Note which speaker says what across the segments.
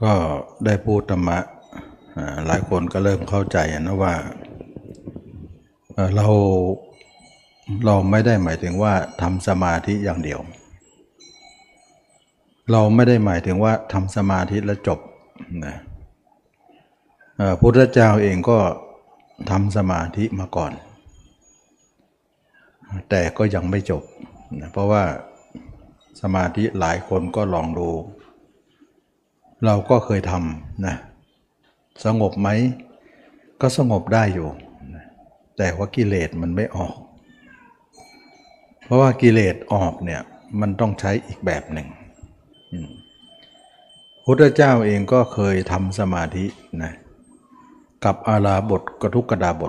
Speaker 1: ก็ได้พูดธรรมะหลายคนก็เริ่มเข้าใจนะว่าเราไม่ได้หมายถึงว่าทำสมาธิอย่างเดียวเราไม่ได้หมายถึงว่าทำสมาธิแล้วจบนะพุทธเจ้าเองก็ทำสมาธิมาก่อนแต่ก็ยังไม่จบนะเพราะว่าสมาธิหลายคนก็ลองดูเราก็เคยทำนะสงบไหมก็สงบได้อยู่แต่ว่ากิเลสมันไม่ออกเพราะว่ากิเลสออกเนี่ยมันต้องใช้อีกแบบหนึ่งพุทธเจ้าเองก็เคยทำสมาธินะกับอาราบทกทุกขดาบท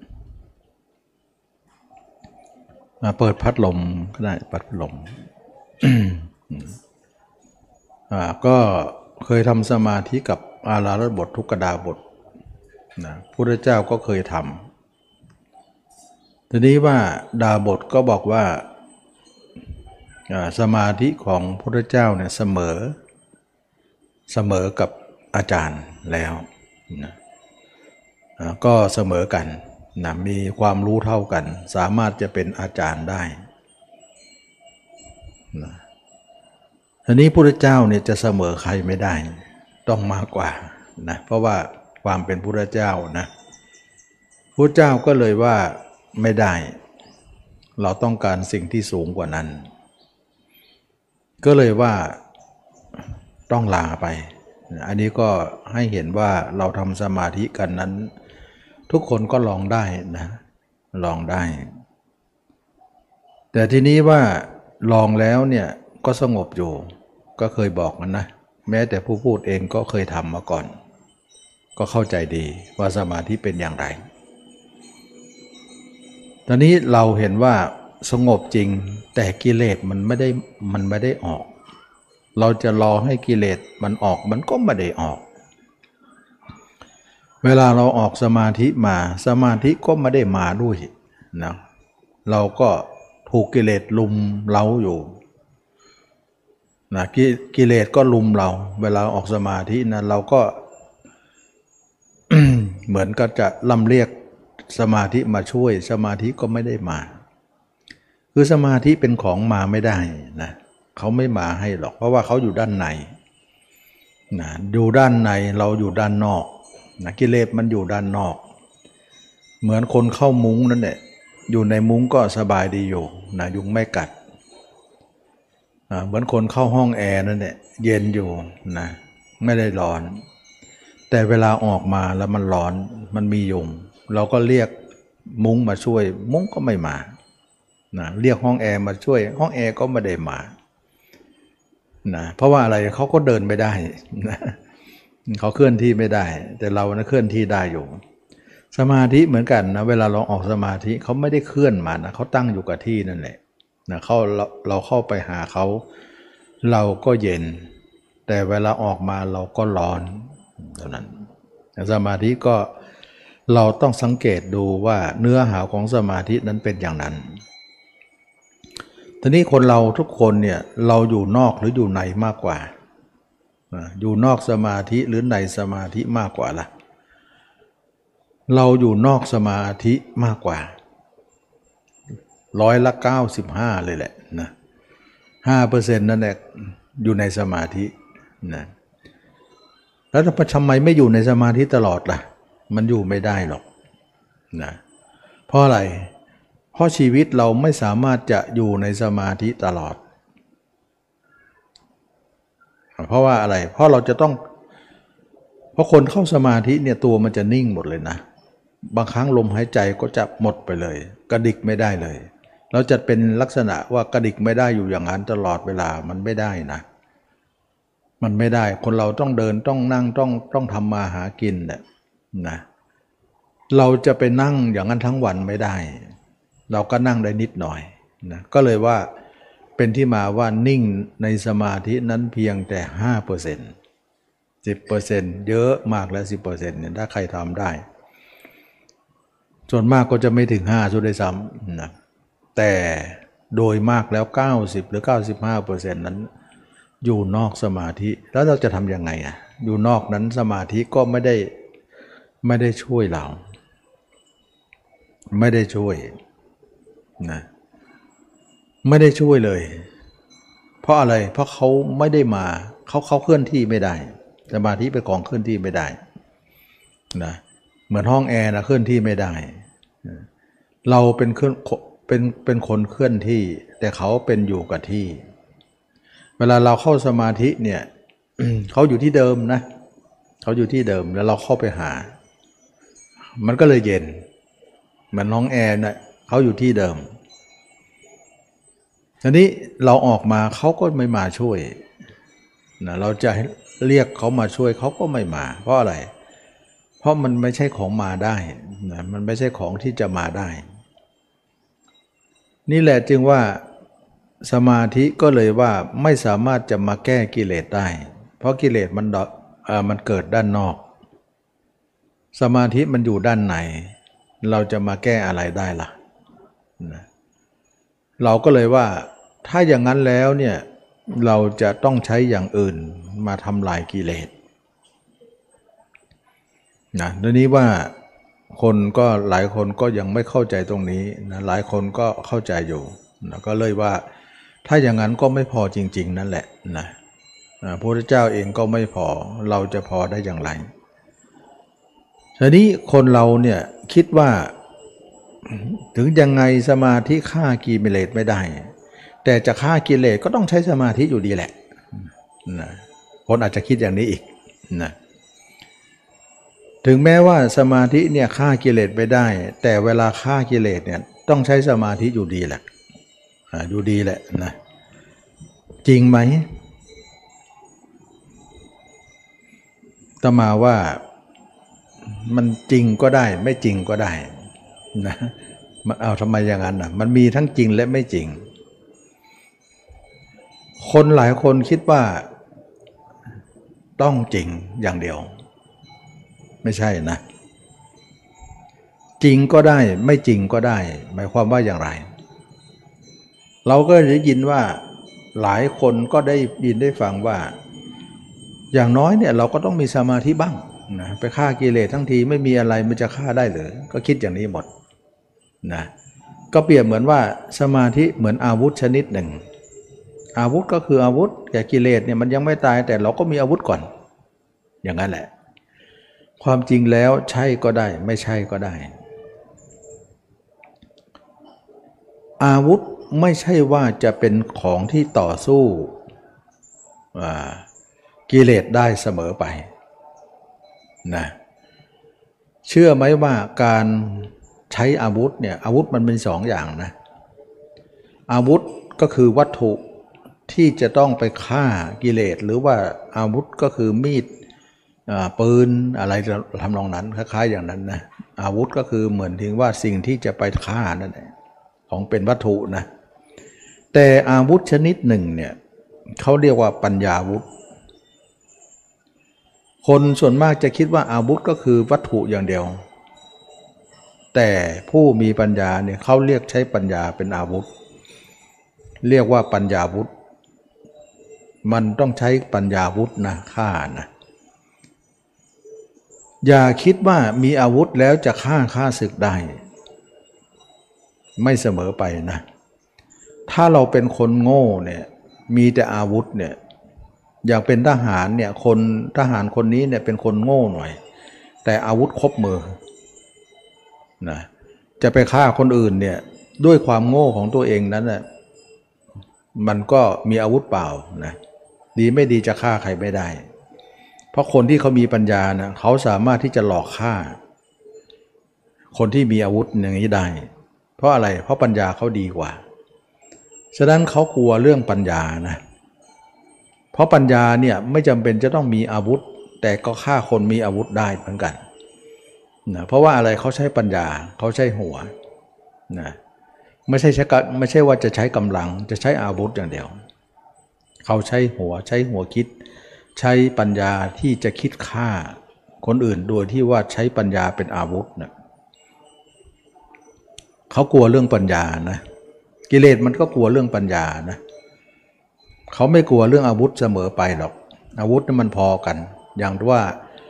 Speaker 1: เปิดพัดลมก็ได้พัดลม ก็เคยทำสมาธิกับอาราบททุกขดาบทนะพุทธเจ้าก็เคยทำทีนี้ว่าดาบทก็บอกว่าสมาธิของพุทธเจ้าเนี่ยเสมอกับอาจารย์แล้วนะก็เสมอกันนะมีความรู้เท่ากันสามารถจะเป็นอาจารย์ได้นะทีนี้พุทธเจ้าเนี่ยจะเสมอใครไม่ได้ต้องมากกว่านะเพราะว่าความเป็นพุทธเจ้านะพุทธเจ้าก็เลยว่าไม่ได้เราต้องการสิ่งที่สูงกว่านั้นก็เลยว่าต้องลาไปอันนี้ก็ให้เห็นว่าเราทำสมาธิกันนั้นทุกคนก็ลองได้นะลองได้แต่ทีนี้ว่าลองแล้วเนี่ยก็สงบอยู่ก็เคยบอกมันนะแม้แต่ผู้พูดเองก็เคยทำมาก่อนก็เข้าใจดีว่าสมาธิเป็นอย่างไรตอนนี้เราเห็นว่าสงบจริงแต่กิเลสมันไม่ได้ออกเราจะรอให้กิเลสมันออกมันก็ไม่ได้ออกเวลาเราออกสมาธิมาสมาธิก็ไม่ได้มาด้วยนะเราก็ถูกกิเลสลุมเร้าอยู่นะกิเลสก็ลุมเราเวลาออกสมาธินะเราก็ เหมือนก็จะลำเรียกสมาธิมาช่วยสมาธิก็ไม่ได้มาคือสมาธิเป็นของมาไม่ได้นะเขาไม่มาให้หรอกเพราะว่าเขาอยู่ด้านในนะอยู่ด้านในเราอยู่ด้านนอกนะกิเลสมันอยู่ด้านนอกเหมือนคนเข้ามุ้งนั่นแหละอยู่ในมุ้งก็สบายดีอยู่นะยุงไม่กัดเหมือนคนเข้าห้องแอร์นั่นแหละเย็นอยู่นะไม่ได้ร้อนแต่เวลาออกมาแล้วมันร้อนมันมียุงเราก็เรียกมุ้งมาช่วยมุ้งก็ไม่มานะเรียกห้องแอร์มาช่วยห้องแอร์ก็ไม่ได้มานะเพราะว่าอะไรเขาก็เดินไม่ได้นะเขาเคลื่อนที่ไม่ได้แต่เรานะเคลื่อนที่ได้อยู่สมาธิเหมือนกันนะเวลาเราออกสมาธิเขาไม่ได้เคลื่อนมานะเขาตั้งอยู่กับที่นั่นแหละนะเราเข้าไปหาเขาเราก็เย็นแต่เวลาออกมาเราก็ร้อนเท่านั้นสมาธิก็เราต้องสังเกตดูว่าเนื้อหาของสมาธินั้นเป็นอย่างนั้นทีนี้คนเราทุกคนเนี่ยเราอยู่นอกหรืออยู่ในมากกว่าอยู่นอกสมาธิหรือในสมาธิมากกว่าล่ะเราอยู่นอกสมาธิมากกว่า95%เลยแหละนะ5%นั่นแหละอยู่ในสมาธินะแล้วทำไมไม่อยู่ในสมาธิตลอดล่ะมันอยู่ไม่ได้หรอกนะเพราะอะไรเพราะชีวิตเราไม่สามารถจะอยู่ในสมาธิตลอดเพราะว่าอะไรเพราะเราจะต้องเพราะคนเข้าสมาธิเนี่ยตัวมันจะนิ่งหมดเลยนะบางครั้งลมหายใจก็จะหมดไปเลยกระดิกไม่ได้เลยเราจะเป็นลักษณะว่ากระดิกไม่ได้อยู่อย่างนั้นตลอดเวลามันไม่ได้นะมันไม่ได้คนเราต้องเดินต้องนั่งต้องทำมาหากินเนี่ยนะเราจะไปนั่งอย่างนั้นทั้งวันไม่ได้เราก็นั่งได้นิดหน่อยนะก็เลยว่าเป็นที่มาว่านิ่งในสมาธินั้นเพียงแต่ 5% 10% เยอะมากแล้ว 10% เนี่ยถ้าใครทำได้ส่วนมากก็จะไม่ถึง5ซะด้วยซ้ำนะแต่โดยมากแล้ว90หรือ 95% นั้นอยู่นอกสมาธิแล้วเราจะทำยังไงอยู่นอกนั้นสมาธิก็ไม่ได้ช่วยเราไม่ได้ช่วยนะไม่ได้ช่วยเลย เพราะอะไรเพราะเขาไม่ได้มาเขาเคลื่อนที่ไม่ได้สมาธิเป็นของเคลื่อนที่ไม่ได้นะเหมือนห้องแอร์นะเคลื่อนที่ไม่ได้เราเป็นคนเคลื่อนที่แต่เขาเป็นอยู่กับที่เวลาเราเข้าสมาธิเนี่ย เขาอยู่ที่เดิมนะเขาอยู่ที่เดิมแล้วเราเข้าไปหามันก็เลยเย็นเหมือนห้องแอร์นะเขาอยู่ที่เดิมทีนี้เราออกมาเขาก็ไม่มาช่วยนะเราจะเรียกเขามาช่วยเขาก็ไม่มาเพราะอะไรเพราะมันไม่ใช่ของมาได้นะมันไม่ใช่ของที่จะมาได้นี่แหละจึงว่าสมาธิก็เลยว่าไม่สามารถจะมาแก้กิเลสได้เพราะกิเลสมันเกิดด้านนอกสมาธิมันอยู่ด้านในเราจะมาแก้อะไรได้ล่ะนะเราก็เลยว่าถ้าอย่างนั้นแล้วเนี่ยเราจะต้องใช้อย่างอื่นมาทำลายกิเลสนะทีนี้ว่าคนก็หลายคนก็ยังไม่เข้าใจตรงนี้นะหลายคนก็เข้าใจอยู่นะก็เลยว่าถ้าอย่างนั้นก็ไม่พอจริงๆนั่นแหละนะพระพุทธเจ้าเองก็ไม่พอเราจะพอได้อย่างไรทีนี้คนเราเนี่ยคิดว่าถึงยังไงสมาธิฆ่ากิเลสไม่ได้แต่จะฆ่ากิเลสก็ต้องใช้สมาธิอยู่ดีแหละนะคนอาจจะคิดอย่างนี้อีกนะถึงแม้ว่าสมาธิเนี่ยฆ่ากิเลสไม่ได้แต่เวลาฆ่ากิเลสเนี่ยต้องใช้สมาธิอยู่ดีแหละอยู่ดีแหละนะจริงไหมตมาว่ามันจริงก็ได้ไม่จริงก็ได้นะมันเอาทำไมอย่างนั้นมันมีทั้งจริงและไม่จริงคนหลายคนคิดว่าต้องจริงอย่างเดียวไม่ใช่นะจริงก็ได้ไม่จริงก็ได้หมายความว่าอย่างไรเราก็ได้ยินว่าหลายคนก็ได้ยินได้ฟังว่าอย่างน้อยเนี่ยเราก็ต้องมีสมาธิบ้างนะไปฆ่ากิเลสทั้งทีไม่มีอะไรมันจะฆ่าได้หรือก็คิดอย่างนี้หมดนะก็เปรียบเหมือนว่าสมาธิเหมือนอาวุธชนิดหนึ่งอาวุธก็คืออาวุธแก่กิเลสเนี่ยมันยังไม่ตายแต่เราก็มีอาวุธก่อนอย่างนั้นแหละความจริงแล้วใช่ก็ได้ไม่ใช่ก็ได้อาวุธไม่ใช่ว่าจะเป็นของที่ต่อสู้กิเลสได้เสมอไปนะเชื่อไหมว่าการใช้อาวุธเนี่ยอาวุธมันเป็นสองอย่างนะอาวุธก็คือวัตถุที่จะต้องไปฆ่ากิเลสหรือว่าอาวุธก็คือมีดปืนอะไรทำนองนั้นคล้ายๆอย่างนั้นนะอาวุธก็คือเหมือนถึงว่าสิ่งที่จะไปฆ่านั่นแหละของเป็นวัตถุนะแต่อาวุธชนิดหนึ่งเนี่ยเขาเรียกว่าปัญญาวุธคนส่วนมากจะคิดว่าอาวุธก็คือวัตถุอย่างเดียวแต่ผู้มีปัญญาเนี่ยเขาเรียกใช้ปัญญาเป็นอาวุธเรียกว่าปัญญาวุธมันต้องใช้ปัญญาวุธนะฆ่านะอย่าคิดว่ามีอาวุธแล้วจะฆ่าศึกได้ไม่เสมอไปนะถ้าเราเป็นคนโง่เนี่ยมีแต่อาวุธเนี่ยอยากเป็นทหารเนี่ยทหารคนนี้เนี่ยเป็นคนโง่หน่อยแต่อาวุธครบมือนะจะไปฆ่าคนอื่นเนี่ยด้วยความโง่ของตัวเองนั้นน่ะมันก็มีอาวุธเปล่านะดีไม่ดีจะฆ่าใครไม่ได้เพราะคนที่เขามีปัญญานะเขาสามารถที่จะหลอกฆ่าคนที่มีอาวุธอย่างนี้ได้เพราะอะไรเพราะปัญญาเขาดีกว่าฉะนั้นเขากลัวเรื่องปัญญานะเพราะปัญญาเนี่ยไม่จำเป็นจะต้องมีอาวุธแต่ก็ฆ่าคนมีอาวุธได้เหมือนกันนะเพราะว่าอะไรเขาใช้ปัญญาเขาใช้หัวนะไม่ใช่ว่าจะใช้กำลังจะใช้อาวุธอย่างเดียวเขาใช้หัวคิดใช้ปัญญาที่จะคิดฆ่าคนอื่นโดยที่ว่าใช้ปัญญาเป็นอาวุธนะเขากลัวเรื่องปัญญานะกิเลสมันก็กลัวเรื่องปัญญานะเขาไม่กลัวเรื่องอาวุธเสมอไปหรอกอาวุธนี่มันพอกันอย่างว่า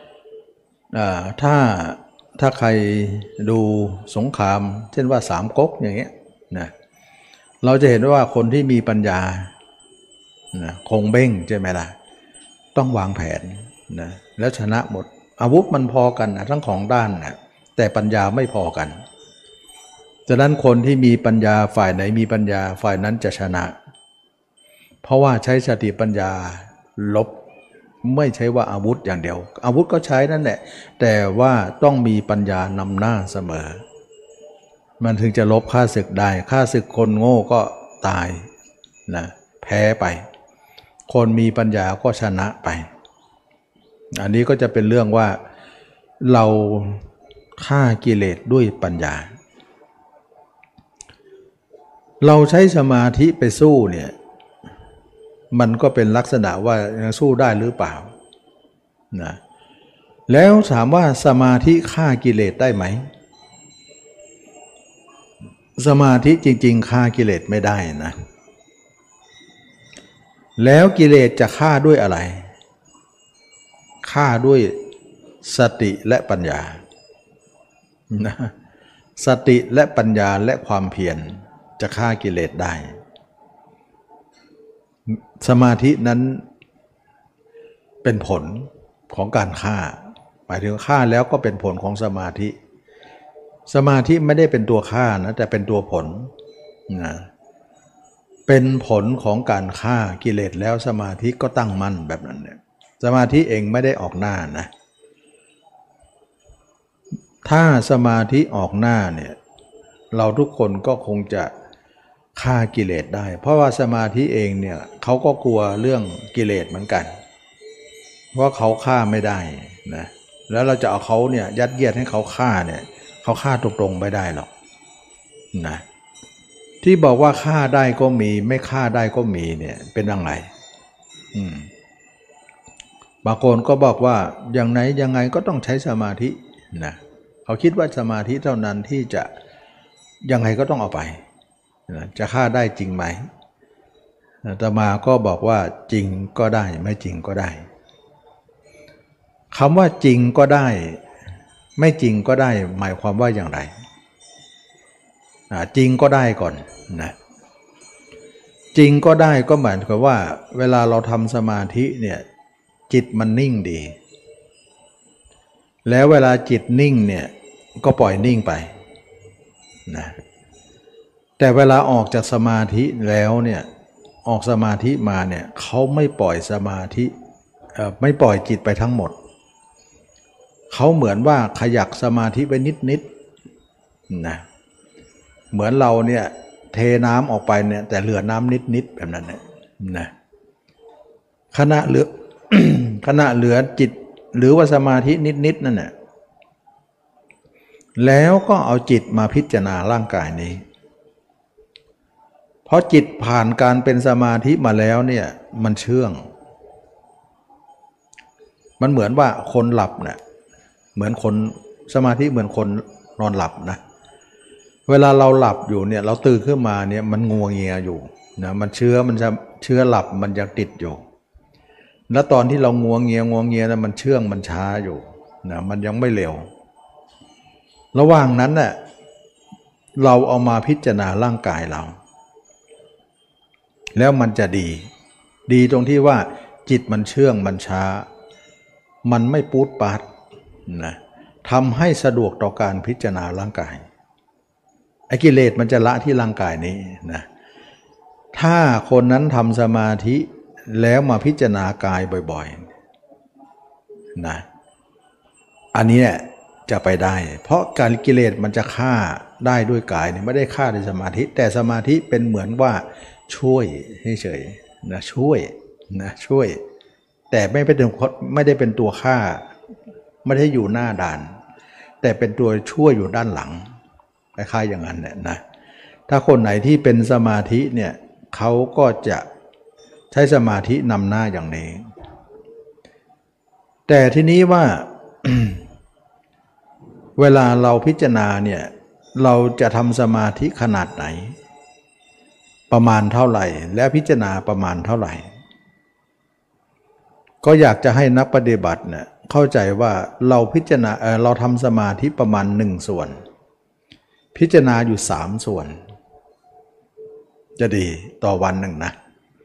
Speaker 1: ถ้าใครดูสงครามเช่นว่าสามก๊กอย่างเงี้ยนะเราจะเห็นว่าคนที่มีปัญญานะคงเบ้งใช่ไหมล่ะต้องวางแผนนะแล้วชนะหมดอาวุธมันพอกันนะทั้งของด้านนะแต่ปัญญาไม่พอกันฉะนั้นคนที่มีปัญญาฝ่ายไหนมีปัญญาฝ่ายนั้นจะชนะเพราะว่าใช้สติปัญญาลบไม่ใช่ว่าอาวุธอย่างเดียวอาวุธก็ใช้นั่นแหละแต่ว่าต้องมีปัญญานำหน้าเสมอมันถึงจะลบข้าศึกได้ข้าศึกคนโง่ก็ตายนะแพ้ไปคนมีปัญญาก็ชนะไปอันนี้ก็จะเป็นเรื่องว่าเราฆ่ากิเลสด้วยปัญญาเราใช้สมาธิไปสู้เนี่ยมันก็เป็นลักษณะว่าสู้ได้หรือเปล่านะแล้วถามว่าสมาธิฆ่ากิเลสได้ไหมสมาธิจริงๆฆ่ากิเลสไม่ได้นะแล้วกิเลสจะฆ่าด้วยอะไรฆ่าด้วยสติและปัญญานะสติและปัญญาและความเพียรจะฆ่ากิเลสได้สมาธินั้นเป็นผลของการฆ่าหมายถึงฆ่าแล้วก็เป็นผลของสมาธิสมาธิไม่ได้เป็นตัวฆ่านะแต่เป็นตัวผลนะเป็นผลของการฆ่ากิเลสแล้วสมาธิก็ตั้งมั่นแบบนั้นเนี่ยสมาธิเองไม่ได้ออกหน้านะถ้าสมาธิออกหน้าเนี่ยเราทุกคนก็คงจะฆ่ากิเลสได้เพราะว่าสมาธิเองเนี่ยเขาก็กลัวเรื่องกิเลสเหมือนกันเพราะเขาฆ่าไม่ได้นะแล้วเราจะเอาเขาเนี่ยยัดเยียดให้เขาฆ่าเนี่ยเขาฆ่าตรงๆไม่ได้หรอกนะที่บอกว่าฆ่าได้ก็มีไม่ฆ่าได้ก็มีเนี่ยเป็นยังไงบางคนก็บอกว่าอย่างไหนยังไงก็ต้องใช้สมาธินะเขาคิดว่าสมาธิเท่านั้นที่จะยังไงก็ต้องเอาไปนะจะฆ่าได้จริงไหมอาตมาก็บอกว่าจริงก็ได้ไม่จริงก็ได้คำว่าจริงก็ได้ไม่จริงก็ได้หมายความว่าอย่างไรจริงก็ได้ก่อนนะจริงก็ได้ก็หมายความว่าเวลาเราทำสมาธิเนี่ยจิตมันนิ่งดีแล้วเวลาจิตนิ่งเนี่ยก็ปล่อยนิ่งไปนะแต่เวลาออกจากสมาธิแล้วเนี่ยออกสมาธิมาเนี่ยเขาไม่ปล่อยสมาธิไม่ปล่อยจิตไปทั้งหมดเขาเหมือนว่าขยักสมาธิไปนิดๆนะเหมือนเราเนี่ยเทน้ำออกไปเนี่ยแต่เหลือน้ำนิดๆแบบนั้นนะขณะเหลือ ขณะเหลือจิตหรือว่าสมาธินิดๆนั่นน่ะแล้วก็เอาจิตมาพิจารณาร่างกายนี้เพราะจิตผ่านการเป็นสมาธิมาแล้วเนี่ยมันเชื่องมันเหมือนว่าคนหลับเนี่ยเหมือนคนสมาธิเหมือนคนนอนหลับนะเวลาเราหลับอยู่เนี่ยเราตื่นขึ้นมาเนี่ยมันงัวเงียอยู่นะมันเชื้อหลับมันยังติดอยู่แล้วตอนที่เรางัวเงียนะมันเชื่องมันช้าอยู่นะมันยังไม่เร็วระหว่างนั้นน่ะเราเอามาพิจารณาร่างกายเราแล้วมันจะดีตรงที่ว่าจิตมันเชื่องมันช้ามันไม่ปูดปาดนะทำให้สะดวกต่อการพิจารณาร่างกายไอ้กิเลสมันจะละที่ร่างกายนี้นะถ้าคนนั้นทำสมาธิแล้วมาพิจารณากายบ่อยๆนะอันนี้จะไปได้เพราะการกิเลสมันจะฆ่าได้ด้วยกายเนี่ยไม่ได้ฆ่าด้วยสมาธิแต่สมาธิเป็นเหมือนว่าช่วยเฉยๆนะช่วยแต่ไม่ได้เป็นตัวฆ่าไม่ได้อยู่หน้าด่านแต่เป็นตัวช่วยอยู่ด้านหลังคล้ายๆอย่างนั้นเนี่ยนะถ้าคนไหนที่เป็นสมาธิเนี่ยเขาก็จะใช้สมาธินำหน้าอย่างนี้แต่ทีนี้ว่า เวลาเราพิจารณาเนี่ยเราจะทำสมาธิขนาดไหนประมาณเท่าไหร่และพิจารณาประมาณเท่าไหร่ก็อยากจะให้นักปฏิบัติเนี่ยเข้าใจว่าเราพิจารณาเราทำสมาธิประมาณ1 ส่วนพิจารณาอยู่3 ส่วนจะดีต่อวันหนึ่งนะ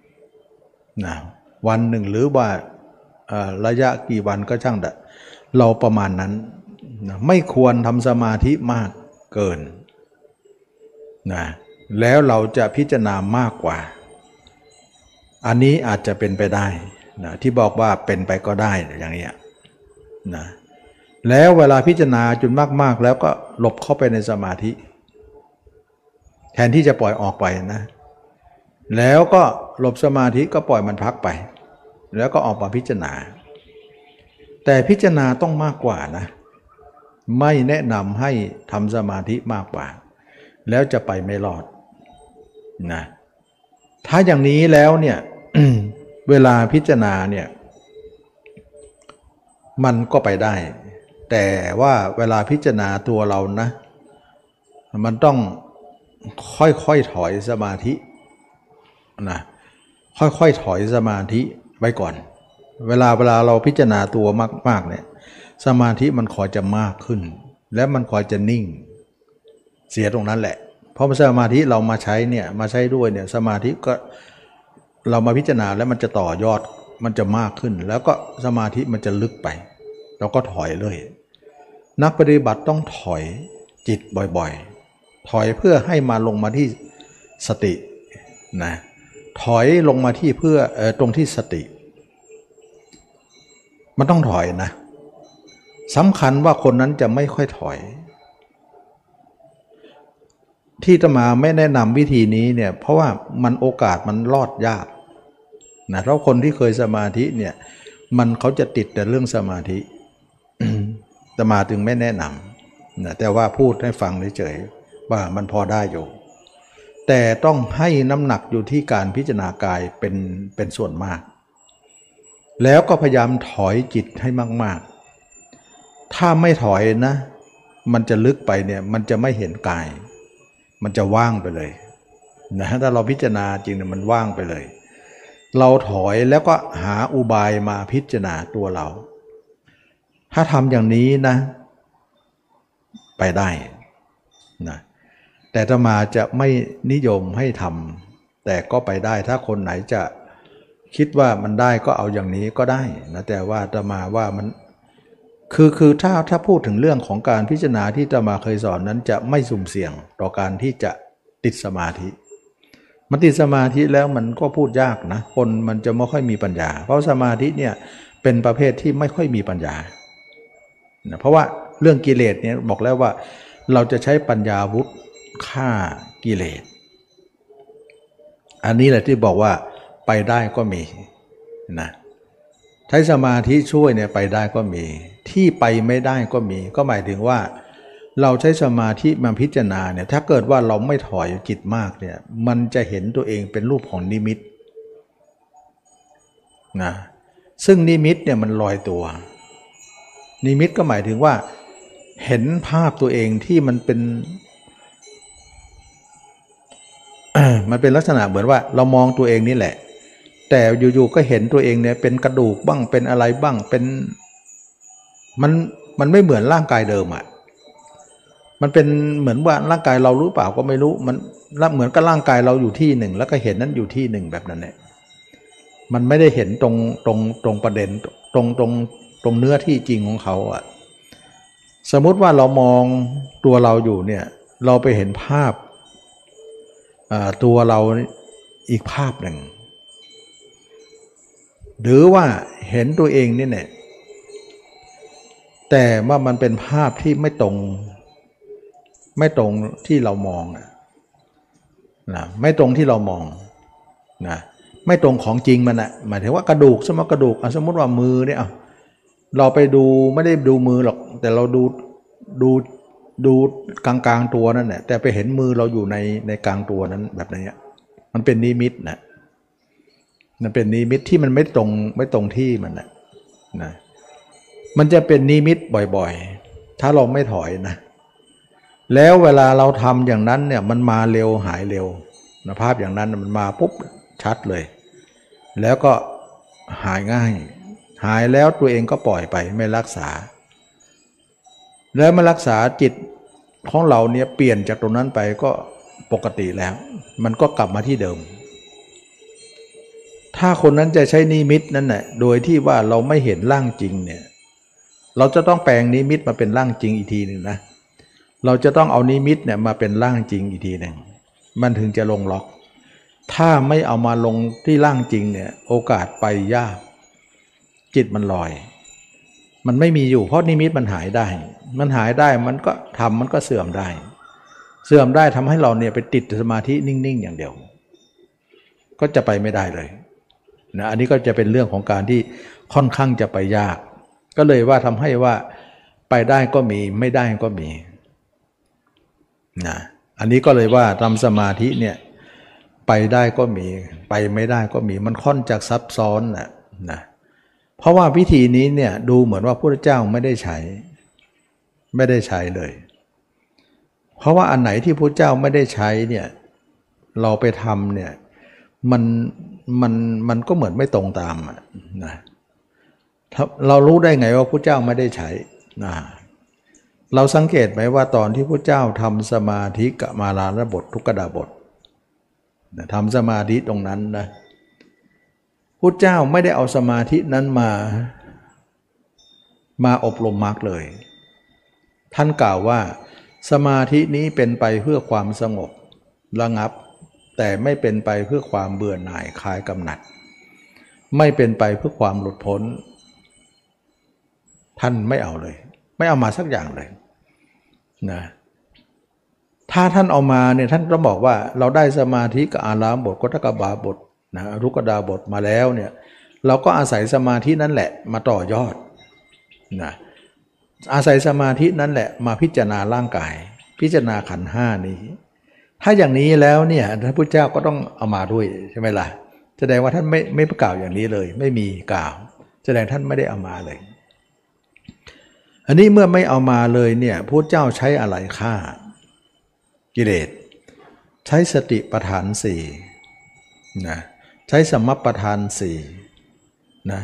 Speaker 1: วันหนึ่งหรือว่าระยะกี่วันก็ช่างแต่เราประมาณนั้นนะไม่ควรทำสมาธิมากเกินนะแล้วเราจะพิจารณามากกว่าอันนี้อาจจะเป็นไปได้นะที่บอกว่าเป็นไปก็ได้อย่างนี้นะแล้วเวลาพิจารณาจนมากๆแล้วก็หลบเข้าไปในสมาธิแทนที่จะปล่อยออกไปนะแล้วก็หลบสมาธิก็ปล่อยมันพักไปแล้วก็ออกมาพิจารณาแต่พิจารณาต้องมากกว่านะไม่แนะนำให้ทำสมาธิมากกว่าแล้วจะไปไม่รอดนะถ้าอย่างนี้แล้วเนี่ย เวลาพิจารณาเนี่ยมันก็ไปได้แต่ว่าเวลาพิจารณาตัวเรานะมันต้องค่อยๆถอยสมาธินะค่อยๆถอยสมาธิไว้ก่อนเวลาเราพิจารณาตัวมากๆเนี่ยสมาธิมันคอยจะมากขึ้นและมันคอยจะนิ่งเสียตรงนั้นแหละเพราะสมาธิเรามาใช้เนี่ยมาใช้ด้วยเนี่ยสมาธิก็เรามาพิจารณาแล้วมันจะต่อยอดมันจะมากขึ้นแล้วก็สมาธิมันจะลึกไปเราก็ถอยเลยนักปฏิบัติต้องถอยจิตบ่อยๆถอยเพื่อให้มาลงมาที่สตินะถอยลงมาที่เพื่อตรงที่สติมันต้องถอยนะสำคัญว่าคนนั้นจะไม่ค่อยถอยที่อาตมาไม่แนะนำวิธีนี้เนี่ยเพราะว่ามันโอกาสมันรอดยากนะเพราะคนที่เคยสมาธิเนี่ยเขาจะติดแต่เรื่องสมาธิ อาตมาจึงไม่แนะนำนะแต่ว่าพูดให้ฟังเฉยๆว่ามันพอได้อยู่แต่ต้องให้น้ำหนักอยู่ที่การพิจารณากายเป็นส่วนมากแล้วก็พยายามถอยจิตให้มากๆถ้าไม่ถอยนะมันจะลึกไปเนี่ยมันจะไม่เห็นกายมันจะว่างไปเลยนะถ้าเราพิจารณาจริงเนี่ยมันว่างไปเลยเราถอยแล้วก็หาอุบายมาพิจารณาตัวเราถ้าทำอย่างนี้นะไปได้นะแต่อาตมาจะไม่นิยมให้ทำแต่ก็ไปได้ถ้าคนไหนจะคิดว่ามันได้ก็เอาอย่างนี้ก็ได้นะแต่ว่าอาตมาว่ามันคือถ้าพูดถึงเรื่องของการพิจารณาที่อาตมาเคยสอนนั้นจะไม่สุ่มเสี่ยงต่อการที่จะติดสมาธิมันติดสมาธิแล้วมันก็พูดยากนะคนมันจะไม่ค่อยมีปัญญาเพราะสมาธิเนี่ยเป็นประเภทที่ไม่ค่อยมีปัญญานะเพราะว่าเรื่องกิเลสเนี่ยบอกแล้วว่าเราจะใช้ปัญญาวุฒิฆ่ากิเลสอันนี้แหละที่บอกว่าไปได้ก็มีนะใช้สมาธิช่วยเนี่ยไปได้ก็มีที่ไปไม่ได้ก็มีก็หมายถึงว่าเราใช้สมาธิมาพิจารณาเนี่ยถ้าเกิดว่าเราไม่ถอยจิตมากเนี่ยมันจะเห็นตัวเองเป็นรูปของนิมิตนะซึ่งนิมิตเนี่ยมันลอยตัวนิมิตก็หมายถึงว่าเห็นภาพตัวเองที่มันเป็น มันเป็นลักษณะเหมือนว่าเรามองตัวเองนี่แหละแต่อยู่ๆก็เห็นตัวเองเนี่ยเป็นกระดูกบ้างเป็นอะไรบ้างเป็นมันไม่เหมือนร่างกายเดิมอ่ะมันเป็นเหมือนว่าร่างกายเรารู้เปล่าก็ไม่รู้มันเหมือนกับร่างกายเราอยู่ที่หนึ่งแล้วก็เห็นนั้นอยู่ที่หนึ่งแบบนั้นแหละมันไม่ได้เห็นตรงประเด็นตรงเนื้อที่จริงของเขาอ่ะสมมุติว่าเรามองตัวเราอยู่เนี่ยเราไปเห็นภาพตัวเราอีกภาพหนึ่งหรือว่าเห็นตัวเองนี่เนี่ยแต่ว่ามันเป็นภาพที่ไม่ตรงที่เรามองนะไม่ตรงที่เรามองนะไม่ตรงของจริงมันนะหมายถึงว่ากระดูกสมมติกระดูกสมมติว่ามือเนี่ยเราไปดูไม่ได้ดูมือหรอกแต่เราดูกลางๆตัวนั่นแหละแต่ไปเห็นมือเราอยู่ในกลางตัวนั้นแบบนี้มันเป็นนิมิตนะมันเป็นนิมิตที่มันไม่ตรงที่มันนะมันจะเป็นนิมิตบ่อยๆถ้าเราไม่ถอยนะแล้วเวลาเราทำอย่างนั้นเนี่ยมันมาเร็วหายเร็วนะภาพอย่างนั้นมันมาปุ๊บชัดเลยแล้วก็หายง่ายหายแล้วตัวเองก็ปล่อยไปไม่รักษาแล้วมารักษาจิตของเราเนี่ยเปลี่ยนจากตรงนั้นไปก็ปกติแล้วมันก็กลับมาที่เดิมถ้าคนนั้นจะใช้นิมิตนั่นแหละโดยที่ว่าเราไม่เห็นร่างจริงเนี่ยเราจะต้องแปลงนิมิตมาเป็นร่างจริงอีกทีหนึ่งนะเราจะต้องเอานิมิตเนี่ยมาเป็นร่างจริงอีกทีหนึ่งมันถึงจะลงล็อกถ้าไม่เอามาลงที่ร่างจริงเนี่ยโอกาสไปยากจิตมันลอยมันไม่มีอยู่เพราะนิมิตมันหายได้มันหายได้มันก็ทำมันก็เสื่อมได้เสื่อมได้ทำให้เราเนี่ยไปติดสมาธินิ่งๆอย่างเดียวก็จะไปไม่ได้เลยนะอันนี้ก็จะเป็นเรื่องของการที่ค่อนข้างจะไปยากก็เลยว่าทำให้ว่าไปได้ก็มีไม่ได้ก็มีนะอันนี้ก็เลยว่าทำสมาธิเนี่ยไปได้ก็มีไปไม่ได้ก็มีมันค่อนจากซับซ้อนนะเพราะว่าวิธีนี้เนี่ยดูเหมือนว่าพระพุทธเจ้าไม่ได้ใช้เลยเพราะว่าอันไหนที่พระเจ้าไม่ได้ใช้เนี่ยเราไปทำเนี่ยมันก็เหมือนไม่ตรงตามนะเรารู้ได้ไงว่าพระเจ้าไม่ได้ใช้นะเราสังเกตไหมว่าตอนที่พระเจ้าทำสมาธิกมาลานบททุกขดาบททำสมาธิตรงนั้นนะพุทธเจ้าไม่ได้เอาสมาธินั้นมาอบรมมรรคเลยท่านกล่าวว่าสมาธินี้เป็นไปเพื่อความสงบระงับแต่ไม่เป็นไปเพื่อความเบื่อหน่ายคลายกำหนัดไม่เป็นไปเพื่อความหลุดพ้นท่านไม่เอาเลยไม่เอามาสักอย่างเลยนะถ้าท่านเอามาเนี่ยท่านต้องบอกว่าเราได้สมาธิกับอารามบทกทกบาบทนะรุกดาบทมาแล้วเนี่ยเราก็อาศัยสมาธินั่นแหละมาต่อยอดนะอาศัยสมาธินั่นแหละมาพิจารณาร่างกายพิจารณาขันธ์ห้านี้ถ้าอย่างนี้แล้วเนี่ยพระพุทธเจ้าก็ต้องเอามาด้วยใช่ไหมล่ะแสดงว่าท่านไม่ประกล่าวอย่างนี้เลยไม่มีกล่าวแสดงท่านไม่ได้เอามาเลยอันนี้เมื่อไม่เอามาเลยเนี่ยพระเจ้าใช้อะไรฆ่ากิเลสใช้สติปัฏฐานสี่นะใช้สัมมัปปทานสี่นะ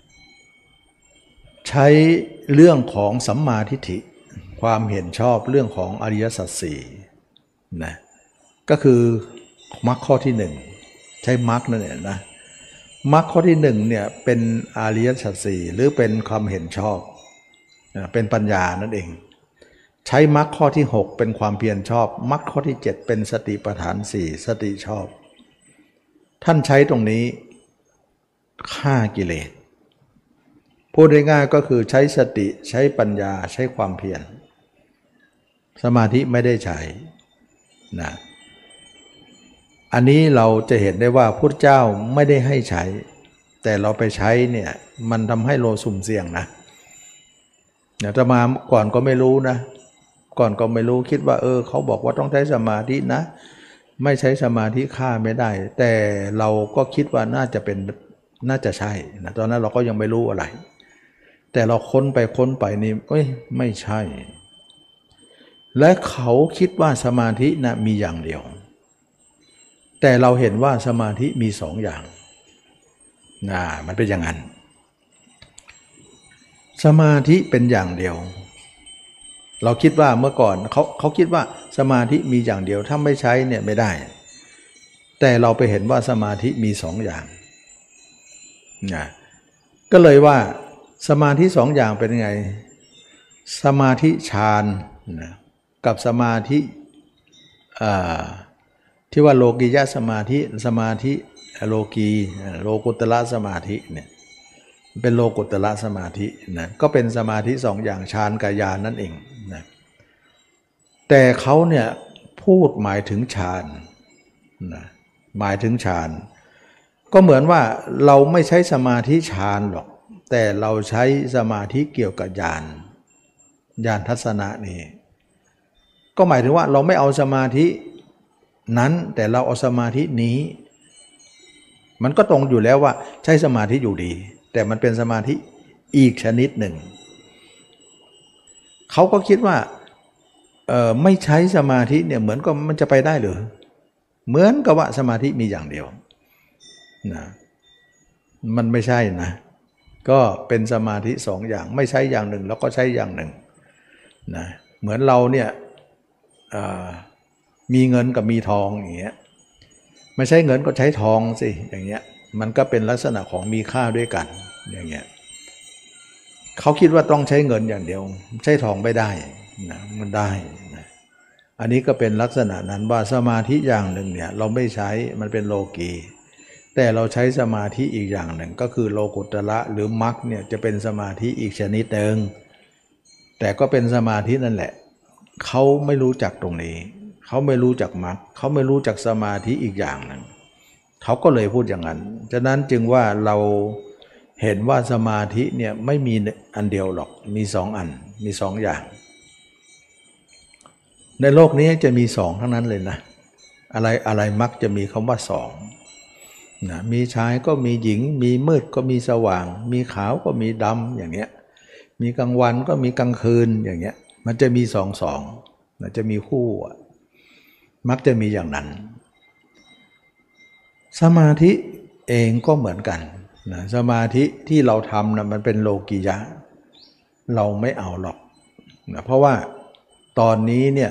Speaker 1: ใช้เรื่องของสัมมาทิฏฐิความเห็นชอบเรื่องของอริยสัจสี่นะก็คือมรรคข้อที่หนึ่งใช้มรรคนั่นแหละนะมรรคข้อที่หนึ่งเนี่ยเป็นอริยสัจสี่หรือเป็นความเห็นชอบเป็นปัญญานั่นเองใช้มรรคข้อที่6เป็นความเพียรชอบมรรคข้อที่7เป็นสติปัฏฐาน4สติชอบท่านใช้ตรงนี้ฆ่ากิเลสพูดง่ายๆก็คือใช้สติใช้ปัญญาใช้ความเพียรสมาธิไม่ได้ใช้นะอันนี้เราจะเห็นได้ว่าพุทธเจ้าไม่ได้ให้ใช้แต่เราไปใช้เนี่ยมันทำให้โลสุ่มเสี่ยงนะจะมาก่อนก็ไม่รู้นะก่อนก็ไม่รู้คิดว่าเขาบอกว่าต้องใช้สมาธินะไม่ใช้สมาธิฆ่าไม่ได้แต่เราก็คิดว่าน่าจะใช่นะตอนนั้นเราก็ยังไม่รู้อะไรแต่เราค้นไปนี่ไม่ใช่และเขาคิดว่าสมาธินะมีอย่างเดียวแต่เราเห็นว่าสมาธิมีสองอย่างมันเป็นอย่างนั้นสมาธิเป็นอย่างเดียวเราคิดว่าเมื่อก่อนเขาคิดว่าสมาธิมีอย่างเดียวถ้าไม่ใช้เนี่ยไม่ได้แต่เราไปเห็นว่าสมาธิมีสองอย่างก็เลยว่าสมาธิสองอย่างเป็นไงสมาธิฌานกับสมาธิที่ว่าโลกียะสมาธิโลกีโลกุตระสมาธิเนี่ยเป็นโลกุตระสมาธินะก็เป็นสมาธิสองอย่างฌานกับญาณนั่นเองนะแต่เขาเนี่ยพูดหมายถึงฌานนะหมายถึงฌานก็เหมือนว่าเราไม่ใช้สมาธิฌานหรอกแต่เราใช้สมาธิเกี่ยวกับญาณทัศนะนี่ก็หมายถึงว่าเราไม่เอาสมาธินั้นแต่เราเอาสมาธินี้มันก็ตรงอยู่แล้วว่าใช้สมาธิอยู่ดีแต่มันเป็นสมาธิอีกชนิดหนึ่งเขาก็คิดว่าไม่ใช้สมาธิเนี่ยเหมือนกับมันจะไปได้หรือเหมือนกับว่าสมาธิมีอย่างเดียวนะมันไม่ใช่นะก็เป็นสมาธิสองอย่างไม่ใช้อย่างหนึ่งแล้วก็ใช้อย่างหนึ่งนะเหมือนเราเนี่ยมีเงินกับมีทองอย่างเงี้ยไม่ใช่เงินก็ใช้ทองสิอย่างเงี้ยมันก็เป็นลักษณะของมีค่าด้วยกันอย่างเงี้ยเขาคิดว่าต้องใช้เงินอย่างเดียวใช้ทองไม่ได้นะมันได้นะอันนี้ก็เป็นลักษณะนั้นว่าสมาธิอย่างหนึ่งเนี่ยเราไม่ใช้มันเป็นโลกีแต่เราใช้สมาธิอีกอย่างหนึ่งก็คือโลกุตระหรือมรรคเนี่ยจะเป็นสมาธิอีกชนิดหนึ่งแต่ก็เป็นสมาธินั่นแหละเขาไม่รู้จักตรงนี้เขาไม่รู้จักมรรคเขาไม่รู้จักสมาธิอีกอย่างหนึ่งเขาก็เลยพูดอย่างนั้นฉะนั้นจึงว่าเราเห็นว่าสมาธิเนี่ยไม่มีอันเดียวหรอกมีสองอันมีสองอย่างในโลกนี้จะมีสองทั้งนั้นเลยนะอะไรมักจะมีคำว่าสองนะมีชายก็มีหญิงมีมืดก็มีสว่างมีขาวก็มีดำอย่างเงี้ยมีกลางวันก็มีกลางคืนอย่างเงี้ยมันจะมีสองมันจะมีคู่มักจะมีอย่างนั้นสมาธิเองก็เหมือนกันนะสมาธิที่เราทำนะมันเป็นโลกียะเราไม่เอาหรอกนะเพราะว่าตอนนี้เนี่ย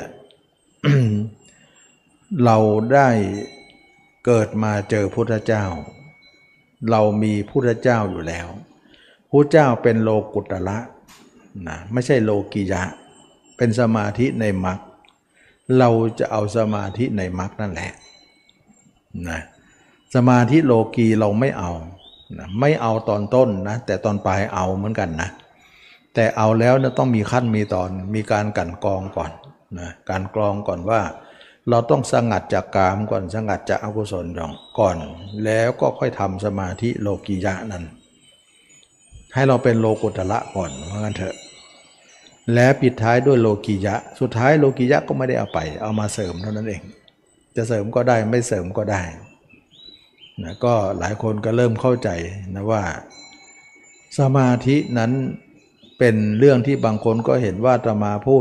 Speaker 1: เราได้เกิดมาเจอพุทธเจ้าเรามีพุทธเจ้าอยู่แล้วพุทธเจ้าเป็นโลกุตระนะไม่ใช่โลกียะเป็นสมาธิในมรรคเราจะเอาสมาธิในมรรคนั่นแหละนะสมาธิโลกีเราไม่เอานะไม่เอาตอนต้นนะแต่ตอนปลายเอาเหมือนกันนะแต่เอาแล้วนะต้องมีขั้นมีตอนมีการกลั่นกรองก่อนนะการกรองก่อนว่าเราต้องสงัดจากกามก่อนสงัดจากอกุศลก่อนแล้วก็ค่อยทำสมาธิโลกียะนั้นให้เราเป็นโลกุตระก่อนเพราะงั้นเถอะและปิดท้ายด้วยโลกียะสุดท้ายโลกียะก็ไม่ได้เอาไปเอามาเสริมเท่านั้นเองจะเสริมก็ได้ไม่เสริมก็ได้นะก็หลายคนก็เริ่มเข้าใจนะว่าสมาธินั้นเป็นเรื่องที่บางคนก็เห็นว่าอาตมาพูด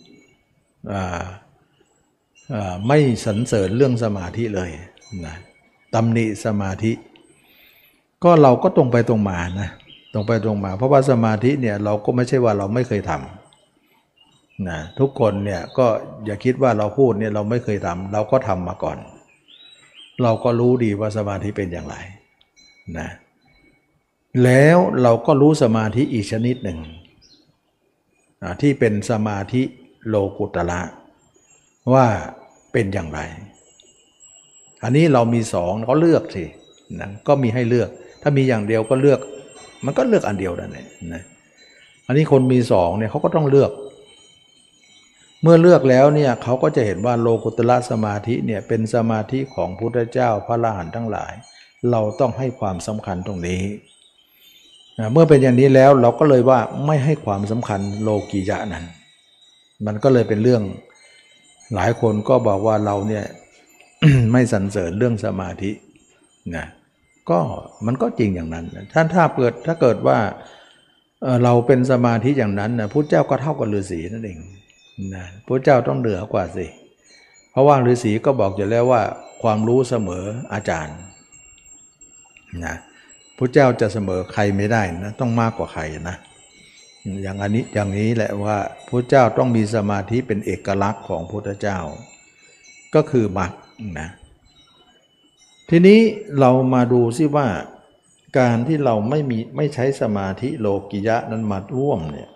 Speaker 1: ไม่สรรเสริญเรื่องสมาธิเลยนะตำหนิสมาธิก็เราก็ตรงไปตรงมานะตรงไปตรงมาเพราะว่าสมาธิเนี่ยเราก็ไม่ใช่ว่าเราไม่เคยทำนะทุกคนเนี่ยก็อย่าคิดว่าเราพูดเนี่ยเราไม่เคยทำเราก็ทำมาก่อนเราก็รู้ดีว่าสมาธิเป็นอย่างไรนะแล้วเราก็รู้สมาธิอีกชนิดหนึ่งที่เป็นสมาธิโลกุตระว่าเป็นอย่างไรอันนี้เรามีสองก็เลือกสินะก็มีให้เลือกถ้ามีอย่างเดียวก็เลือกมันก็เลือกอันเดียวนั่นแหละนะอันนี้คนมีสองเนี่ยเขาก็ต้องเลือกเมื่อเลือกแล้วเนี่ยเขาก็จะเห็นว่าโลกุตระสมาธิเนี่ยเป็นสมาธิของพุทธเจ้าพระอรหันต์ทั้งหลายเราต้องให้ความสำคัญตรงนี้เมื่อเป็นอย่างนี้แล้วเราก็เลยว่าไม่ให้ความสำคัญโลกียะนั้นมันก็เลยเป็นเรื่องหลายคนก็บอกว่าเราเนี่ย ไม่สรรเสริญเรื่องสมาธินะก็มันก็จริงอย่างนั้นถ้าเกิดว่าเราเป็นสมาธิอย่างนั้นนะพุทธเจ้าก็เท่ากับฤาษีนั่นเองนะพุทธเจ้าต้องเหนือกว่าสิเพราะว่าฤาษีก็บอกอยู่แล้วว่าความรู้เสมออาจารย์นะพุทธเจ้าจะเสมอใครไม่ได้นะต้องมากกว่าใครนะอย่างนี้แหละว่าพุทธเจ้าต้องมีสมาธิเป็นเอกลักษณ์ของพุทธเจ้าก็คือมรรคนะทีนี้เรามาดูซิว่าการที่เราไม่ใช้สมาธิโลกิยะนั้นมาร่วมเนี่ย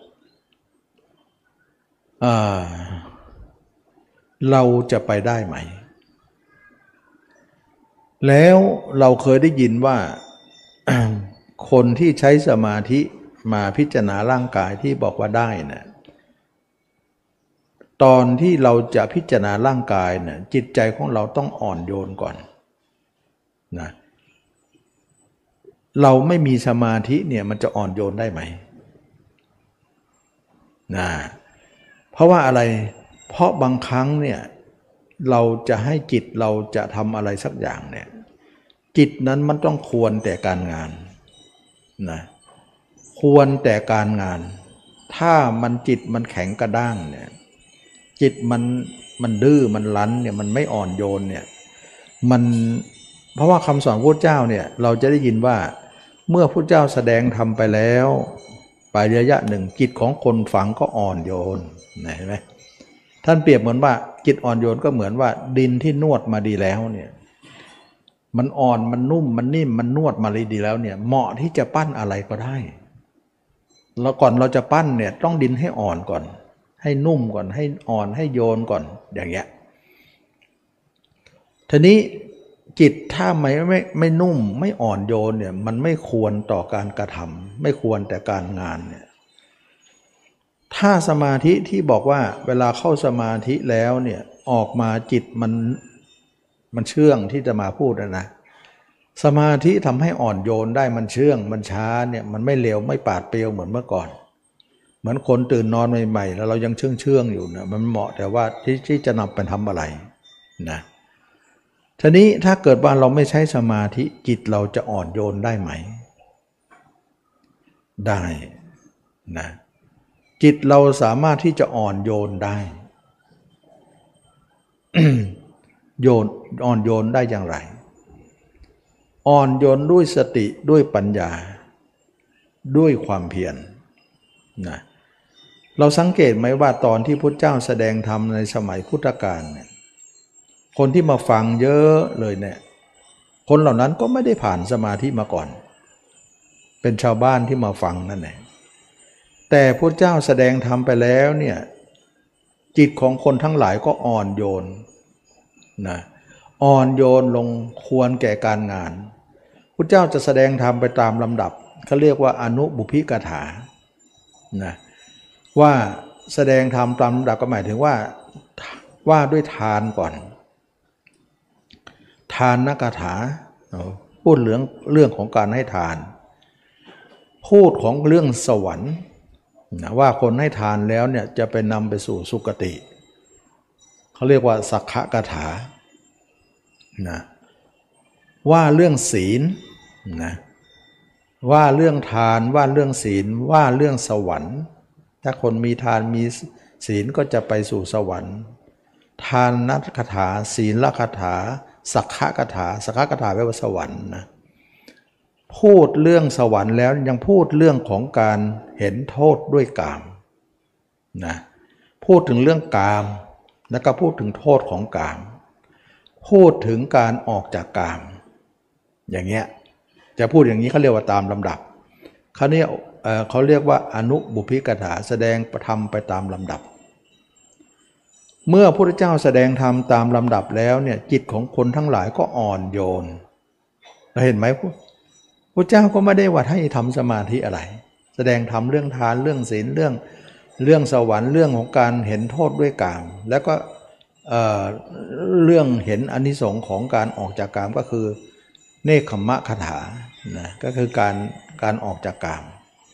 Speaker 1: เราจะไปได้ไหมแล้วเราเคยได้ยินว่า คนที่ใช้สมาธิมาพิจารณาร่างกายที่บอกว่าได้นะตอนที่เราจะพิจารณาร่างกายเนี่ยจิตใจของเราต้องอ่อนโยนก่อนนะเราไม่มีสมาธิเนี่ยมันจะอ่อนโยนได้ไหมนะเพราะว่าอะไรเพราะบางครั้งเนี่ยเราจะให้จิตเราจะทำอะไรสักอย่างเนี่ยจิตนั้นมันต้องควรแต่การงานนะควรแต่การงานถ้ามันจิตมันแข็งกระด้างเนี่ยจิตมันดื้อมันรั้นเนี่ยมันไม่อ่อนโยนเนี่ยมันเพราะว่าคำสอนพระพุทธเจ้าเนี่ยเราจะได้ยินว่าเมื่อพระเจ้าแสดงธรรมไปแล้วไประยะหนึ่งจิตของคนฟังก็อ่อนโยนเห็นไหมท่านเปรียบเหมือนว่าจิตอ่อนโยนก็เหมือนว่าดินที่นวดมาดีแล้วเนี่ยมันอ่อนมันนุ่มมันนิ่มมันนวดมาดีแล้วเนี่ยเหมาะที่จะปั้นอะไรก็ได้แล้วก่อนเราจะปั้นเนี่ยต้องดินให้อ่อนก่อนให้นุ่มก่อนให้อ่อนให้โยนก่อนอย่างเงี้ยทีนี้จิตถ้าไม่นุ่มไม่อ่อนโยนเนี่ยมันไม่ควรต่อการกระทำไม่ควรแต่การงานเนี่ยถ้าสมาธิที่บอกว่าเวลาเข้าสมาธิแล้วเนี่ยออกมาจิตมันเชื่องที่จะมาพูดนะสมาธิทำให้อ่อนโยนได้มันเชื่องมันช้าเนี่ยมันไม่เร็วไม่ปาดเปรียวเหมือนเมื่อก่อนเหมือนคนตื่นนอนใหม่ๆแล้วเรายังเชื่องอยู่นะมันเหมาะแต่ว่าที่จะนำไปทำอะไรนะทีนี้ถ้าเกิดว่าเราไม่ใช้สมาธิจิตเราจะอ่อนโยนได้ไหมได้นะจิตเราสามารถที่จะอ่อนโยนได้ อ่อนโยนได้อย่างไรอ่อนโยนด้วยสติด้วยปัญญาด้วยความเพียรนะเราสังเกตไหมว่าตอนที่พุทธเจ้าแสดงธรรมในสมัยพุทธกาลเนี่ยคนที่มาฟังเยอะเลยเนี่ยคนเหล่านั้นก็ไม่ได้ผ่านสมาธิมาก่อนเป็นชาวบ้านที่มาฟังนั่นแหละแต่พุทธเจ้าแสดงธรรมไปแล้วเนี่ยจิตของคนทั้งหลายก็อ่อนโยนนะอ่อนโยนลงควรแก่การงานพุทธเจ้าจะแสดงธรรมไปตามลำดับเขาเรียกว่าอนุบุพิกถานะว่าแสดงธรรมตามลำดับก็หมายถึงว่าด้วยทานก่อนทานนักถาพูดเรื่องของการให้ทานพูดของเรื่องสวรรค์นะว่าคนให้ทานแล้วเนี่ยจะไปนำไปสู่สุคติเขาเรียกว่าสักขะกถานะว่าเรื่องศีลนะว่าเรื่องทานว่าเรื่องศีลว่าเรื่องสวรรค์ถ้าคนมีทานมีศีลก็จะไปสู่สวรรค์ทานนักคถาศีลคถาสักขะกถาสักขะกถาแปลว่าสวรรค์นะพูดเรื่องสวรรค์แล้วยังพูดเรื่องของการเห็นโทษด้วยกามนะพูดถึงเรื่องกามแล้วก็พูดถึงโทษของกามพูดถึงการออกจากกามอย่างเงี้ยจะพูดอย่างนี้เขาเรียกว่าตามลำดับเขาเรียกว่าอนุบุพิกถาแสดงธรรมไปตามลำดับเมื่อพระพุทธเจ้าแสดงธรรมตามลำดับแล้วเนี่ยจิตของคนทั้งหลายก็อ่อนโยนเราเห็นไหมพระเจ้าก็ไม่ได้ว่าให้ทำสมาธิอะไรแสดงธรรมเรื่องทานเรื่องศีลเรื่องสวรรค์เรื่องของการเห็นโทษด้วยกามแล้วก็เรื่องเห็นอานิสงส์ของการออกจากกามก็คือเนคขมะคถานะก็คือการออกจากกาม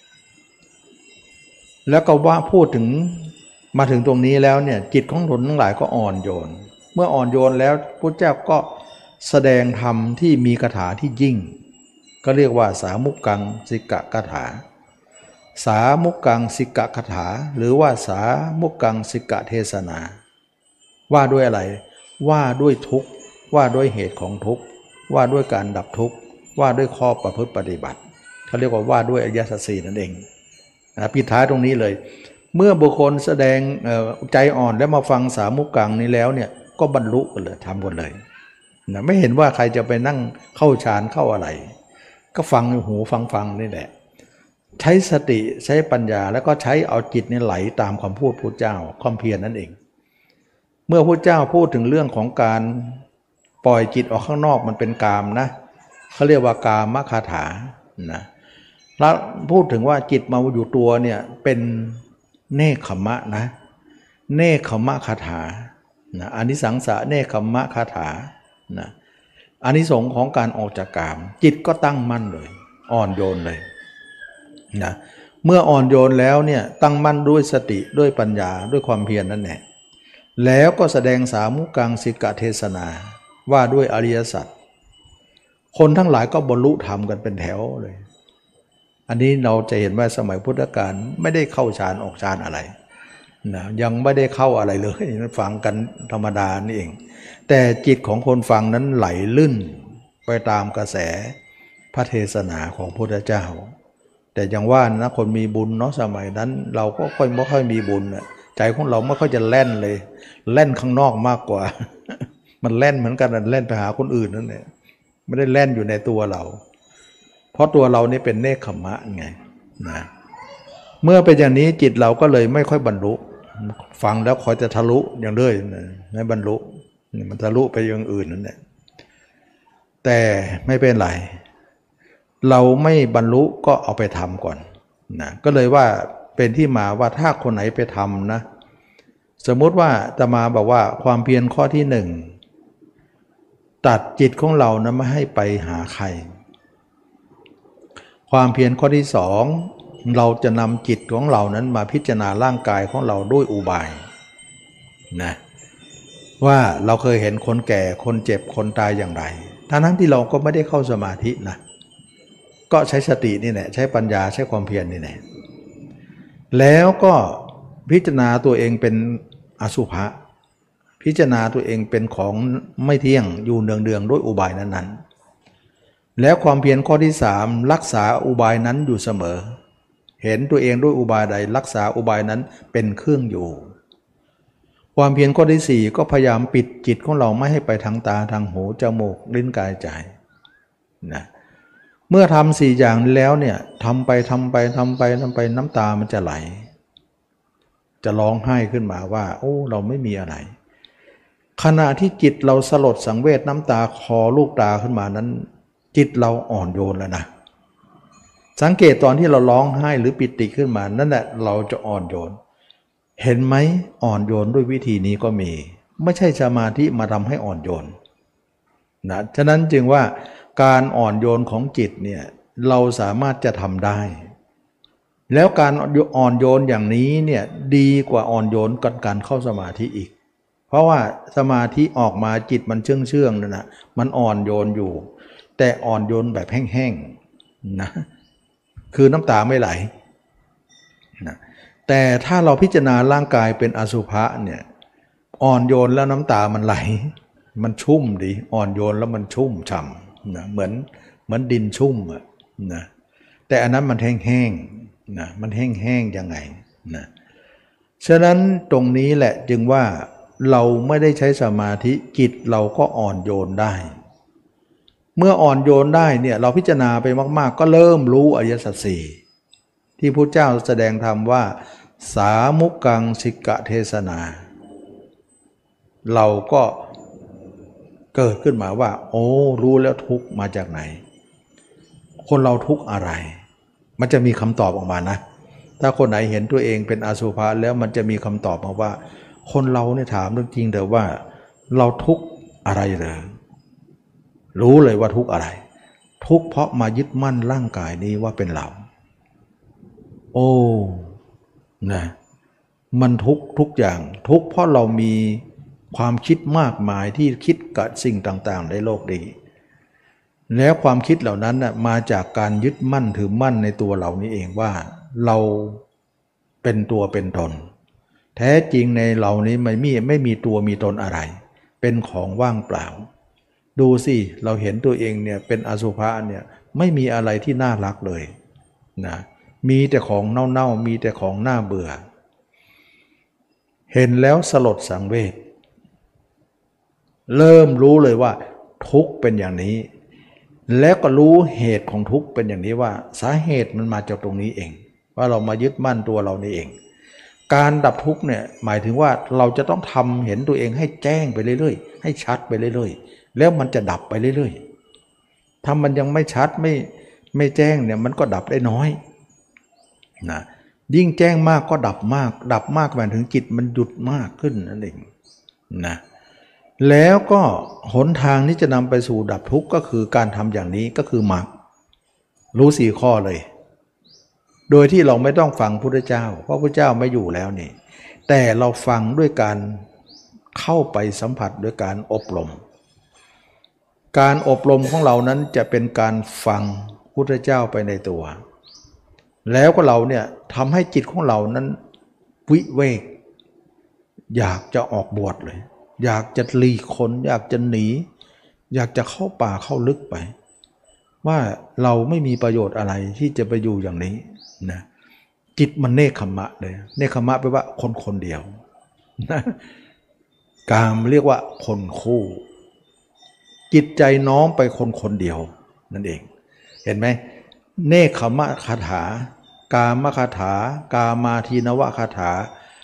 Speaker 1: แล้วก็ว่าพูดถึงมาถึงตรงนี้แล้วเนี่ยจิตของคนทั้งหลายก็อ่อนโยนเมื่ออ่อนโยนแล้วพระเจ้าก็แสดงธรรมที่มีคาถาที่ยิ่งก็เรียกว่าสามุกกังสิกะคาถาสามุกกังสิกะคาถาหรือว่าสามุกกังสิกะเทศนาว่าด้วยอะไรว่าด้วยทุกข์ว่าด้วยเหตุของทุกข์ว่าด้วยการดับทุกข์ว่าด้วยข้อประพฤติปฏิบัติเขาเรียกว่าด้วยอริยสัจสี่นั่นเองปิดท้ายตรงนี้เลยเมื่อบุคคลแสดงใจอ่อนแล้วมาฟังสามุกกังนี้แล้วเนี่ยก็บรรลุกันเลยทำกันเลยนะไม่เห็นว่าใครจะไปนั่งเข้าฌานเข้าอะไรก็ฟังหูฟังนี่แหละใช้สติใช้ปัญญาแล้วก็ใช้เอาจิตนี่ไหลตามคำพูดพุทธเจ้าความเพียรนั่นเองเมื่อพุทธเจ้าพูดถึงเรื่องของการปล่อยจิตออกข้างนอกมันเป็นกามนะเขาเรียกว่ากามคาถานะแล้วพูดถึงว่าจิตมาอยู่ตัวเนี่ยเป็นเนคขมะนะเนคขมะคาถานะอานิสังสะเนคขมะคาถานะอานิสงส์ของการออกจากกามจิตก็ตั้งมั่นเลยอ่อนโยนเลยนะเมื่ออ่อนโยนแล้วเนี่ยตั้งมั่นด้วยสติด้วยปัญญาด้วยความเพียรนั่นแหละแล้วก็แสดงสามุกังสิกะเทศนาว่าด้วยอริยสัจคนทั้งหลายก็บรรลุธรรมกันเป็นแถวเลยอันนี้เราจะเห็นว่าสมัยพุทธกาลไม่ได้เข้าฌานออกฌานอะไรนะยังไม่ได้เข้าอะไรเลยฟังกันธรรมดานี่เองแต่จิตของคนฟังนั้นไหลลื่นไปตามกระแสพระเทศนาของพระพุทธเจ้าแต่อย่างว่านะคนมีบุญเนาะสมัยนั้นเราก็ไม่ค่อยมีบุญใจของเราไม่ค่อยจะแล่นเลยแล่นข้างนอกมากกว่า มันแล่นเหมือนกันแล่นไปหาคนอื่นนั่นแหละไม่ได้แล่นอยู่ในตัวเราเพราะตัวเรานี่เป็นเนกขมะไงนะเมื่อเป็นอย่างนี้จิตเราก็เลยไม่ค่อยบรรลุฟังแล้วคอยจะทะลุอย่างเรื่อยไม่บรรลุมันทะลุไปอย่างอื่นนั่นแหละแต่ไม่เป็นไรเราไม่บรรลุก็เอาไปทำก่อนนะก็เลยว่าเป็นที่มาว่าถ้าคนไหนไปทำนะสมมุติว่าอาตมาบอกว่าความเพียรข้อที่หนึ่งตัดจิตของเรานะไม่ให้ไปหาใครความเพียรข้อที่สองเราจะนำจิตของเรานั้นมาพิจารณาร่างกายของเราด้วยอุบายนะว่าเราเคยเห็นคนแก่คนเจ็บคนตายอย่างไรทั้งที่เราก็ไม่ได้เข้าสมาธินะก็ใช้สตินี่แหละใช้ปัญญาใช้ความเพียรนี่แหละแล้วก็พิจารณาตัวเองเป็นอสุภะพิจารณาตัวเองเป็นของไม่เที่ยงอยู่เนืองๆด้วยอุบายนั้นๆแล้วความเพียรข้อที่สามรักษาอุบายนั้นอยู่เสมอเห็นตัวเองด้วยอุบายใดรักษาอุบายนั้นเป็นเครื่องอยู่ความเพียรข้อที่สี่ก็พยายามปิดจิตของเราไม่ให้ไปทางตาทางหูจมูกลิ้นกายใจนะเมื่อทำสี่อย่างแล้วเนี่ยทำไปน้ำตามันจะไหลจะร้องไห้ขึ้นมาว่าโอ้เราไม่มีอะไรขณะที่จิตเราสลดสังเวชน้ำตาคอลูกตาขึ้นมานั้นจิตเราอ่อนโยนแล้วนะสังเกตตอนที่เราร้องไห้หรือปิติขึ้นมานั่นแหละเราจะอ่อนโยนเห็นไหมอ่อนโยนด้วยวิธีนี้ก็มีไม่ใช่สมาธิมาทำให้อ่อนโยนนะฉะนั้นจึงว่าการอ่อนโยนของจิตเนี่ยเราสามารถจะทำได้แล้วการอ่อนโยนอย่างนี้เนี่ยดีกว่าอ่อนโยนกับการเข้าสมาธิอีกเพราะว่าสมาธิออกมาจิตมันเชื่องๆนั่นนะมันอ่อนโยนอยู่แต่อ่อนโยนแบบแห้งๆนะคือน้ำตาไม่ไหลนะแต่ถ้าเราพิจารณาร่างกายเป็นอสุภะเนี่ยอ่อนโยนแล้วน้ำตามันไหลมันชุ่มดีอ่อนโยนแล้วมันชุ่มฉ่ำนะเหมือนดินชุ่มนะแต่อันนั้นมันแห้งๆนะมันแห้งๆยังไงนะฉะนั้นตรงนี้แหละจึงว่าเราไม่ได้ใช้สมาธิจิตเราก็อ่อนโยนได้เมื่ออ่อนโยนได้เนี่ยเราพิจารณาไปมากๆก็เริ่มรู้อริยสัจสี่ที่พระเจ้าแสดงธรรมว่าสามุกังสิกะเทศนาเราก็เกิดขึ้นมาว่าโอ้รู้แล้วทุกข์มาจากไหนคนเราทุกข์อะไรมันจะมีคำตอบออกมานะถ้าคนไหนเห็นตัวเองเป็นอสุภะแล้วมันจะมีคำตอบมาว่าคนเราเนี่ยถามเรื่องจริงเถอะว่าเราทุกข์อะไรเหรอรู้เลยว่าทุกข์อะไรทุกข์เพราะมายึดมั่นร่างกายนี้ว่าเป็นเราโอ้นะมันทุกอย่างทุกข์เพราะเรามีความคิดมากมายที่คิดกับสิ่งต่างๆในโลกนี้แล้วความคิดเหล่านั้นน่ะมาจากการยึดมั่นถือมั่นในตัวเรานี้เองว่าเราเป็นตัวเป็นตนแท้จริงในเรานี้ไม่มีตัวมีตนอะไรเป็นของว่างเปล่าดูสิเราเห็นตัวเองเนี่ยเป็นอสุภะเนี่ยไม่มีอะไรที่น่ารักเลยนะมีแต่ของเน่าๆมีแต่ของน่าเบื่อเห็นแล้วสลดสังเวชเริ่มรู้เลยว่าทุกข์เป็นอย่างนี้แล้วก็รู้เหตุของทุกข์เป็นอย่างนี้ว่าสาเหตุมันมาจากตรงนี้เองว่าเรามายึดมั่นตัวเรานี่เองการดับทุกข์เนี่ยหมายถึงว่าเราจะต้องทำเห็นตัวเองให้แจ้งไปเรื่อยๆให้ชัดไปเรื่อยๆแล้วมันจะดับไปเรื่อยๆถ้ามันยังไม่ชัดไม่แจ้งเนี่ยมันก็ดับได้น้อยนะยิ่งแจ้งมากก็ดับมากหมายถึงจิตมันหยุดมากขึ้นนั่นเองนะแล้วก็หนทางที่จะนำไปสู่ดับทุกข์ก็คือการทำอย่างนี้ก็คือมรรครู้สี่ข้อเลยโดยที่เราไม่ต้องฟังพุทธเจ้าเพราะพุทธเจ้าไม่อยู่แล้วนี่แต่เราฟังด้วยการเข้าไปสัมผัสด้วยการอบรมการอบรมของเรานั้นจะเป็นการฟังพุทธเจ้าไปในตัวแล้วก็เราเนี่ยทำให้จิตของเรานั้นวิเวกอยากจะออกบวชเลยอยากจะหลีกคนอยากจะหนีอยากจะเข้าป่าเข้าลึกไปว่าเราไม่มีประโยชน์อะไรที่จะไปอยู่อย่างนี้นะจิตมันเนคขมะเลยเนคขมะแปลว่าคนคนเดียวนะกามเรียกว่าคนคู่จิตใจน้อมไปคนคนเดียวนั่นเองเห็นไหมเนคขมะคาถากามคาถากามาทีนวคาถา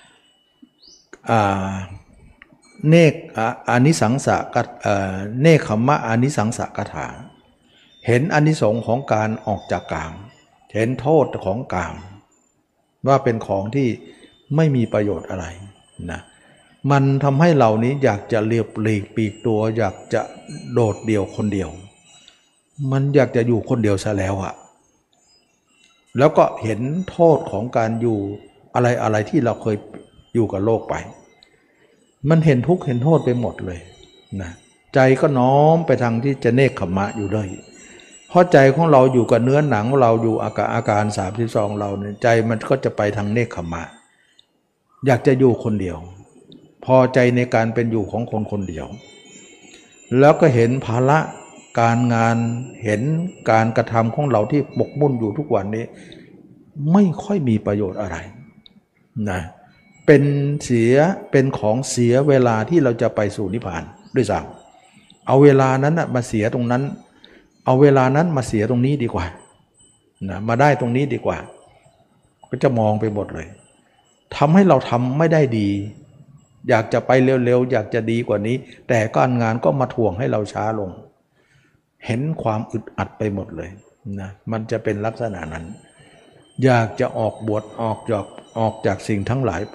Speaker 1: เนคอานิสังสะเนคขมะอานิสังสะคาถาเห็นอานิสงส์ของการออกจากกามเห็นโทษของกามว่าเป็นของที่ไม่มีประโยชน์อะไรนะมันทำให้เรานี้อยากจะเลียบหลีกปีกตัวอยากจะโดดเดี่ยวคนเดียวมันอยากจะอยู่คนเดียวซะแล้วอะแล้วก็เห็นโทษของการอยู่อะไรที่เราเคยอยู่กับโลกไปมันเห็นทุกข์เห็นโทษไปหมดเลยนะใจก็น้อมไปทางที่จะเนกขมะอยู่เลยเพราะใจของเราอยู่กับเนื้อหนังเราอยู่อาการ32เราเนี่ยใจมันก็จะไปทางเนกขมะอยากจะอยู่คนเดียวพอใจในการเป็นอยู่ของคนคนเดียวแล้วก็เห็นภาระการงานเห็นการกระทำของเราที่หมกมุ่นอยู่ทุกวันนี้ไม่ค่อยมีประโยชน์อะไรนะเป็นของเสียเวลาที่เราจะไปสู่นิพพานด้วยซ้ำเอาเวลานั้นมาเสียตรงนั้นเอาเวลานั้นมาเสียตรงนี้ดีกว่านะมาได้ตรงนี้ดีกว่าก็จะมองไปหมดเลยทำให้เราทำไม่ได้ดีอยากจะไปเร็วๆอยากจะดีกว่านี้แต่การงานก็มาถ่วงให้เราช้าลงเห็นความอึดอัดไปหมดเลยนะมันจะเป็นลักษณะนั้นอยากจะออกบวชออกจากสิ่งทั้งหลายไป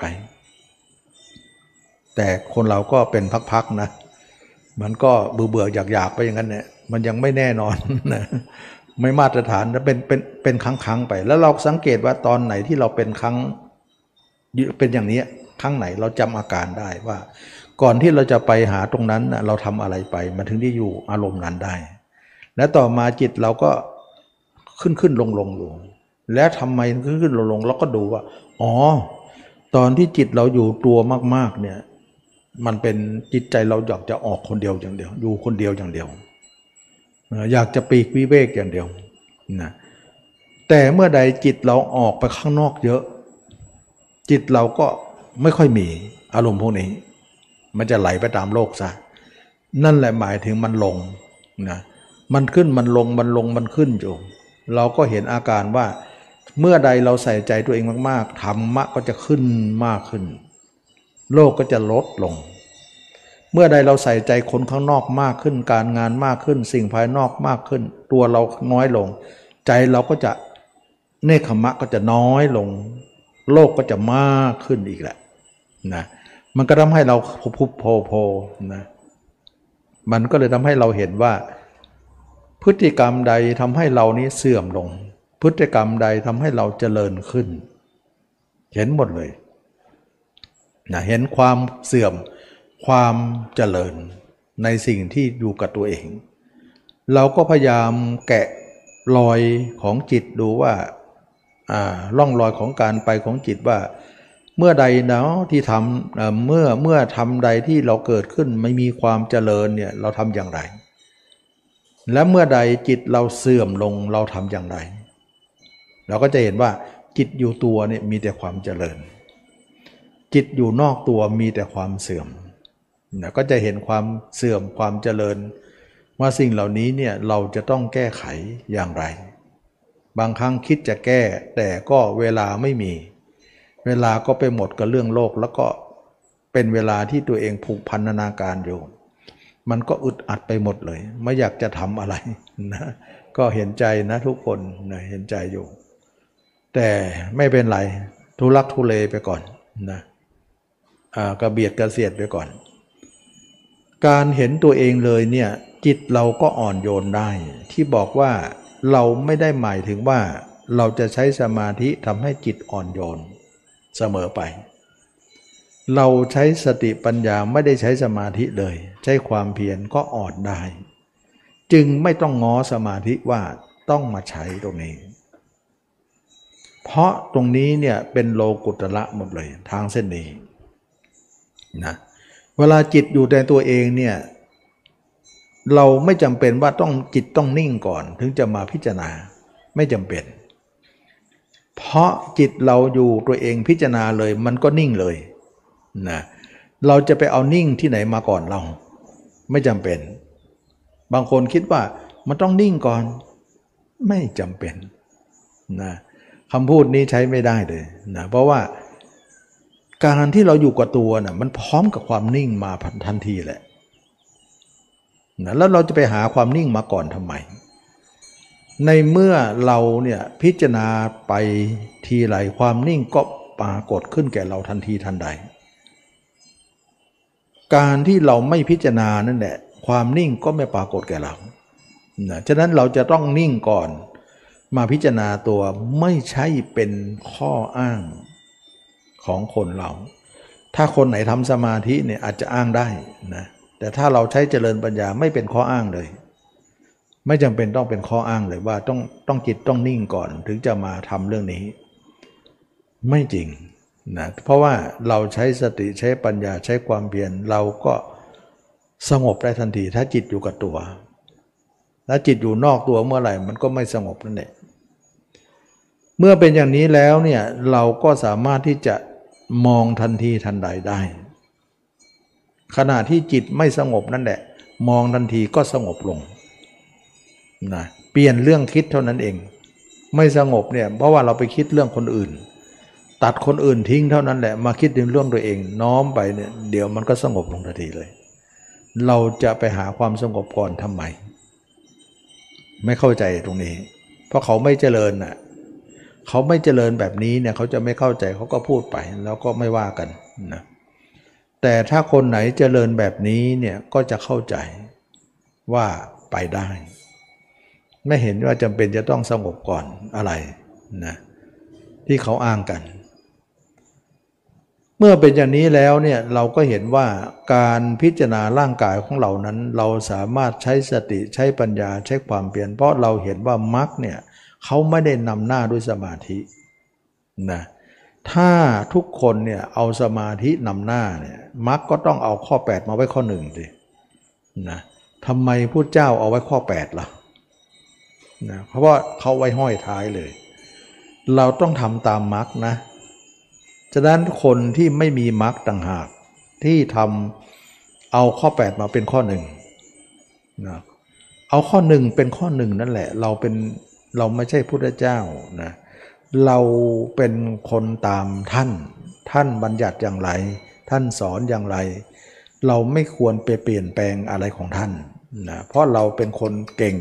Speaker 1: แต่คนเราก็เป็นพักๆนะมันก็เบื่ออยากไปอย่างนั้นเนี่ยมันยังไม่แน่นอนนะไม่มาตรฐานนะเป็นครั้งไปแล้วเราสังเกตว่าตอนไหนที่เราเป็นครั้งเป็นอย่างนี้ครั้งไหนเราจำอาการได้ว่าก่อนที่เราจะไปหาตรงนั้นเราทำอะไรไปมันถึงได้อยู่อารมณ์นั้นได้และต่อมาจิตเราก็ขึ้นลงและทำไมขึ้นลงเราก็ดูว่าอ๋อตอนที่จิตเราอยู่ตัวมากๆเนี่ยมันเป็นจิตใจเราอยากจะออกคนเดียวอย่างเดียวอยู่คนเดียวอย่างเดียวอยากจะปีกวิเวกอย่างเดียวนะแต่เมื่อใดจิตเราออกไปข้างนอกเยอะจิตเราก็ไม่ค่อยมีอารมณ์พวกนี้มันจะไหลไปตามโลกซะนั่นแหละหมายถึงมันลงนะมันขึ้นมันลงมันขึ้นอยู่เราก็เห็นอาการว่าเมื่อใดเราใส่ใจตัวเองมากๆธรรมะก็จะขึ้นมากขึ้นโลกก็จะลดลงเมื่อใดเราใส่ใจคนข้างนอกมากขึ้นการงานมากขึ้นสิ่งภายนอกมากขึ้นตัวเราน้อยลงใจเราก็จะเนคขมะก็จะน้อยลงโลกก็จะมากขึ้นอีกแหละนะมันก็ทำให้เราโพนะมันก็เลยทำให้เราเห็นว่าพฤติกรรมใดทำให้เรานี้เสื่อมลงพฤติกรรมใดทำให้เราเจริญขึ้นเห็นหมดเลยนะเห็นความเสื่อมความเจริญในสิ่งที่อยู่กับตัวเองเราก็พยายามแกะรอยของจิตดูว่าร่องรอยของการไปของจิตว่าเมื่อใดเนาะที่ทำเมื่อทำใดที่เราเกิดขึ้นไม่มีความเจริญเนี่ยเราทำอย่างไรและเมื่อใดจิตเราเสื่อมลงเราทำอย่างไรเราก็จะเห็นว่าจิตอยู่ตัวเนี่ยมีแต่ความเจริญจิตอยู่นอกตัวมีแต่ความเสื่อมนะก็จะเห็นความเสื่อมความเจริญว่าสิ่งเหล่านี้เนี่ยเราจะต้องแก้ไขอย่างไรบางครั้งคิดจะแก้แต่ก็เวลาไม่มีเวลาก็ไปหมดกับเรื่องโลกแล้วก็เป็นเวลาที่ตัวเองผูกพันนาการอยู่มันก็อึดอัดไปหมดเลยไม่อยากจะทำอะไรนะก็เห็นใจนะทุกคนนะเห็นใจอยู่แต่ไม่เป็นไรทุลักทุเลไปก่อนนะกระเบียดกระเสียดไปก่อนการเห็นตัวเองเลยเนี่ยจิตเราก็อ่อนโยนได้ที่บอกว่าเราไม่ได้หมายถึงว่าเราจะใช้สมาธิทำให้จิตอ่อนโยนเสมอไปเราใช้สติปัญญาไม่ได้ใช้สมาธิเลยใช้ความเพียรก็อ่อนได้จึงไม่ต้องง้อสมาธิว่าต้องมาใช้ตรงนี้เพราะตรงนี้เนี่ยเป็นโลกุตระหมดเลยทางเส้นนี้นะเวลาจิตอยู่ในตัวเองเนี่ยเราไม่จำเป็นว่าต้องจิตต้องนิ่งก่อนถึงจะมาพิจารณาไม่จำเป็นเพราะจิตเราอยู่ตัวเองพิจารณาเลยมันก็นิ่งเลยนะเราจะไปเอานิ่งที่ไหนมาก่อนเราไม่จำเป็นบางคนคิดว่ามันต้องนิ่งก่อนไม่จำเป็นนะคำพูดนี้ใช้ไม่ได้เลยนะเพราะว่าการที่เราอยู่กับตัวนะมันพร้อมกับความนิ่งมาทันทีแหละนะแล้วเราจะไปหาความนิ่งมาก่อนทำไมในเมื่อเราเนี่ยพิจารณาไปทีไรความนิ่งก็ปรากฏขึ้นแก่เราทันทีทันใดการที่เราไม่พิจารณานั่นแหละความนิ่งก็ไม่ปรากฏแก่เรานะฉะนั้นเราจะต้องนิ่งก่อนมาพิจารณาตัวไม่ใช่เป็นข้ออ้างของคนเราถ้าคนไหนทำสมาธิเนี่ยอาจจะอ้างได้นะแต่ถ้าเราใช้เจริญปัญญาไม่เป็นข้ออ้างเลยไม่จำเป็นต้องเป็นข้ออ้างเลยว่าต้องจิตต้องนิ่งก่อนถึงจะมาทำเรื่องนี้ไม่จริงนะเพราะว่าเราใช้สติใช้ปัญญาใช้ความเพียรเราก็สงบได้ทันทีถ้าจิตอยู่กับตัวถ้าจิตอยู่นอกตัวเมื่อไหร่มันก็ไม่สงบนั่นแหละเมื่อเป็นอย่างนี้แล้วเนี่ยเราก็สามารถที่จะมองทันทีทันใดได้ขณะที่จิตไม่สงบนั่นแหละมองทันทีก็สงบลงนะเปลี่ยนเรื่องคิดเท่านั้นเองไม่สงบเนี่ยเพราะว่าเราไปคิดเรื่องคนอื่นตัดคนอื่นทิ้งเท่านั้นแหละมาคิดถึงเรื่องตัวเองน้อมไปเนี่ยเดี๋ยวมันก็สงบลงทันทีเลยเราจะไปหาความสงบก่อนทำไมไม่เข้าใจตรงนี้เพราะเขาไม่เจริญน่ะเขาไม่เจริญแบบนี้เนี่ยเขาจะไม่เข้าใจเขาก็พูดไปแล้วก็ไม่ว่ากันนะแต่ถ้าคนไหนเจริญแบบนี้เนี่ยก็จะเข้าใจว่าไปได้ไม่เห็นว่าจำเป็นจะต้องสงบก่อนอะไรนะที่เขาอ้างกันเมื่อเป็นอย่างนี้แล้วเนี่ยเราก็เห็นว่าการพิจารณาร่างกายของเรานั้นเราสามารถใช้สติใช้ปัญญาใช้ความเพียรเพราะเราเห็นว่ามรรคเนี่ยเขาไม่ได้นำหน้าด้วยสมาธินะถ้าทุกคนเนี่ยเอาสมาธินำหน้าเนี่ยมรรคก็ต้องเอาข้อ8มาไว้ข้อ1สินะทำไมพุทธเจ้าเอาไว้ข้อ8ล่ะนะเพราะว่าเขาไว้ห้อยท้ายเลยเราต้องทำตามมรรคนะฉะนั้นคนที่ไม่มีมรรคต่างหากที่ทำเอาข้อ8มาเป็นข้อ1นะเอาข้อ1เป็นข้อ1นั่นแหละเราไม่ใช่พุทธเจ้านะเราเป็นคนตามท่านบัญญัติอย่างไรท่านสอนอย่างไรเราไม่ควรไปเปลี่ยนแปลงอะไรของท่านนะเพราะเราเป็นคนเก่ง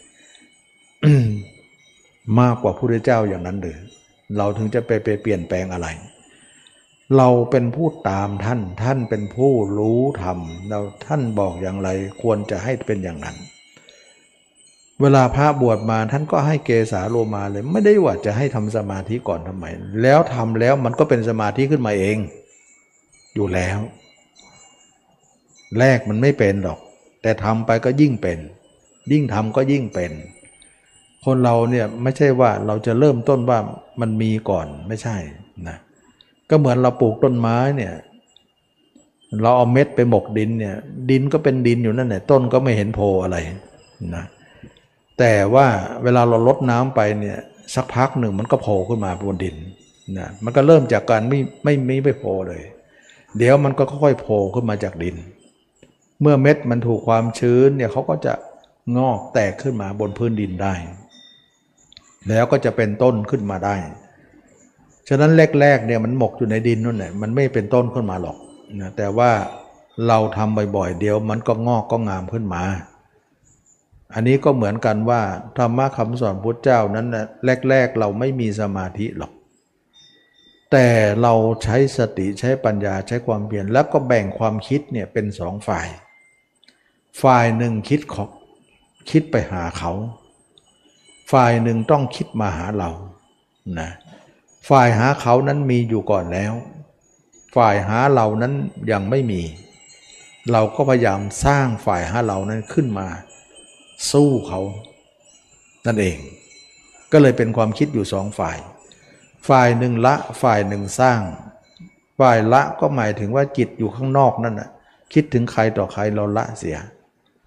Speaker 1: มากกว่าพระพุทธเจ้าอย่างนั้นหรือเราถึงจะไปเปลี่ยนแปลงอะไรเราเป็นผู้ตามท่านเป็นผู้รู้ธรรมแล้วท่านบอกอย่างไรควรจะให้เป็นอย่างนั้นเวลาพระบวชมาท่านก็ให้เกสาโลมาเลยไม่ได้ว่าจะให้ทำสมาธิก่อนทำไมแล้วทำแล้วมันก็เป็นสมาธิขึ้นมาเองอยู่แล้วแรกมันไม่เป็นหรอกแต่ทำไปก็ยิ่งเป็นยิ่งทำก็ยิ่งเป็นคนเราเนี่ยไม่ใช่ว่าเราจะเริ่มต้นว่ามันมีก่อนไม่ใช่นะก็เหมือนเราปลูกต้นไม้เนี่ยเราเอาเม็ดไปหมกดินเนี่ยดินก็เป็นดินอยู่นั่นแหละต้นก็ไม่เห็นโผล่อะไรนะแต่ว่าเวลาเราลดน้ำไปเนี่ยสักพักหนึ่งมันก็โผล่ขึ้นมาบนดินนะมันก็เริ่มจากการไม่โผล่เลยเดี๋ยวมันก็ค่อยๆโผล่ขึ้นมาจากดินเมื่อเม็ดมันถูกความชื้นเนี่ยเขาก็จะงอกแตกขึ้นมาบนพื้นดินได้แล้วก็จะเป็นต้นขึ้นมาได้ฉะนั้นแรกๆเนี่ยมันหมกอยู่ในดินนั่นแหละมันไม่เป็นต้นขึ้นมาหรอกนะแต่ว่าเราทำบ่อยๆเดี๋ยวมันก็งอกก็งามขึ้นมาอันนี้ก็เหมือนกันว่าธรรมะคำสอนพุทธเจ้านั้นนะแรกๆเราไม่มีสมาธิหรอกแต่เราใช้สติใช้ปัญญาใช้ความเพียรแล้วก็แบ่งความคิดเนี่ยเป็น2ฝ่ายฝ่ายหนึ่งคิดไปหาเขาฝ่ายหนึ่งต้องคิดมาหาเรานะฝ่ายหาเขานั้นมีอยู่ก่อนแล้วฝ่ายหาเรานั้นยังไม่มีเราก็พยายามสร้างฝ่ายหาเรานั้นขึ้นมาสู้เขานั่นเองก็เลยเป็นความคิดอยู่2ฝ่ายฝ่ายหนึ่งละฝ่ายหนึ่งสร้างฝ่ายละก็หมายถึงว่าจิตอยู่ข้างนอกนั่นน่ะคิดถึงใครต่อใครเราละเสีย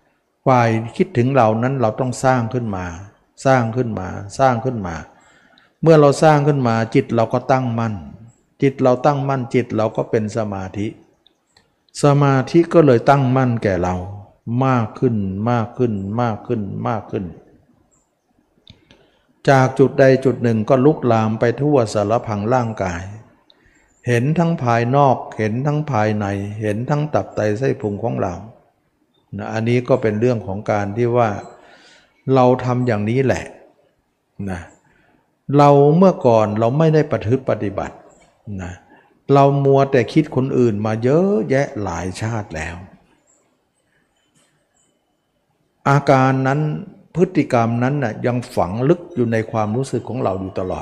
Speaker 1: ฝ่ายคิดถึงเรานั้นเราต้องสร้างขึ้นมาสร้างขึ้นมาสร้างขึ้นมาเมื่อเราสร้างขึ้นมาจิตเราก็ตั้งมั่นจิตเราตั้งมั่นจิตเราก็เป็นสมาธิสมาธิก็เลยตั้งมั่นแก่เรามากขึ้นมากขึ้นมากขึ้นมากขึ้นจากจุดใดจุดหนึ่งก็ลุกลามไปทั่วสารพังร่างกายเห็นทั้งภายนอกเห็นทั้งภายในเห็นทั้งตับไตไส้พุงของเรานะอันนี้ก็เป็นเรื่องของการที่ว่าเราทำอย่างนี้แหละนะเราเมื่อก่อนเราไม่ได้ประพฤติปฏิบัตินะเรามัวแต่คิดคนอื่นมาเยอะแยะหลายชาติแล้วอาการนั้นพฤติกรรมนั้นน่ะยังฝังลึกอยู่ในความรู้สึกของเราอยู่ตลอด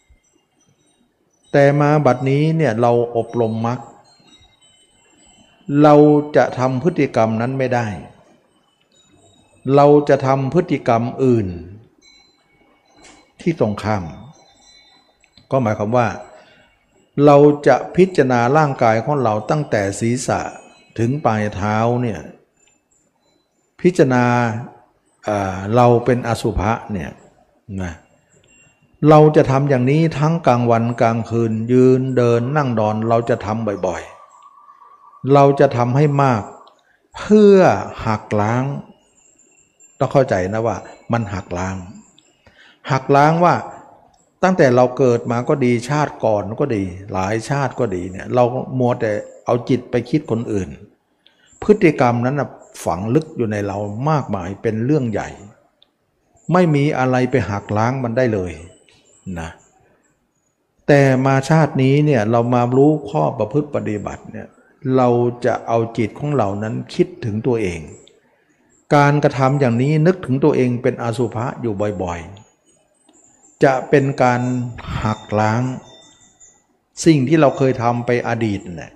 Speaker 1: แต่มาบัดนี้เนี่ยเราอบรมมรรคเราจะทำพฤติกรรมนั้นไม่ได้เราจะทำพฤติกรรมอื่นที่ตรงข้ามก็หมายความว่าเราจะพิจารณาร่างกายของเราตั้งแต่ศีรษะถึงปลายเท้าเนี่ยพิจารณาเราเป็นอสุภะเนี่ยนะเราจะทำอย่างนี้ทั้งกลางวันกลางคืนยืนเดินนั่งนอนเราจะทำบ่อยๆเราจะทำให้มากเพื่อหักล้างต้องเข้าใจนะว่ามันหักล้างว่าตั้งแต่เราเกิดมาก็ดีชาติก่อนก็ดีหลายชาติก็ดีเนี่ยเรามัวแต่เอาจิตไปคิดคนอื่นพฤติกรรมนั้นนะฝังลึกอยู่ในเรามากมายเป็นเรื่องใหญ่ไม่มีอะไรไปหักล้างมันได้เลยนะแต่มาชาตินี้เนี่ยเรามารู้ข้อประพฤติปฏิบัติเนี่ยเราจะเอาจิตของเรานั้นคิดถึงตัวเองการกระทำอย่างนี้นึกถึงตัวเองเป็นอสุภะอยู่บ่อยๆจะเป็นการหักล้างสิ่งที่เราเคยทำไปอดีตเนี่ย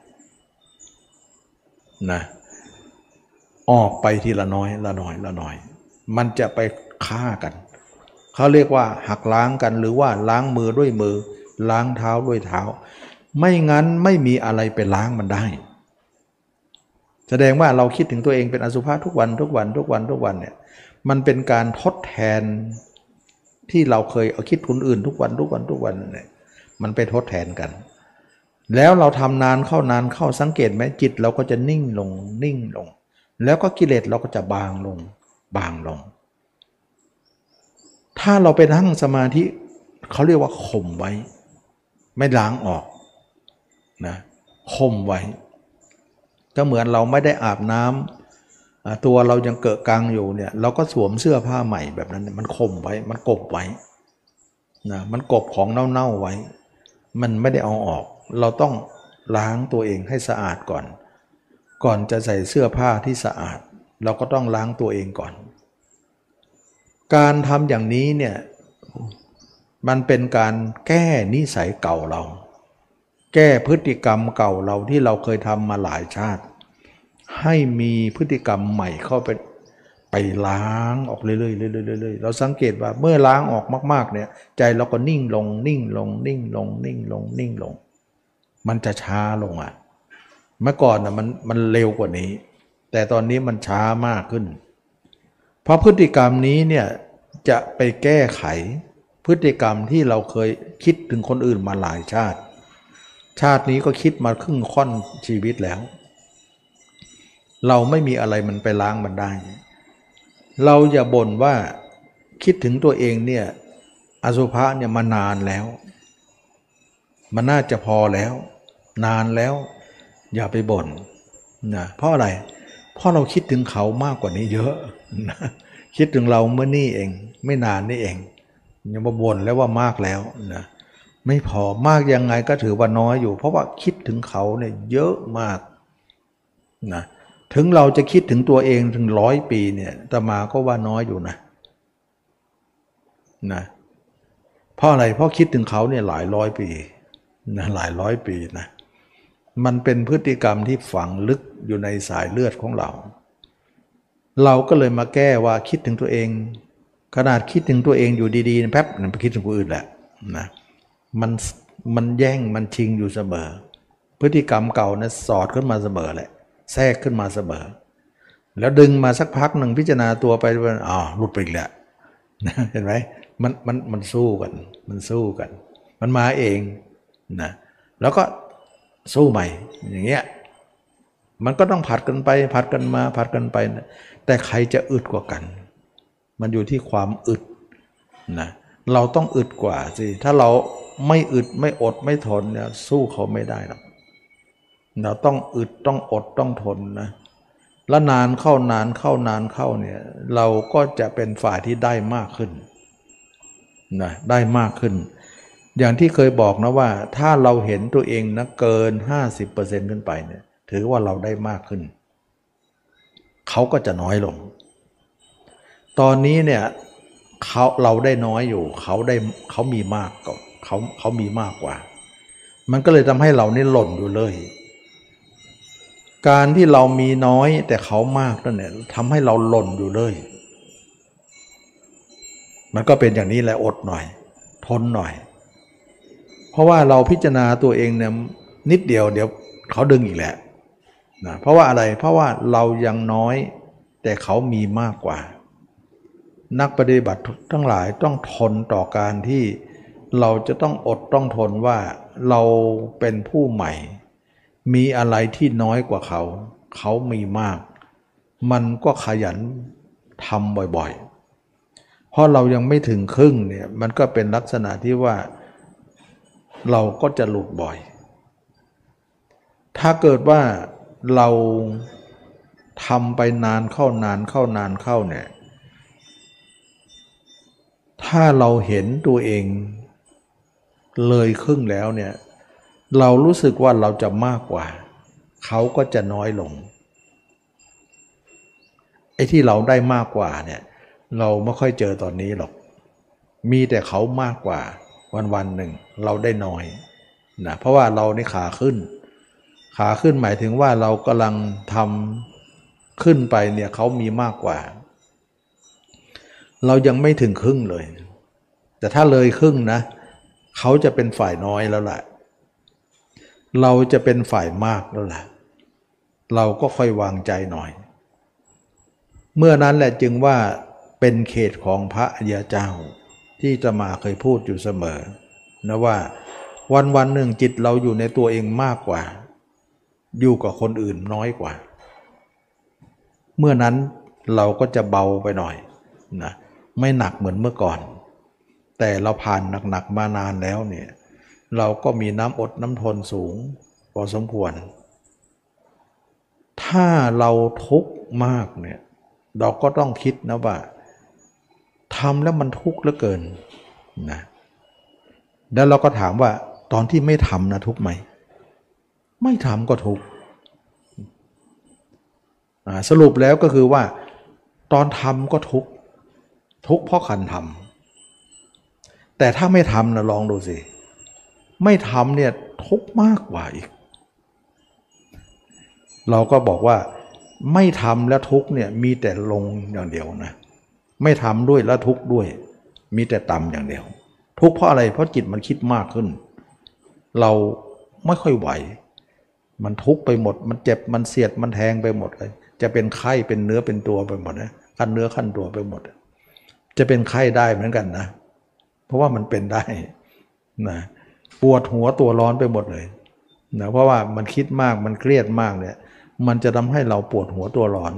Speaker 1: นะออกไปทีละน้อยละน้อยละน้อยมันจะไปฆ่ากันเขาเรียกว่าหักล้างกันหรือว่าล้างมือด้วยมือล้างเท้าด้วยเท้าไม่งั้นไม่มีอะไรไปล้างมันได้แสดงว่าเราคิดถึงตัวเองเป็นอสุภะทุกวันเนี่ยมันเป็นการทดแทนที่เราเคยเอาคิดคนอื่นทุกวันเนี่ยมันไปทดแทนกันแล้วเราทำนานเข้าสังเกตไหมจิตเราก็จะนิ่งลงแล้วก็กิเลสเราก็จะบางลงถ้าเราไปนั่งสมาธิเขาเรียกว่าข่มไว้ไม่ล้างออกนะข่มไว้ก็เหมือนเราไม่ได้อาบน้ำตัวเรายังเกอะกังอยู่เนี่ยเราก็สวมเสื้อผ้าใหม่แบบนั้นมันข่มไว้มันกบไว้นะมันกบของเน่าๆไว้มันไม่ได้เอาออกเราต้องล้างตัวเองให้สะอาดก่อนจะใส่เสื้อผ้าที่สะอาดเราก็ต้องล้างตัวเองก่อนการทำอย่างนี้เนี่ยมันเป็นการแก้นิสัยเก่าเราแก้พฤติกรรมเก่าเราที่เราเคยทำมาหลายชาติให้มีพฤติกรรมใหม่เข้าไปล้างออกเรื่อยๆเราสังเกตว่าเมื่อล้างออกมากๆเนี่ยใจเราก็นิ่งลงมันจะช้าลงอ่ะเมื่อก่อนนะมันเร็วกว่านี้แต่ตอนนี้มันช้ามากขึ้นเพราะพฤติกรรมนี้เนี่ยจะไปแก้ไขพฤติกรรมที่เราเคยคิดถึงคนอื่นมาหลายชาตินี้ก็คิดมาครึ่งค่อนชีวิตแล้วเราไม่มีอะไรมันไปล้างมันได้เราอย่าบ่นว่าคิดถึงตัวเองเนี่ยอสุภะเนี่ยมานานแล้วมันน่าจะพอแล้วนานแล้วอย่าไปบ่นนะเพราะอะไรเพราะเราคิดถึงเขามากกว่านี้เยอะนะคิดถึงเราเมื่อนี่เองไม่นานนี่เองยังมาบ่นแล้วว่ามากแล้วนะไม่พอมากยังไงก็ถือว่าน้อยอยู่เพราะว่าคิดถึงเขาเนี่ยเยอะมากนะถึงเราจะคิดถึงตัวเองถึง100 ปีเนี่ยอาตมาก็ว่าน้อยอยู่นะเพราะอะไรเพราะคิดถึงเขาเนี่ยหลายร้อยปีนะหลายร้อยปีนะมันเป็นพฤติกรรมที่ฝังลึกอยู่ในสายเลือดของเราก็เลยมาแก้ว่าคิดถึงตัวเองขนาดคิดถึงตัวเองอยู่ดีๆแป๊บมันไปคิดถึงคนอื่นแหละนะมันแย่งมันชิงอยู่เสมอพฤติกรรมเก่านะสอดขึ้นมาเสมอแหละแทรกขึ้นมาเสมอแล้วดึงมาสักพักหนึ่งพิจารณาตัวไปหลุดไปอีกแล้วนะเห็นไหมมันสู้กันมันสู้กันมันมาเองนะแล้วก็สู้ใหม่อย่างเงี้ยมันก็ต้องผัดกันไปผัดกันมาผัดกันไปนะแต่ใครจะอึดกว่ากันมันอยู่ที่ความอึดนะเราต้องอึดกว่าสิถ้าเราไม่อึดไม่อดไม่ทนเนี่ยสู้เขาไม่ได้หรอกเราต้องอึดต้องอดต้องทนนะแล้วนานเข้านานเข้านานเข้าเนี่ยเราก็จะเป็นฝ่ายที่ได้มากขึ้นนะได้มากขึ้นอย่างที่เคยบอกนะว่าถ้าเราเห็นตัวเองนะเกิน 50% ขึ้นไปเนี่ยถือว่าเราได้มากขึ้นเขาก็จะน้อยลงตอนนี้เนี่ยเราได้น้อยอยู่เขามีมากกว่าเขามีมากกว่ามันก็เลยทำให้เรานี่หล่นอยู่เลยการที่เรามีน้อยแต่เขามากนั่นเนี่ยทำให้เราหล่นอยู่เลยมันก็เป็นอย่างนี้แหละอดหน่อยทนหน่อยเพราะว่าเราพิจารณาตัวเองเนี่ยนิดเดียวเดี๋ยวเขาดึงอีกแหละนะเพราะว่าอะไรเพราะว่าเรายังน้อยแต่เขามีมากกว่านักปฏิบัติทั้งหลายต้องทนต่อการที่เราจะต้องอดต้องทนว่าเราเป็นผู้ใหม่มีอะไรที่น้อยกว่าเขามีมากมันก็ขยันทำบ่อยๆเพราะเรายังไม่ถึงครึ่งเนี่ยมันก็เป็นลักษณะที่ว่าเราก็จะหลุดบ่อยถ้าเกิดว่าเราทำไปนานเข้านานเข้านานเข้าเนี่ยถ้าเราเห็นตัวเองเลยครึ่งแล้วเนี่ยเรารู้สึกว่าเราจะมากกว่าเขาก็จะน้อยลงไอ้ที่เราได้มากกว่าเนี่ยเราไม่ค่อยเจอตอนนี้หรอกมีแต่เขามากกว่าวันหนึ่งเราได้น้อยนะเพราะว่าเรานี่ขาขึ้นหมายถึงว่าเรากำลังทำขึ้นไปเนี่ยเขามีมากกว่าเรายังไม่ถึงครึ่งเลยแต่ถ้าเลยครึ่งนะเขาจะเป็นฝ่ายน้อยแล้วแหละเราจะเป็นฝ่ายมากแล้วแหละเราก็ค่อยวางใจหน่อยเมื่อนั้นแหละจึงว่าเป็นเขตของพระอริยเจ้าที่อาตมาเคยพูดอยู่เสมอนะว่าวันหนึ่งจิตเราอยู่ในตัวเองมากกว่าอยู่กับคนอื่นน้อยกว่าเมื่อนั้นเราก็จะเบาไปหน่อยนะไม่หนักเหมือนเมื่อก่อนแต่เราผ่านหนักๆมานานแล้วเนี่ยเราก็มีน้ำอดน้ำทนสูงพอสมควรถ้าเราทุกข์มากเนี่ยเราก็ต้องคิดนะว่าทำแล้วมันทุกข์เหลือเกินนะแล้วเราก็ถามว่าตอนที่ไม่ทำนะทุกข์ไหมไม่ทำก็ทุกข์สรุปแล้วก็คือว่าตอนทำก็ทุกข์เพราะขันทำแต่ถ้าไม่ทำนะลองดูสิไม่ทำเนี่ยทุกข์มากกว่าอีกเราก็บอกว่าไม่ทำแล้วทุกข์เนี่ยมีแต่ลงอย่างเดียวนะไม่ทำด้วยแล้วทุกข์ด้วยมีแต่ต่ำอย่างเดียวทุกข์เพราะอะไรเพราะจิตมันคิดมากขึ้นเราไม่ค่อยไหวมันทุกข์ไปหมดมันเจ็บมันเสียดมันแทงไปหมดเลยจะเป็นไข้เป็นเนื้อเป็นตัวไปหมดนะขั้นเนื้อขั้นตัวไปหมดจะเป็นไข้ได้เหมือนกันนะเพราะว่ามันเป็นได้นะปวดหัวตัวร้อนไปหมดเลยนะเพราะว่ามันคิดมากมันเครียดมากเนี่ยมันจะทำให้เราปวดหัวตัวร้อน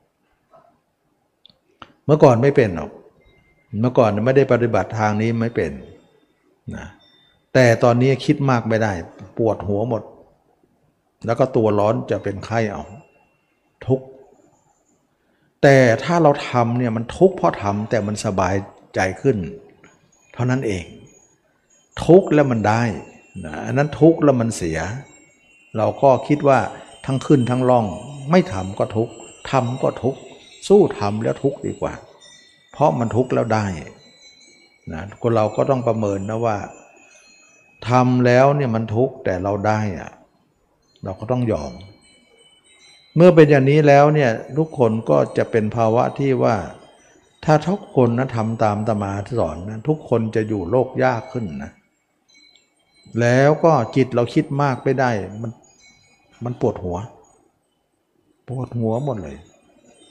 Speaker 1: เมื่อก่อนไม่เป็นหรอกเมื่อก่อนไม่ได้ปฏิบัติทางนี้ไม่เป็นนะแต่ตอนนี้คิดมากไม่ได้ปวดหัวหมดแล้วก็ตัวร้อนจะเป็นไข้เอาทุกข์แต่ถ้าเราทำเนี่ยมันทุกข์เพราะทำแต่มันสบายใจขึ้นเท่านั้นเองทุกข์แล้วมันได้นะอันนั้นทุกข์แล้วมันเสียเราก็คิดว่าทั้งขึ้นทั้งล่องไม่ทำก็ทุกข์ทำก็ทุกข์สู้ทำแล้วทุกข์ดีกว่าเพราะมันทุกข์แล้วได้นะคนเราก็ต้องประเมินนะว่าทำแล้วเนี่ยมันทุกข์แต่เราได้อะเราก็ต้องยอมเมื่อเป็นอย่างนี้แล้วเนี่ยทุกคนก็จะเป็นภาวะที่ว่าถ้าทุกคนนะทำตามอาตมาสอนนะทุกคนจะอยู่โลกยากขึ้นนะแล้วก็จิตเราคิดมากไม่ได้มันปวดหัวหมดเลย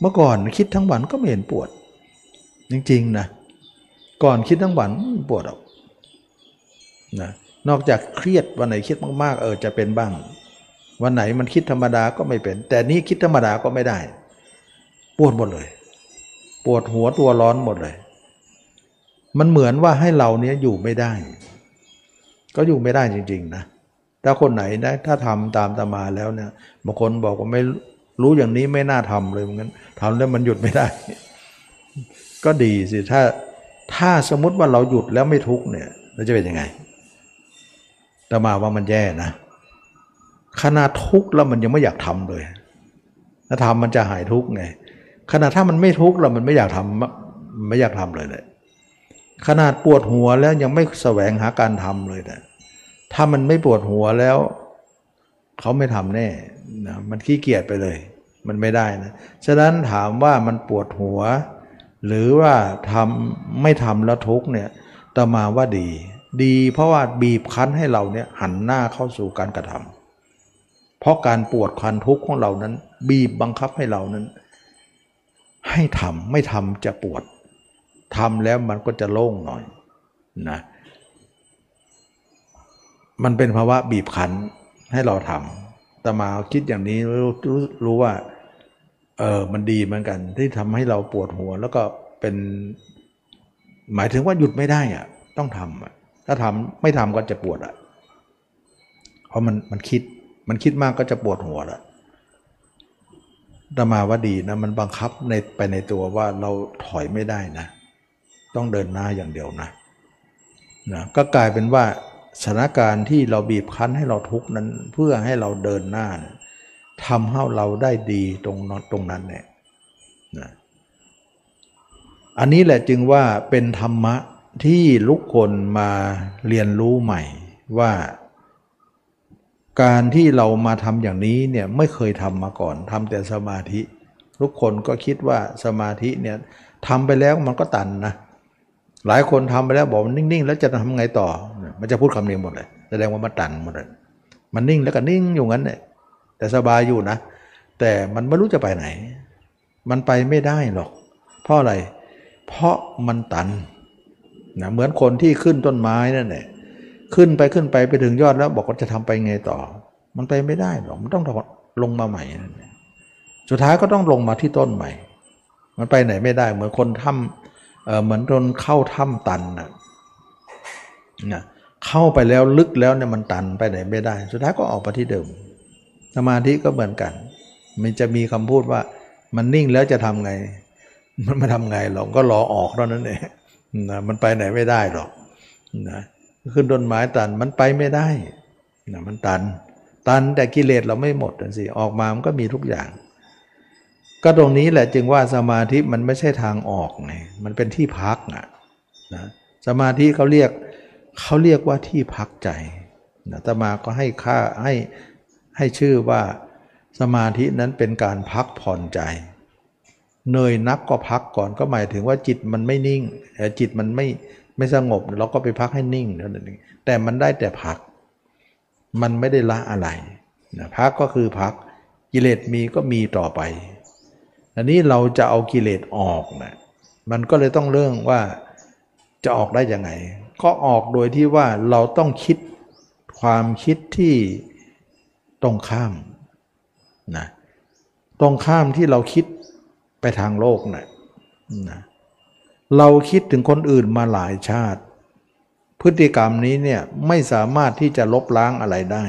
Speaker 1: เมื่อก่อนคิดทั้งวันก็ไม่เห็นปวดจริงๆนะก่อนคิดทั้งวันไม่ปวดหรอกนะนอกจากเครียดวันไหนคิดมากๆจะเป็นบ้างวันไหนมันคิดธรรมดาก็ไม่เป็นแต่นี้คิดธรรมดาก็ไม่ได้ปวดหมดเลยปวดหัวตัวร้อนหมดเลยมันเหมือนว่าให้เราเนี้ยอยู่ไม่ได้ก็อยู่ไม่ได้จริงๆนะถ้าคนไหนนะถ้าทำตามตามาแล้วเนี่ยบางคนบอกว่าไม่รู้อย่างนี้ไม่น่าทำเลยเหมือนกันทำแล้วมันหยุดไม่ได้ก็ดีสิถ้าสมมติว่าเราหยุดแล้วไม่ทุกข์เนี่ยเราจะเป็นยังไงตามาว่ามันแย่นะขนาดทุกข์แล้วมันยังไม่อยากทำเลยถ้าทำมันจะหายทุกข์ไงขนาดถ้ามันไม่ทุกข์แล้วมันไม่อยากทำเลยขนาดปวดหัวแล้วยังไม่แสวงหาการทำเลยนะถ้ามันไม่ปวดหัวแล้วเขาไม่ทำแน่นะมันขี้เกียจไปเลยมันไม่ได้นะฉะนั้นถามว่ามันปวดหัวหรือว่าไม่ทำแล้วทุกข์เนี่ยตมาว่าดีเพราะว่าบีบคั้นให้เราเนี่ยหันหน้าเข้าสู่การกระทำเพราะการปวดความทุกข์ของเรานั้นบีบบังคับให้เรานั้นให้ทำไม่ทำจะปวดทำแล้วมันก็จะโล่งหน่อยนะมันเป็นภาวะบีบคั้นให้เราทำแต่มาคิดอย่างนี้รู้ว่ามันดีเหมือนกันที่ทำให้เราปวดหัวแล้วก็เป็นหมายถึงว่าหยุดไม่ได้อะต้องทำถ้าไม่ทำก็จะปวดเพราะมันคิดมากก็จะปวดหัวละแต่มาว่าดีนะมันบังคับไปในตัวว่าเราถอยไม่ได้นะต้องเดินหน้าอย่างเดียวนะก็กลายเป็นว่าสถานการณ์ที่เราบีบคั้นให้เราทุกข์นั้นเพื่อให้เราเดินหน้าทำให้เราได้ดีตรงนั้นเนี่ยนะอันนี้แหละจึงว่าเป็นธรรมะที่ทุกคนมาเรียนรู้ใหม่ว่าการที่เรามาทำอย่างนี้เนี่ยไม่เคยทำมาก่อนทำแต่สมาธิทุกคนก็คิดว่าสมาธิเนี่ยทำไปแล้วมันก็ตันนะหลายคนทำไปแล้วบอกนิ่งๆแล้วจะทำไงต่อมันจะพูดคำนี้หมดเลยแสดงว่ามันตันหมดเลยมันนิ่งแล้วก็นิ่งอยู่งั้นเนี่ยแต่สบายอยู่นะแต่มันไม่รู้จะไปไหนมันไปไม่ได้หรอกเพราะอะไรเพราะมันตันนะเหมือนคนที่ขึ้นต้นไม้นั่นแหละขึ้นไปไปถึงยอดแล้วบอกว่าจะทำไปไงต่อมันไปไม่ได้หรอกมันต้องลงมาใหม่สุดท้ายก็ต้องลงมาที่ต้นใหม่มันไปไหนไม่ได้เหมือนคนถ้ำเหมือนคนเข้าถ้ำตันนะเข้าไปแล้วลึกแล้วเนี่ยมันตันไปไหนไม่ได้สุดท้ายก็ออกไปที่เดิมสมาธิก็เหมือนกันมันจะมีคำพูดว่ามันนิ่งแล้วจะทำไงมันไม่ทำไงหรอกก็รอออกเท่านั้นเองนะมันไปไหนไม่ได้หรอกนะขึ้นต้นไม้ตันมันไปไม่ได้นะมันตันแต่กิเลสเราไม่หมดสิออกมามันก็มีทุกอย่างก็ตรงนี้แหละจึงว่าสมาธิมันไม่ใช่ทางออกไงมันเป็นที่พักนะสมาธิเขาเรียกว่าที่พักใจนะอาตมาก็ให้ชื่อว่าสมาธินั้นเป็นการพักผ่อนใจเนยนักก็พักก่อนก็หมายถึงว่าจิตมันไม่นิ่งจิตมันไม่สงบเราก็ไปพักให้นิ่งเท่านั้นเองแต่มันได้แต่พักมันไม่ได้ละอะไรนะพักก็คือพักกิเลสมีก็มีต่อไปอันนี้เราจะเอากิเลสออกนะมันก็เลยต้องเรื่องว่าจะออกได้ยังไงก็ออกโดยที่ว่าเราต้องคิดความคิดที่ตรงข้ามนะตรงข้ามที่เราคิดไปทางโลกนะเราคิดถึงคนอื่นมาหลายชาติพฤติกรรมนี้เนี่ยไม่สามารถที่จะลบล้างอะไรได้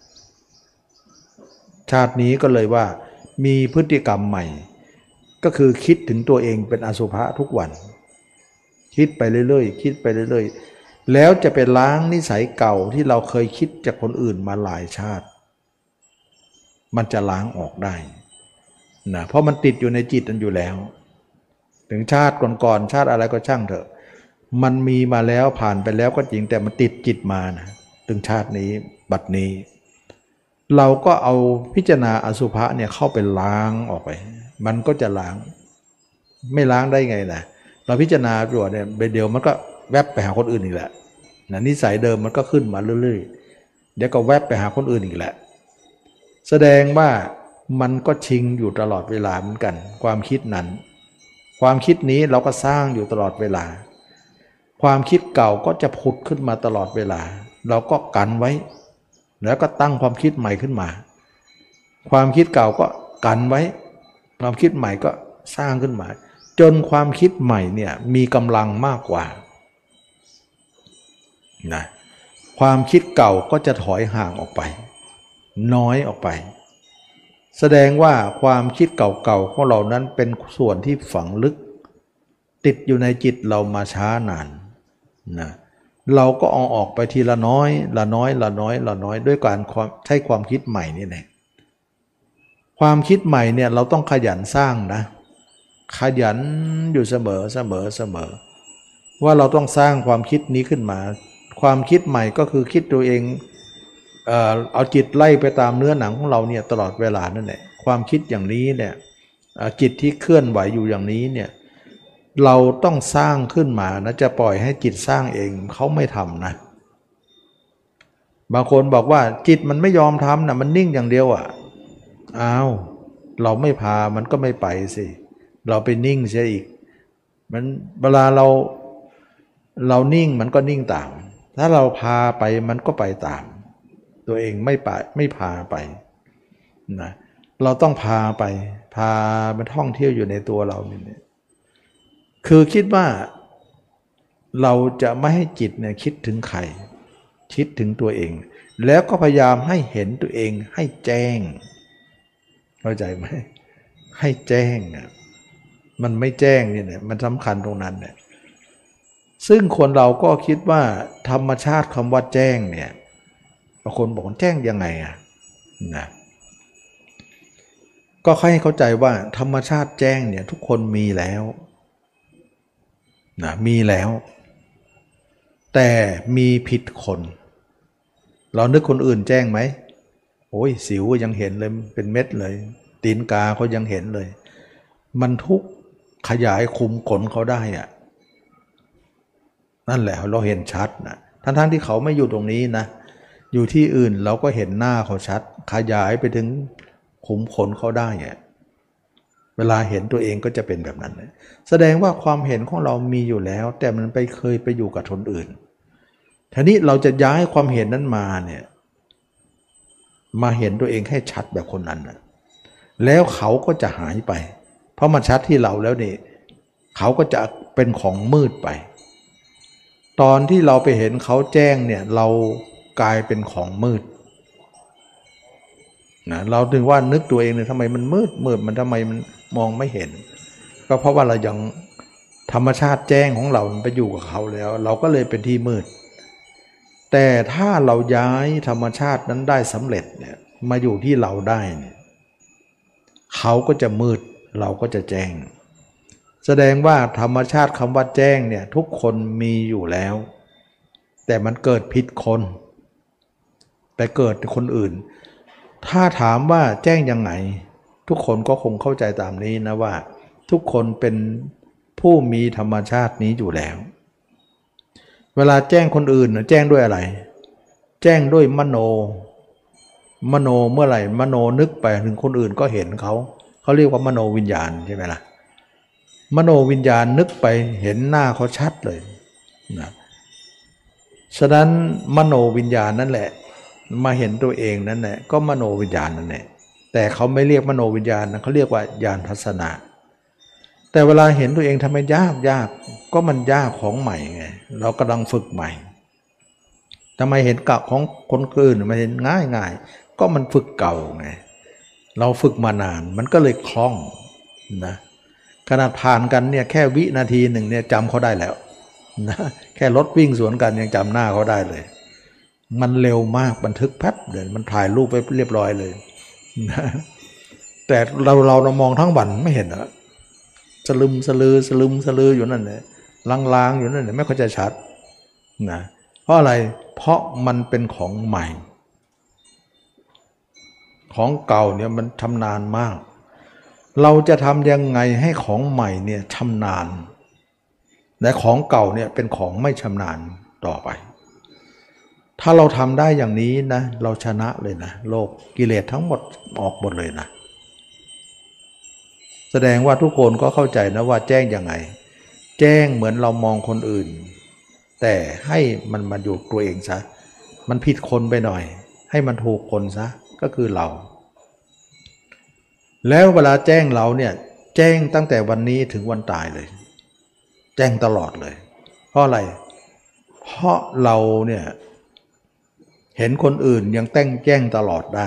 Speaker 1: ชาตินี้ก็เลยว่ามีพฤติกรรมใหม่ก็คือคิดถึงตัวเองเป็นอสุภะทุกวันคิดไปเรื่อยๆคิดไปเรื่อยๆแล้วจะไปล้างนิสัยเก่าที่เราเคยคิดจากคนอื่นมาหลายชาติมันจะล้างออกได้นะเพราะมันติดอยู่ในจิตมันอยู่แล้วถึงชาติก่อนๆชาติอะไรก็ช่างเถอะมันมีมาแล้วผ่านไปแล้วก็จริงแต่มันติดจิตมานะถึงชาตินี้บัดนี้เราก็เอาพิจารณาอสุภะเนี่ยเข้าไปล้างออกไปมันก็จะล้างไม่ล้างได้ไงนะเราพิจารณาตัวเนี่ยเดี๋ยวมันก็แวบไปหาคนอื่นอีกแหละนะนิสัยเดิมมันก็ขึ้นมาเรื่อยๆเดี๋ยวก็แวบไปหาคนอื่นอีกแหละแสดงว่ามันก็ชิงอยู่ตลอดเวลาเหมือนกันความคิดนั้นความคิดนี้เราก็สร้างอยู่ตลอดเวลาความคิดเก่าก็จะผุดขึ้นมาตลอดเวลาเราก็กันไว้แล้วก็ตั้งความคิดใหม่ขึ้นมาความคิดเก่าก็กันไว้ความคิดใหม่ก็สร้างขึ้นมาจนความคิดใหม่เนี่ยมีกำลังมากกว่านะความคิดเก่าก็จะถอยห่างออกไปน้อยออกไปแสดงว่าความคิดเก่าๆของเรานั้นเป็นส่วนที่ฝังลึกติดอยู่ในจิตเรามาช้านานนะเราก็เอาออกไปทีละน้อยละน้อยละน้อยละน้อยด้วยการใช้ความคิดใหม่นี่แหละความคิดใหม่เนี่ยเราต้องขยันสร้างนะขยันอยู่เสมอว่าเราต้องสร้างความคิดนี้ขึ้นมาความคิดใหม่ก็คือคิดตัวเองเอาจิตไล่ไปตามเนื้อหนังของเราเนี่ยตลอดเวลานั่นแหละความคิดอย่างนี้เนี่ยจิตที่เคลื่อนไหวอยู่อย่างนี้เนี่ยเราต้องสร้างขึ้นมานะจะปล่อยให้จิตสร้างเองเขาไม่ทำนะบางคนบอกว่าจิตมันไม่ยอมทำนะมันนิ่งอย่างเดียวอ้าวเราไม่พามันก็ไม่ไปสิเราไปนิ่งเสียอีกมันเวลาเรานิ่งมันก็นิ่งตามถ้าเราพาไปมันก็ไปตามตัวเองไม่พาไปนะเราต้องพาไปพามันท่องเที่ยวอยู่ในตัวเราเนี่ยคือคิดว่าเราจะไม่ให้จิตเนี่ยคิดถึงใครคิดถึงตัวเองแล้วก็พยายามให้เห็นตัวเองให้แจ้งเข้าใจไหมให้แจ้งมันไม่แจ้งเนี่ยมันสำคัญตรงนั้นเนี่ยซึ่งคนเราก็คิดว่าธรรมชาติคำว่าแจ้งเนี่ยบางคนบอกแจ้งยังไงนะก็ให้เข้าใจว่าธรรมชาติแจ้งเนี่ยทุกคนมีแล้วนะมีแล้วแต่มีผิดคนเรานึกคนอื่นแจ้งไหมโอ้ยสิวยังเห็นเลยเป็นเม็ดเลยตีนกาเขายังเห็นเลยมันทุกขยายคุมขนเขาได้นั่นแหละเราเห็นชัดนะทั้งที่เขาไม่อยู่ตรงนี้นะอยู่ที่อื่นเราก็เห็นหน้าเขาชัดขยายไปถึงขุมขนเขาได้เวลาเห็นตัวเองก็จะเป็นแบบนั้นเลยแสดงว่าความเห็นของเรามีอยู่แล้วแต่มันเคยไปอยู่กับคนอื่นทีนี้เราจะย้ายความเห็นนั้นมาเนี่ยมาเห็นตัวเองให้ชัดแบบคนนั้นนะแล้วเขาก็จะหายไปเพราะมันชัดที่เราแล้วนี่เขาก็จะเป็นของมืดไปตอนที่เราไปเห็นเขาแจ้งเนี่ยเรากลายเป็นของมืดนะเราถึงว่านึกตัวเองเนี่ยทำไมมันมืดมันทำไมมันมองไม่เห็นก็เพราะว่าเรายังธรรมชาติแจ้งของเราไปอยู่กับเขาแล้วเราก็เลยเป็นที่มืดแต่ถ้าเราย้ายธรรมชาตินั้นได้สำเร็จเนี่ยมาอยู่ที่เราได้เนี่ยเขาก็จะมืดเราก็จะแจ้งแสดงว่าธรรมชาติคำว่าแจ้งเนี่ยทุกคนมีอยู่แล้วแต่มันเกิดผิดคนไปเกิดคนอื่นถ้าถามว่าแจ้งยังไงทุกคนก็คงเข้าใจตามนี้นะว่าทุกคนเป็นผู้มีธรรมชาตินี้อยู่แล้วเวลาแจ้งคนอื่นแจ้งด้วยอะไรแจ้งด้วยมโนเมื่อไหร่มโนนึกไปถึงคนอื่นก็เห็นเขาเรียกว่ามโนวิญญาณใช่ไหมล่ะมโนวิญญาณนึกไปเห็นหน้าเขาชัดเลยนะฉะนั้นมโนวิญญาณนั่นแหละมาเห็นตัวเองนั่นแหละก็มโนวิญญาณนั่นแหละแต่เขาไม่เรียกมโนวิญญาณนะเขาเรียกว่าญาณทัศนะแต่เวลาเห็นตัวเองทำไมยากก็มันยากของใหม่ไงเรากำลังฝึกใหม่ทำไมเห็นเก่าของคนอื่นมันเห็นง่ายก็มันฝึกเก่าไงเราฝึกมานานมันก็เลยคล่องนะขนาดผ่านกันเนี่ยแค่วินาทีหนึ่งเนี่ยจำเขาได้แล้วนะแค่รถวิ่งสวนกันยังจำหน้าเขาได้เลยมันเร็วมากบันทึกแป๊บเดียวมันถ่ายรูปไว้เรียบร้อยเลยนะแต่เรามองทั้งวันไม่เห็นสลึมสลืออยู่นั่นแหละลางๆอยู่นั่นแหละไม่ค่อยจะชัดนะเพราะอะไรเพราะมันเป็นของใหม่ของเก่าเนี่ยมันชำนาญมากเราจะทำยังไงให้ของใหม่เนี่ยชำนาญและของเก่าเนี่ยเป็นของไม่ชำนาญต่อไปถ้าเราทำได้อย่างนี้นะเราชนะเลยนะโลกกิเลสทั้งหมดออกหมดเลยนะแสดงว่าทุกคนก็เข้าใจนะว่าแจ้งยังไงแจ้งเหมือนเรามองคนอื่นแต่ให้มันมาอยู่ตัวเองซะมันผิดคนไปหน่อยให้มันถูกคนซะก็คือเราแล้วเวลาแจ้งเราเนี่ยแจ้งตั้งแต่วันนี้ถึงวันตายเลยแจ้งตลอดเลยเพราะอะไรเพราะเราเนี่ยเห็นคนอื่นยังแจ้งตลอดได้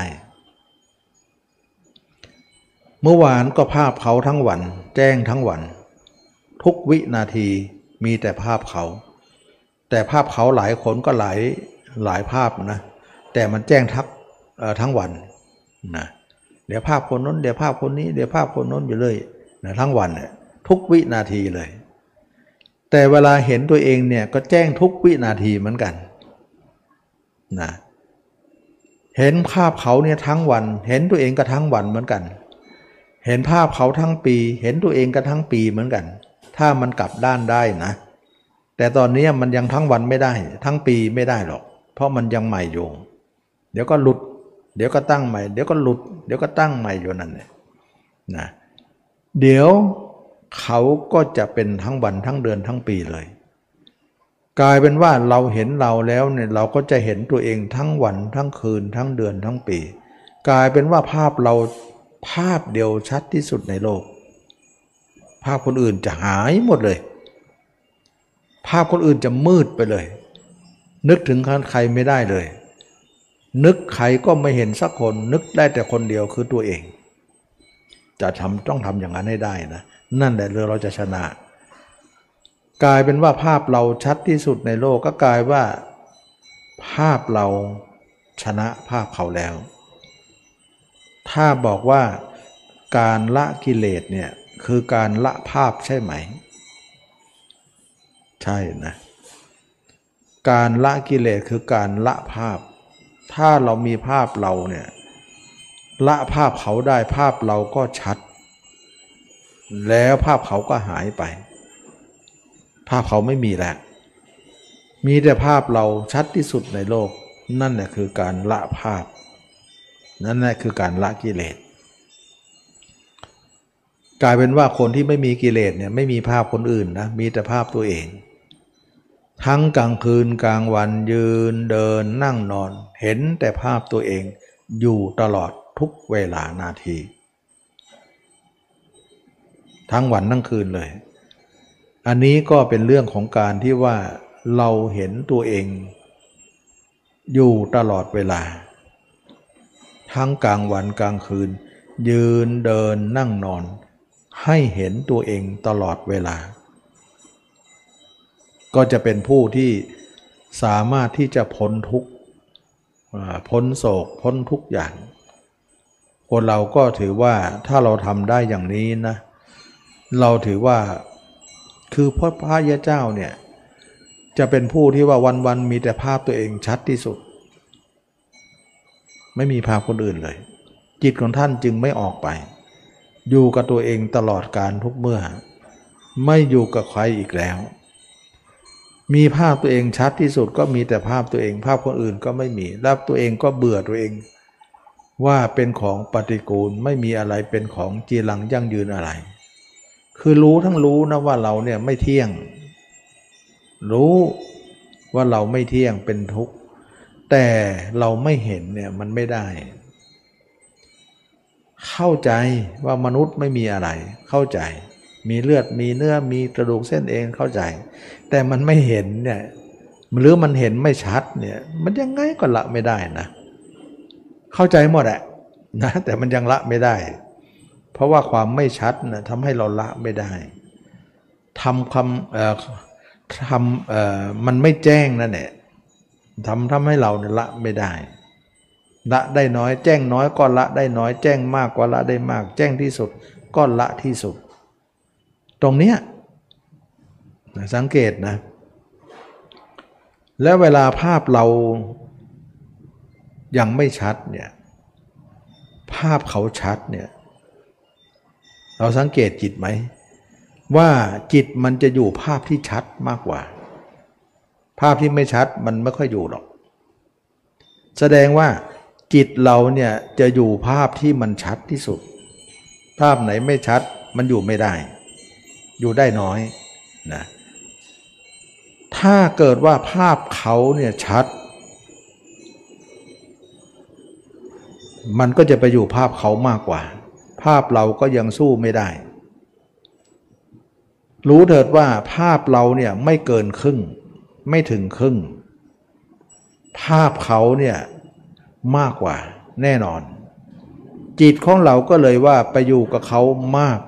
Speaker 1: เมื่อวานก็ภาพเขาทั้งวันแจ้งทั้งวันทุกวินาทีมีแต่ภาพเขาแต่ภาพเขาหลายคนก็หลายภาพนะแต่มันแจ้งทั้งวันนะเดี๋ยวภาพคนนั้นเดี๋ยวภาพคนนี้เดี๋ยวภาพคนนั้นอยู่เลยนะทั้งวันเนี่ยทุกวินาทีเลยแต่เวลาเห็นตัวเองเนี่ยก็แจ้งทุกวินาทีเหมือนกันนะเห็นภาพเขาเนี่ยทั้งวันเห็นตัวเองก็ทั้งวันเหมือนกันเห็นภาพเขาทั้งปีเห็นตัวเองก็ทั้งปีเหมือนกันถ้ามันกลับด้านได้นะแต่ตอนนี้มันยังทั้งวันไม่ได้ทั้งปีไม่ได้หรอกเพราะมันยังใหม่อยู่เดี๋ยวก็หลุดเดี๋ยวก็ตั้งใหม่เดี๋ยวก็หลุดเดี๋ยวก็ตั้งใหม่อยู่นั่นแหละนะเดี๋ยวเขาก็จะเป็นทั้งวันทั้งเดือนทั้งปีเลยกลายเป็นว่าเราเห็นเราแล้วเนี่ยเราก็จะเห็นตัวเองทั้งวันทั้งคืนทั้งเดือนทั้งปีกลายเป็นว่าภาพเราภาพเดียวชัดที่สุดในโลกภาพคนอื่นจะหายหมดเลยภาพคนอื่นจะมืดไปเลยนึกถึงใครไม่ได้เลยนึกใครก็ไม่เห็นสักคนนึกได้แต่คนเดียวคือตัวเองจะต้องทำอย่างนั้นให้ได้นะนั่นแหละเราจะชนะกลายเป็นว่าภาพเราชัดที่สุดในโลกก็กลายว่าภาพเราชนะภาพเขาแล้วถ้าบอกว่าการละกิเลสเนี่ยคือการละภาพใช่ไหมใช่นะการละกิเลสคือการละภาพถ้าเรามีภาพเราเนี่ยละภาพเขาได้ภาพเราก็ชัดแล้วภาพเขาก็หายไปภาพเขาไม่มีแล้วมีแต่ภาพเราชัดที่สุดในโลกนั่นแหละคือการละภาพนั่นแหละคือการละกิเลสกลายเป็นว่าคนที่ไม่มีกิเลสเนี่ยไม่มีภาพคนอื่นนะมีแต่ภาพตัวเองทั้งกลางคืนกลางวันยืนเดินนั่งนอนเห็นแต่ภาพตัวเองอยู่ตลอดทุกเวลานาทีทั้งวันทั้งคืนเลยอันนี้ก็เป็นเรื่องของการที่ว่าเราเห็นตัวเองอยู่ตลอดเวลาทั้งกลางวันกลางคืนยืนเดินนั่งนอนให้เห็นตัวเองตลอดเวลาก็จะเป็นผู้ที่สามารถที่จะพ้นทุกข์พ้นโศกพ้นทุกอย่างคนเราก็ถือว่าถ้าเราทำได้อย่างนี้นะเราถือว่าคือพระพายาเจ้าเนี่ยจะเป็นผู้ที่ว่าวันๆมีแต่ภาพตัวเองชัดที่สุดไม่มีภาพคนอื่นเลยจิตของท่านจึงไม่ออกไปอยู่กับตัวเองตลอดการทุกเมื่อไม่อยู่กับใครอีกแล้วมีภาพตัวเองชัดที่สุดก็มีแต่ภาพตัวเองภาพคนอื่นก็ไม่มีแล้วตัวเองก็เบื่อตัวเองว่าเป็นของปฏิกูลไม่มีอะไรเป็นของจีรังยั่งยืนอะไรคือรู้ทั้งรู้นะว่าเราเนี่ยไม่เที่ยงรู้ว่าเราไม่เที่ยงเป็นทุกข์แต่เราไม่เห็นเนี่ยมันไม่ได้เข้าใจว่ามนุษย์ไม่มีอะไรเข้าใจมีเลือดมีเนื้อมีกระดูกเส้นเอ็นเข้าใจแต่มันไม่เห็นเนี่ยหรือมันเห็นไม่ชัดเนี่ยมันยังไงก็ละไม่ได้นะเข้าใจหมดแหละนะแต่มันยังละไม่ได้เพราะว่าความไม่ชัดนะทำให้เราละไม่ได้มันไม่แจ้งนั่นแหละทำให้เราเนี่ยละไม่ได้ละได้น้อยแจ้งน้อยก็ละได้น้อยแจ้งมากกว่าละได้มากแจ้งที่สุดก็ละที่สุดตรงเนี้ยสังเกตนะแล้วเวลาภาพเรายังไม่ชัดเนี่ยภาพเขาชัดเนี่ยเราสังเกตจิตไหมว่าจิตมันจะอยู่ภาพที่ชัดมากกว่าภาพที่ไม่ชัดมันไม่ค่อยอยู่หรอกแสดงว่าจิตเราเนี่ยจะอยู่ภาพที่มันชัดที่สุดภาพไหนไม่ชัดมันอยู่ไม่ได้อยู่ได้น้อยนะถ้าเกิดว่าภาพเขาเนี่ยชัดมันก็จะไปอยู่ภาพเขามากกว่าภาพเราก็ยังสู้ไม่ได้รู้เถิดว่าภาพเราเนี่ยไม่เกินครึ่งไม่ถึงครึ่งภาพเขาเนี่ยมากกว่าแน่นอนจิตของเราก็เลยว่าไปอยู่กับเขามาก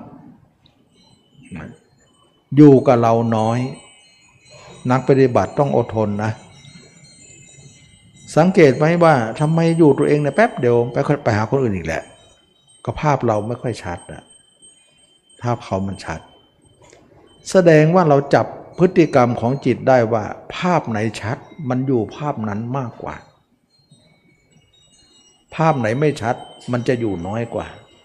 Speaker 1: อยู่กับเราน้อยนักปฏิบัติต้องอดทนนะสังเกตไหมว่าทำไมอยู่ตัวเองเนี่ยแป๊บเดียวไปหาคนอื่นอีกแหละก็ภาพเราไม่ค่อยชัดอะภาพเขามันชัดแสดงว่าเราจับพฤติกรรมของจิตได้ว่าภาพไหนชัดมันอยู่ภาพนั้นมากกว่าภาพไหนไม่ชัดมันจะอยู่น้อยกว่า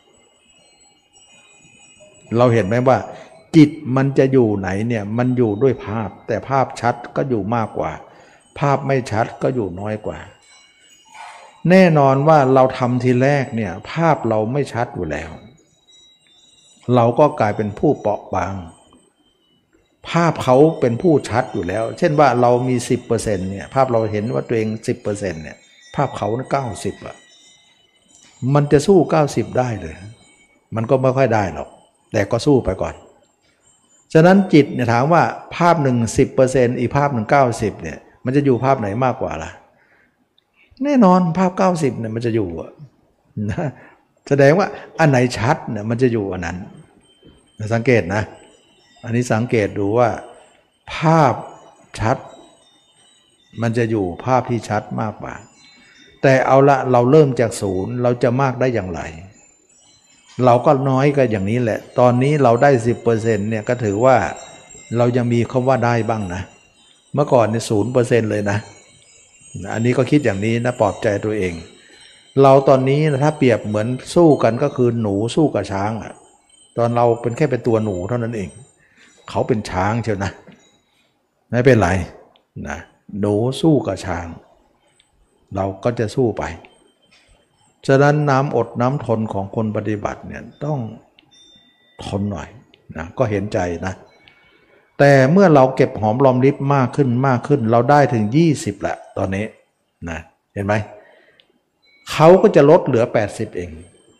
Speaker 1: เราเห็นไหมว่าจิตมันจะอยู่ไหนเนี่ยมันอยู่ด้วยภาพแต่ภาพชัดก็อยู่มากกว่าภาพไม่ชัดก็อยู่น้อยกว่าแน่นอนว่าเราทำทีแรกเนี่ยภาพเราไม่ชัดอยู่แล้วเราก็กลายเป็นผู้เปราะบางภาพเขาเป็นผู้ชัดอยู่แล้วเช่นว่าเรามี 10% เนี่ยภาพเราเห็นว่าตัวเอง 10% เนี่ยภาพเขา90อะมันจะสู้90ได้เลยมันก็ไม่ค่อยได้หรอกแต่ก็สู้ไปก่อนฉะนั้นจิตเนี่ยถามว่าภาพหนึ่ง 10% อีกภาพหนึ่ง90เนี่ยมันจะอยู่ภาพไหนมากกว่าล่ะแน่นอนภาพ90เนี่ยมันจะอยู่นะแสดงว่าอันไหนชัดเนี่ยมันจะอยู่อันนั้นสังเกตนะอันนี้สังเกตดูว่าภาพชัดมันจะอยู่ภาพที่ชัดมากกว่าแต่เอาละเราเริ่มจากศูนย์เราจะมากได้อย่างไรเราก็น้อยก็อย่างนี้แหละตอนนี้เราได้ 10% เนี่ยก็ถือว่าเรายังมีคำว่าได้บ้างนะเมื่อก่อนเนี่ย 0% เลยนะอันนี้ก็คิดอย่างนี้นะปลอบใจตัวเองเราตอนนี้ถ้าเปรียบเหมือนสู้กันก็คือหนูสู้กับช้างอะตอนเราเป็นแค่เป็นตัวหนูเท่านั้นเองเขาเป็นช้างเชียวนะไม่เป็นไรนะหนูสู้กับช้างเราก็จะสู้ไปฉะนั้นน้ำอดน้ำทนของคนปฏิบัติเนี่ยต้องทนหน่อยนะก็เห็นใจนะแต่เมื่อเราเก็บหอมรอมริบมากขึ้นเราได้ถึง20แหละตอนนี้นะเห็นไหมเขาก็จะลดเหลือ80เอง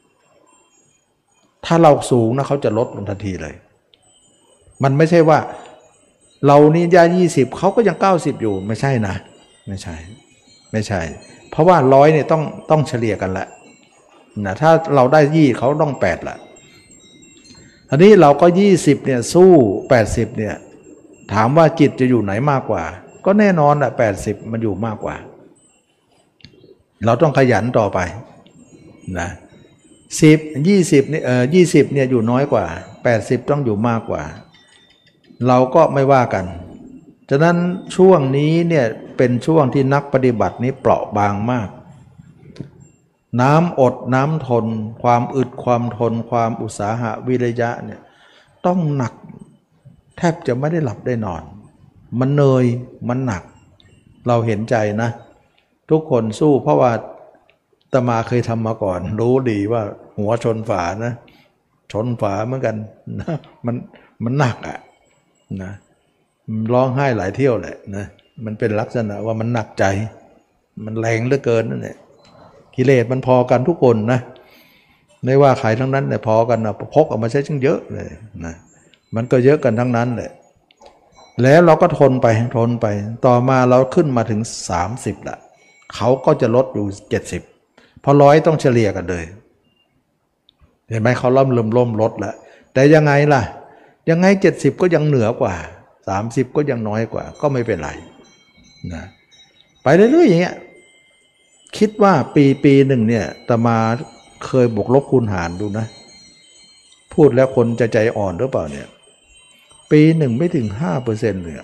Speaker 1: ถ้าเราสูงนะเขาจะลดลงทันทีเลยมันไม่ใช่ว่าเรานี่ย่า20เขาก็ยัง90อยู่ไม่ใช่นะไม่ใช่เพราะว่า100เนี่ยต้องเฉลี่ยกันละนะถ้าเราได้20เขาต้อง8ละอันนี้เราก็20เนี่ยสู้80เนี่ยถามว่าจิตจะอยู่ไหนมากกว่าก็แน่นอนแหละ80มันอยู่มากกว่าเราต้องขยันต่อไปนะ10 20เนี่ย20เนี่ยอยู่น้อยกว่า80ต้องอยู่มากกว่าเราก็ไม่ว่ากันฉะนั้นช่วงนี้เนี่ยเป็นช่วงที่นักปฏิบัตินี้เปราะบางมากน้ำอดน้ำทนความอึดความทนความอุตสาหะวิริยะเนี่ยต้องหนักแทบจะไม่ได้หลับได้นอนมันเหนื่อยมันหนักเราเห็นใจนะทุกคนสู้เพราะว่าอาตมาเคยทำมาก่อนรู้ดีว่าหัวชนฝานะชนฝาเหมือนกันนะมันหนักอ่ะนะร้องไห้หลายเที่ยวแหละนะมันเป็นลักษณะว่ามันหนักใจมันแรงเหลือเกินนั่นแหละกิเลสมันพอกันทุกคนนะไม่ว่าใครทั้งนั้นเนี่ยพอกันนะพกออกมาใช้จึงเยอะเลยนะมันก็เยอะกันทั้งนั้นแหละแล้วเราก็ทนไปต่อมาเราขึ้นมาถึง30ละเขาก็จะลดอยู่70พอ100ต้องเฉลี่ยกันเลยเห็นไหมเขาเริ่มลดแล้วแต่ยังไงล่ะยังไง70ก็ยังเหนือกว่า30ก็ยังน้อยกว่าก็ไม่เป็นไรนะไปเรื่อยๆอย่างเงี้ยคิดว่าปีหนึ่งเนี่ยอาตมาเคยบวกลบคูณหารดูนะพูดแล้วคนจะใจอ่อนหรือเปล่าเนี่ยปีหนึ่งไม่ถึง 5% เลย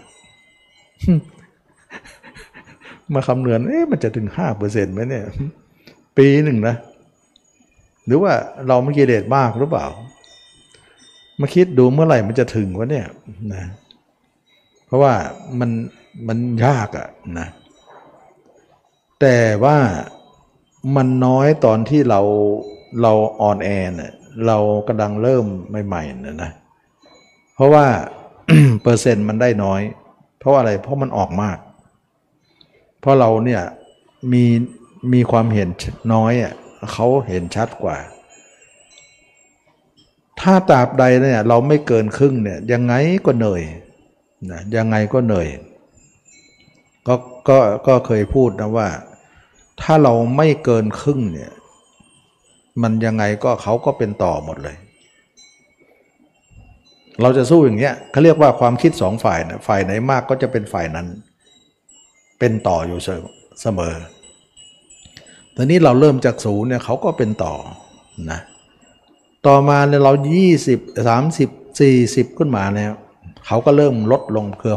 Speaker 1: มาคำนวณมันจะถึง 5% ไหมเนี่ยปีหนึ่งนะหรือว่าเราไม่กิเลสมากหรือเปล่ามาคิดดูเมื่อไหร่มันจะถึงวะเนี่ยนะเพราะว่ามันยากอะนะแต่ว่ามันน้อยตอนที่เราเราอ่อนแอเนี่ยเรากำลังเริ่มใหม่ๆนะเพราะว่า เปอร์เซ็นต์มันได้น้อยเพราะอะไรเพราะมันออกมากเพราะเราเนี่ยมีมีความเห็นน้อยอ่ะเขาเห็นชัดกว่าถ้าตราบใดเนี่ยเราไม่เกินครึ่งเนี่ยยังไงก็เหนื่อยนะยังไงก็เหนื่อยก็เคยพูดนะว่าถ้าเราไม่เกินครึ่งเนี่ยมันยังไงก็เขาก็เป็นต่อหมดเลยเราจะสู้อย่างเงี้ยเขาเรียกว่าความคิดสองฝ่ายนะฝ่ายไหนมากก็จะเป็นฝ่ายนั้นเป็นต่ออยู่เสมอทีนี้เราเริ่มจากศูนย์เนี่ยเขาก็เป็นต่อนะต่อมาเนี่ยเรา20 30 40ขึ้นมาแล้วเขาก็เริ่มลดลงคือ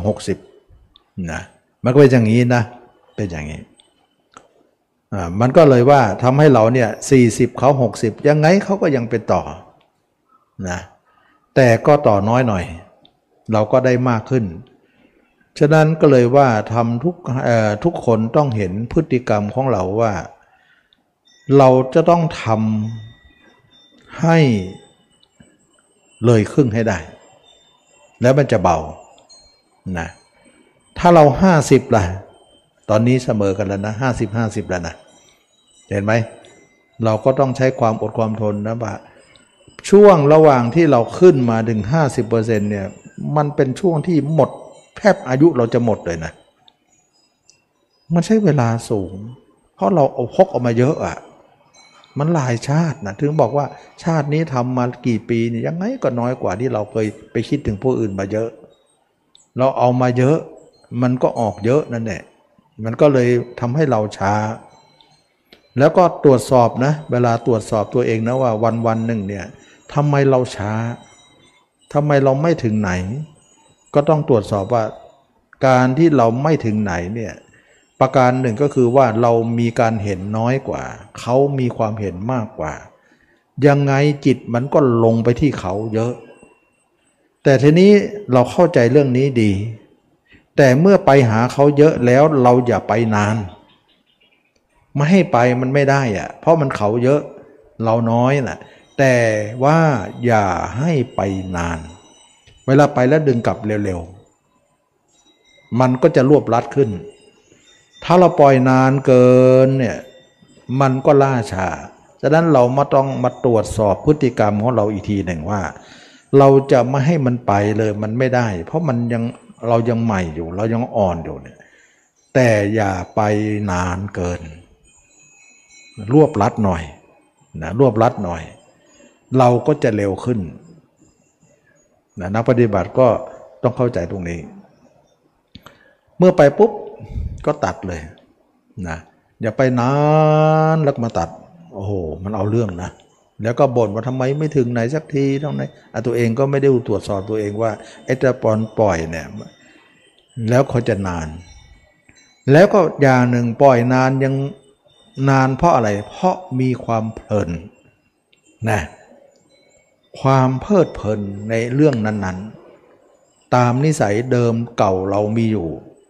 Speaker 1: 60นะมันก็เป็นอย่างนี้นะเป็นอย่างนี้มันก็เลยว่าทำให้เราเนี่ย40เขา60ยังไงเขาก็ยังเป็นต่อนะแต่ก็ต่อน้อยหน่อยเราก็ได้มากขึ้นฉะนั้นก็เลยว่าทำทุกคนต้องเห็นพฤติกรรมของเราว่าเราจะต้องทำให้เลยครึ่งให้ได้แล้วมันจะเบานะถ้าเรา50ล่ะตอนนี้เสมอกันแล้วนะ50แล้วนะเห็นไหมเราก็ต้องใช้ความอดความทนนะว่าช่วงระหว่างที่เราขึ้นมาถึง 50% เนี่ยมันเป็นช่วงที่หมดแทบอายุเราจะหมดเลยนะมันใช้เวลาสูงเพราะเราเอาพกออกมาเยอะอ่ะมันหลายชาตินะถึงบอกว่าชาตินี้ทำมากี่ปีเนี่ยยังไงก็น้อยกว่าที่เราเคยไปคิดถึงผู้อื่นมาเยอะเราเอามาเยอะมันก็ออกเยอะนั่นแหละมันก็เลยทำให้เราช้าแล้วก็ตรวจสอบนะเวลาตรวจสอบตัวเองนะว่าวันหนึ่งเนี่ยทำไมเราช้าทำไมเราไม่ถึงไหนก็ต้องตรวจสอบว่าการที่เราไม่ถึงไหนเนี่ยประการหนึ่งก็คือว่าเรามีการเห็นน้อยกว่าเขามีความเห็นมากกว่ายังไงจิตมันก็ลงไปที่เขาเยอะแต่ทีนี้เราเข้าใจเรื่องนี้ดีแต่เมื่อไปหาเขาเยอะแล้วเราอย่าไปนานไม่ให้ไปมันไม่ได้อะเพราะมันเขาเยอะเราน้อยน่ะแต่ว่าอย่าให้ไปนานเวลาไปแล้วดึงกลับเร็วๆมันก็จะรวบรัดขึ้นถ้าเราปล่อยนานเกินเนี่ยมันก็ล่าช้าฉะนั้นเราต้องมาตรวจสอบพฤติกรรมของเราอีกทีหนึ่งว่าเราจะไม่ให้มันไปเลยมันไม่ได้เพราะมันยังเรายังใหม่อยู่เรายังอ่อนอยู่เนี่ยแต่อย่าไปนานเกินรวบรัดหน่อยนะรวบรัดหน่อยเราก็จะเร็วขึ้นนะนักปฏิบัติก็ต้องเข้าใจตรงนี้เมื่อไปปุ๊บก็ตัดเลยนะอย่าไปนานแล้วมาตัดโอ้โหมันเอาเรื่องนะแล้วก็บ่นว่าทำไมไม่ถึงไหนสักทีตรงไหนตัวเองก็ไม่ได้ตรวจสอบตัวเองว่าไอ้ตะปอนปล่อยเนี่ยแล้วเขาจะนานแล้วก็อย่างหนึ่งปล่อยนานยังนานเพราะอะไรเพราะมีความเพลินนะความเพลิดเพลินในเรื่องนั้นๆตามนิสัยเดิมเก่าเรามีอยู่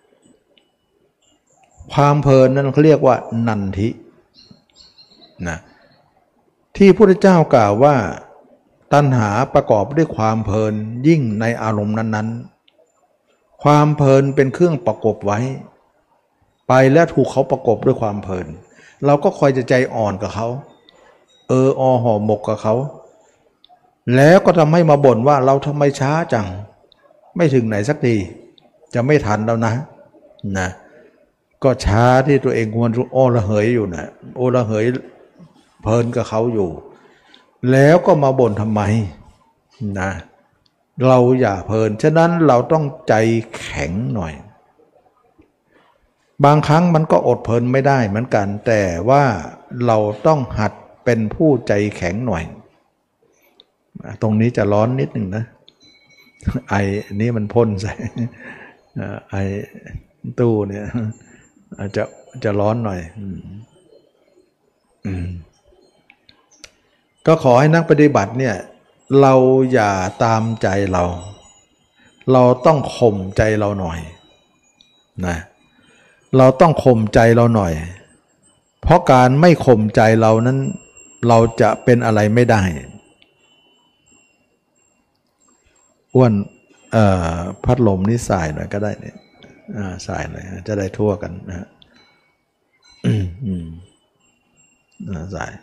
Speaker 1: ความเพลินนั้นเขาเรียกว่านันทินะที่พระพุทธเจ้ากล่าวว่าตัณหาประกอบด้วยความเพลินยิ่งในอารมณ์นั้นๆความเพลินเป็นเครื่องประกบไว้ไปแล้วถูกเขาประกบด้วยความเพลินเราก็คอยจะใจอ่อนกับเขาห่อหมกกับเขาแล้วก็ทำให้มาบ่นว่าเราทำไมช้าจังไม่ถึงไหนสักทีจะไม่ทันแล้วนะก็ช้าที่ตัวเองควรโอละเหยอยู่นะโอละเหยเพลินกับเขาอยู่แล้วก็มาบ่นทำไมนะเราอย่าเพลินฉะนั้นเราต้องใจแข็งหน่อยบางครั้งมันก็อดเพลินไม่ได้เหมือนกันแต่ว่าเราต้องหัดเป็นผู้ใจแข็งหน่อยตรงนี้จะร้อนนิดหนึ่งนะไอนี้มันพ่นใส่ไอตู้เนี่ยอาจจะร้อนหน่อยก็ขอให้นักปฏิบัติเนี่ยเราอย่าตามใจเราต้องข่มใจเราหน่อยนะเราต้องข่มใจเราหน่อยเพราะการไม่ข่มใจเรานั้นเราจะเป็นอะไรไม่ได้อ้วนพัดลมนี่สายหน่อยก็ได้เนี่ยสายหน่อยจะได้ทั่วกันนะสาย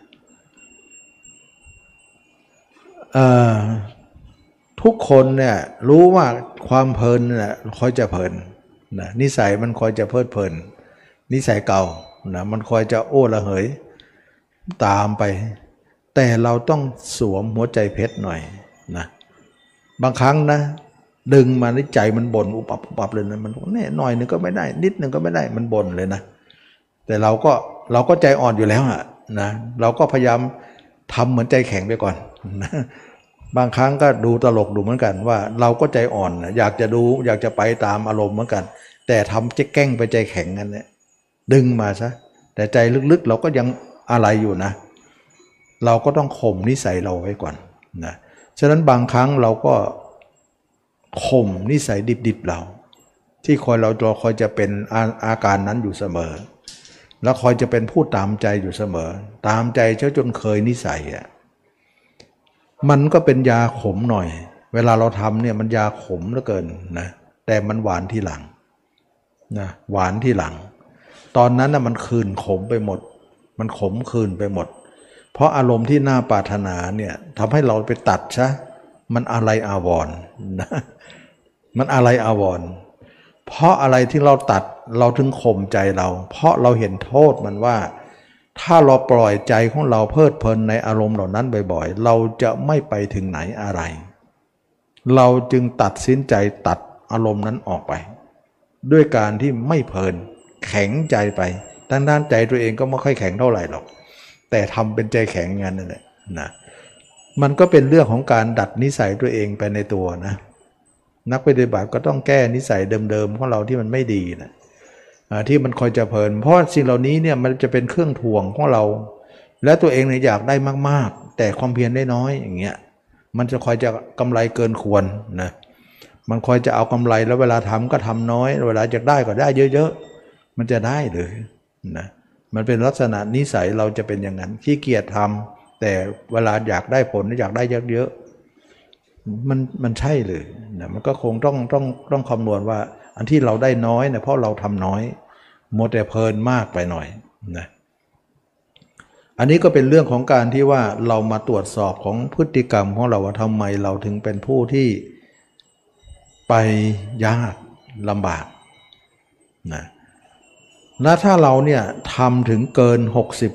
Speaker 1: ทุกคนเนี่ยรู้ว่าความเพลินเนี่ยคอยจะเพลินนะนิสัยมันคอยจะเพลิดเพลินนิสัยเก่านะมันคอยจะโอ้ระเหยตามไปแต่เราต้องสวมหัวใจเพชรหน่อยนะบางครั้งนะดึงมาในใจมันบ่นอุปับอุปับเลยนะมันแน่หน่อยนึงก็ไม่ได้นิดนึงก็ไม่ได้มันบ่นเลยนะแต่เราก็ใจอ่อนอยู่แล้วอะนะเราก็พยายามทำเหมือนใจแข็งไปก่อนนะบางครั้งก็ดูตลกดูเหมือนกันว่าเราก็ใจอ่อนอยากจะดูอยากจะไปตามอารมณ์เหมือนกันแต่ทำจะแกล้งไปใจแข็งกันเนี่ยดึงมาซะแต่ใจลึกๆเราก็ยังอะไรอยู่นะเราก็ต้องข่มนิสัยเราไว้ก่อนนะฉะนั้นบางครั้งเราก็ข่มนิสัยดิบๆเราที่เราคอยจะเป็นอาการนั้นอยู่เสมอแล้วคอยจะเป็นผู้ตามใจอยู่เสมอตามใจจนเคยนิสัยอ่ะมันก็เป็นยาขมหน่อยเวลาเราทำเนี่ยมันยาขมเหลือเกินนะแต่มันหวานที่หลังนะหวานที่หลังตอนนั้นนะมันคืนขมไปหมดมันขมคืนไปหมดเพราะอารมณ์ที่น่าปรารถนาเนี่ยทำให้เราไปตัดซะมันอะไรอาวรณ์นะมันอะไรอาวรณ์เพราะอะไรที่เราตัดเราถึงข่มใจเราเพราะเราเห็นโทษมันว่าถ้าเราปล่อยใจของเราเพลิดเพลินในอารมณ์เหล่านั้นบ่อยๆเราจะไม่ไปถึงไหนอะไรเราจึงตัดสินใจตัดอารมณ์นั้นออกไปด้วยการที่ไม่เพลินแข็งใจไปด้านใจตัวเองก็ไม่ค่อยแข็งเท่าไหร่หรอกแต่ทำเป็นใจแข็งงั้นนั่นแหละนะมันก็เป็นเรื่องของการดัดนิสัยตัวเองไปในตัวนะนักปฏิบัติก็ต้องแก้นิสัยเดิมๆของเราที่มันไม่ดีนะที่มันคอยจะเพลินเพราะสิ่งเหล่านี้เนี่ยมันจะเป็นเครื่องทวงของเราและตัวเองเนี่ยอยากได้มากๆแต่ความเพียรได้น้อยอย่างเงี้ยมันจะคอยจะกำไรเกินควรนะมันคอยจะเอากำไรแล้วเวลาทำก็ทำน้อยเวลาจะได้ก็ได้เยอะๆมันจะได้เลยนะมันเป็นลักษณะนิสัยเราจะเป็นอย่างนั้นขี้เกียจทำแต่เวลาอยากได้ผลอยากได้เยอะๆมันใช่เลยนะมันก็คงต้องคำนวณว่าอันที่เราได้น้อยเนี่ยเพราะเราทำน้อยโมแต่เพลินมากไปหน่อยนะอันนี้ก็เป็นเรื่องของการที่ว่าเรามาตรวจสอบของพฤติกรรมของเราว่าทำไมเราถึงเป็นผู้ที่ไปยากลำบากนะและถ้าเราเนี่ยทำถึงเกิน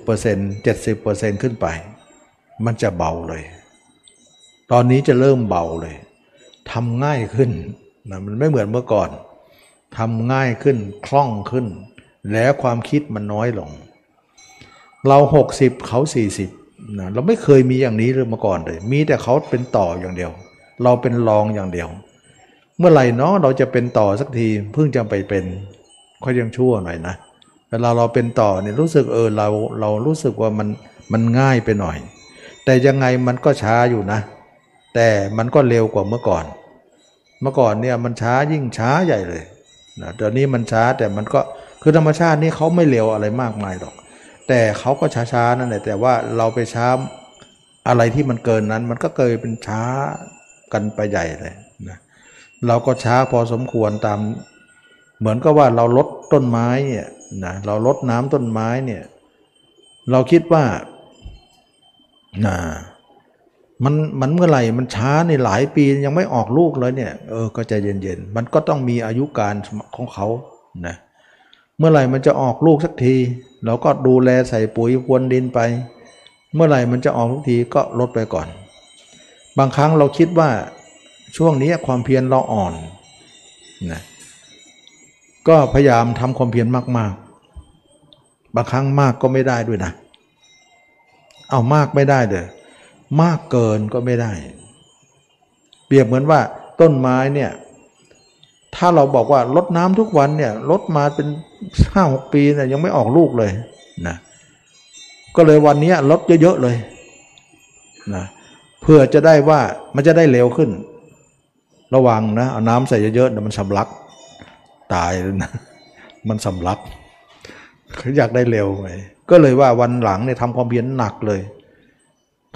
Speaker 1: 60% 70% ขึ้นไปมันจะเบาเลยตอนนี้จะเริ่มเบาเลยทำง่ายขึ้นนะมันไม่เหมือนเมื่อก่อนทำง่ายขึ้นคล่องขึ้นแล้วความคิดมันน้อยลงเรา60เขา40นะเราไม่เคยมีอย่างนี้เลยมาก่อนเลยมีแต่เขาเป็นต่ออย่างเดียวเราเป็นรองอย่างเดียวเมื่อไหร่เนาะเราจะเป็นต่อสักทีเพิ่งจะไปเป็นค่อยยังชั่วหน่อยนะเวลาเราเป็นต่อเนี่ยรู้สึกเรารู้สึกว่ามันง่ายไปหน่อยแต่ยังไงมันก็ช้าอยู่นะแต่มันก็เร็วกว่าเมื่อก่อนเนี่ยมันช้ายิ่งช้าใหญ่เลยนะตอนนี้มันช้าแต่มันก็คือธรรมชาตินี่เขาไม่เร็วอะไรมากมายหรอกแต่เขาก็ช้าๆนั่นแหละแต่ว่าเราไปช้าอะไรที่มันเกินนั้นมันก็เกิดเป็นช้ากันไปใหญ่เลยนะเราก็ช้าพอสมควรตามเหมือนกับว่าเราลดต้นไม้เนี่ยนะเราลดน้ำต้นไม้เนี่ยเราคิดว่ามันเมื่อไหร่มันช้าในหลายปียังไม่ออกลูกเลยเนี่ยก็ใจเย็นๆมันก็ต้องมีอายุการของเขานะเมื่อไหร่มันจะออกลูกสักทีเราก็ดูแลใส่ปุ๋ยพรวนดินไปเมื่อไหร่มันจะออกทุกทีก็ลดไปก่อนบางครั้งเราคิดว่าช่วงนี้ความเพียรเราอ่อนนะก็พยายามทำความเพียรมากๆบางครั้งมากก็ไม่ได้ด้วยนะเอามากไม่ได้เลยมากเกินก็ไม่ได้เปรียบเหมือนว่าต้นไม้เนี่ยถ้าเราบอกว่าลดน้ำทุกวันเนี่ยลดมาเป็น 5-6 ปีเนี่ยยังไม่ออกลูกเลยนะก็เลยวันนี้ลดเยอะๆเลยนะเพื่อจะได้ว่ามันจะได้เร็วขึ้นระวังนะเอาน้ำใส่เยอะๆเดี๋ยวมันสำลักตายเลยนะมันสำลักเขาอยากได้เร็วไงก็เลยว่าวันหลังเนี่ยทำความเพียรหนักเลย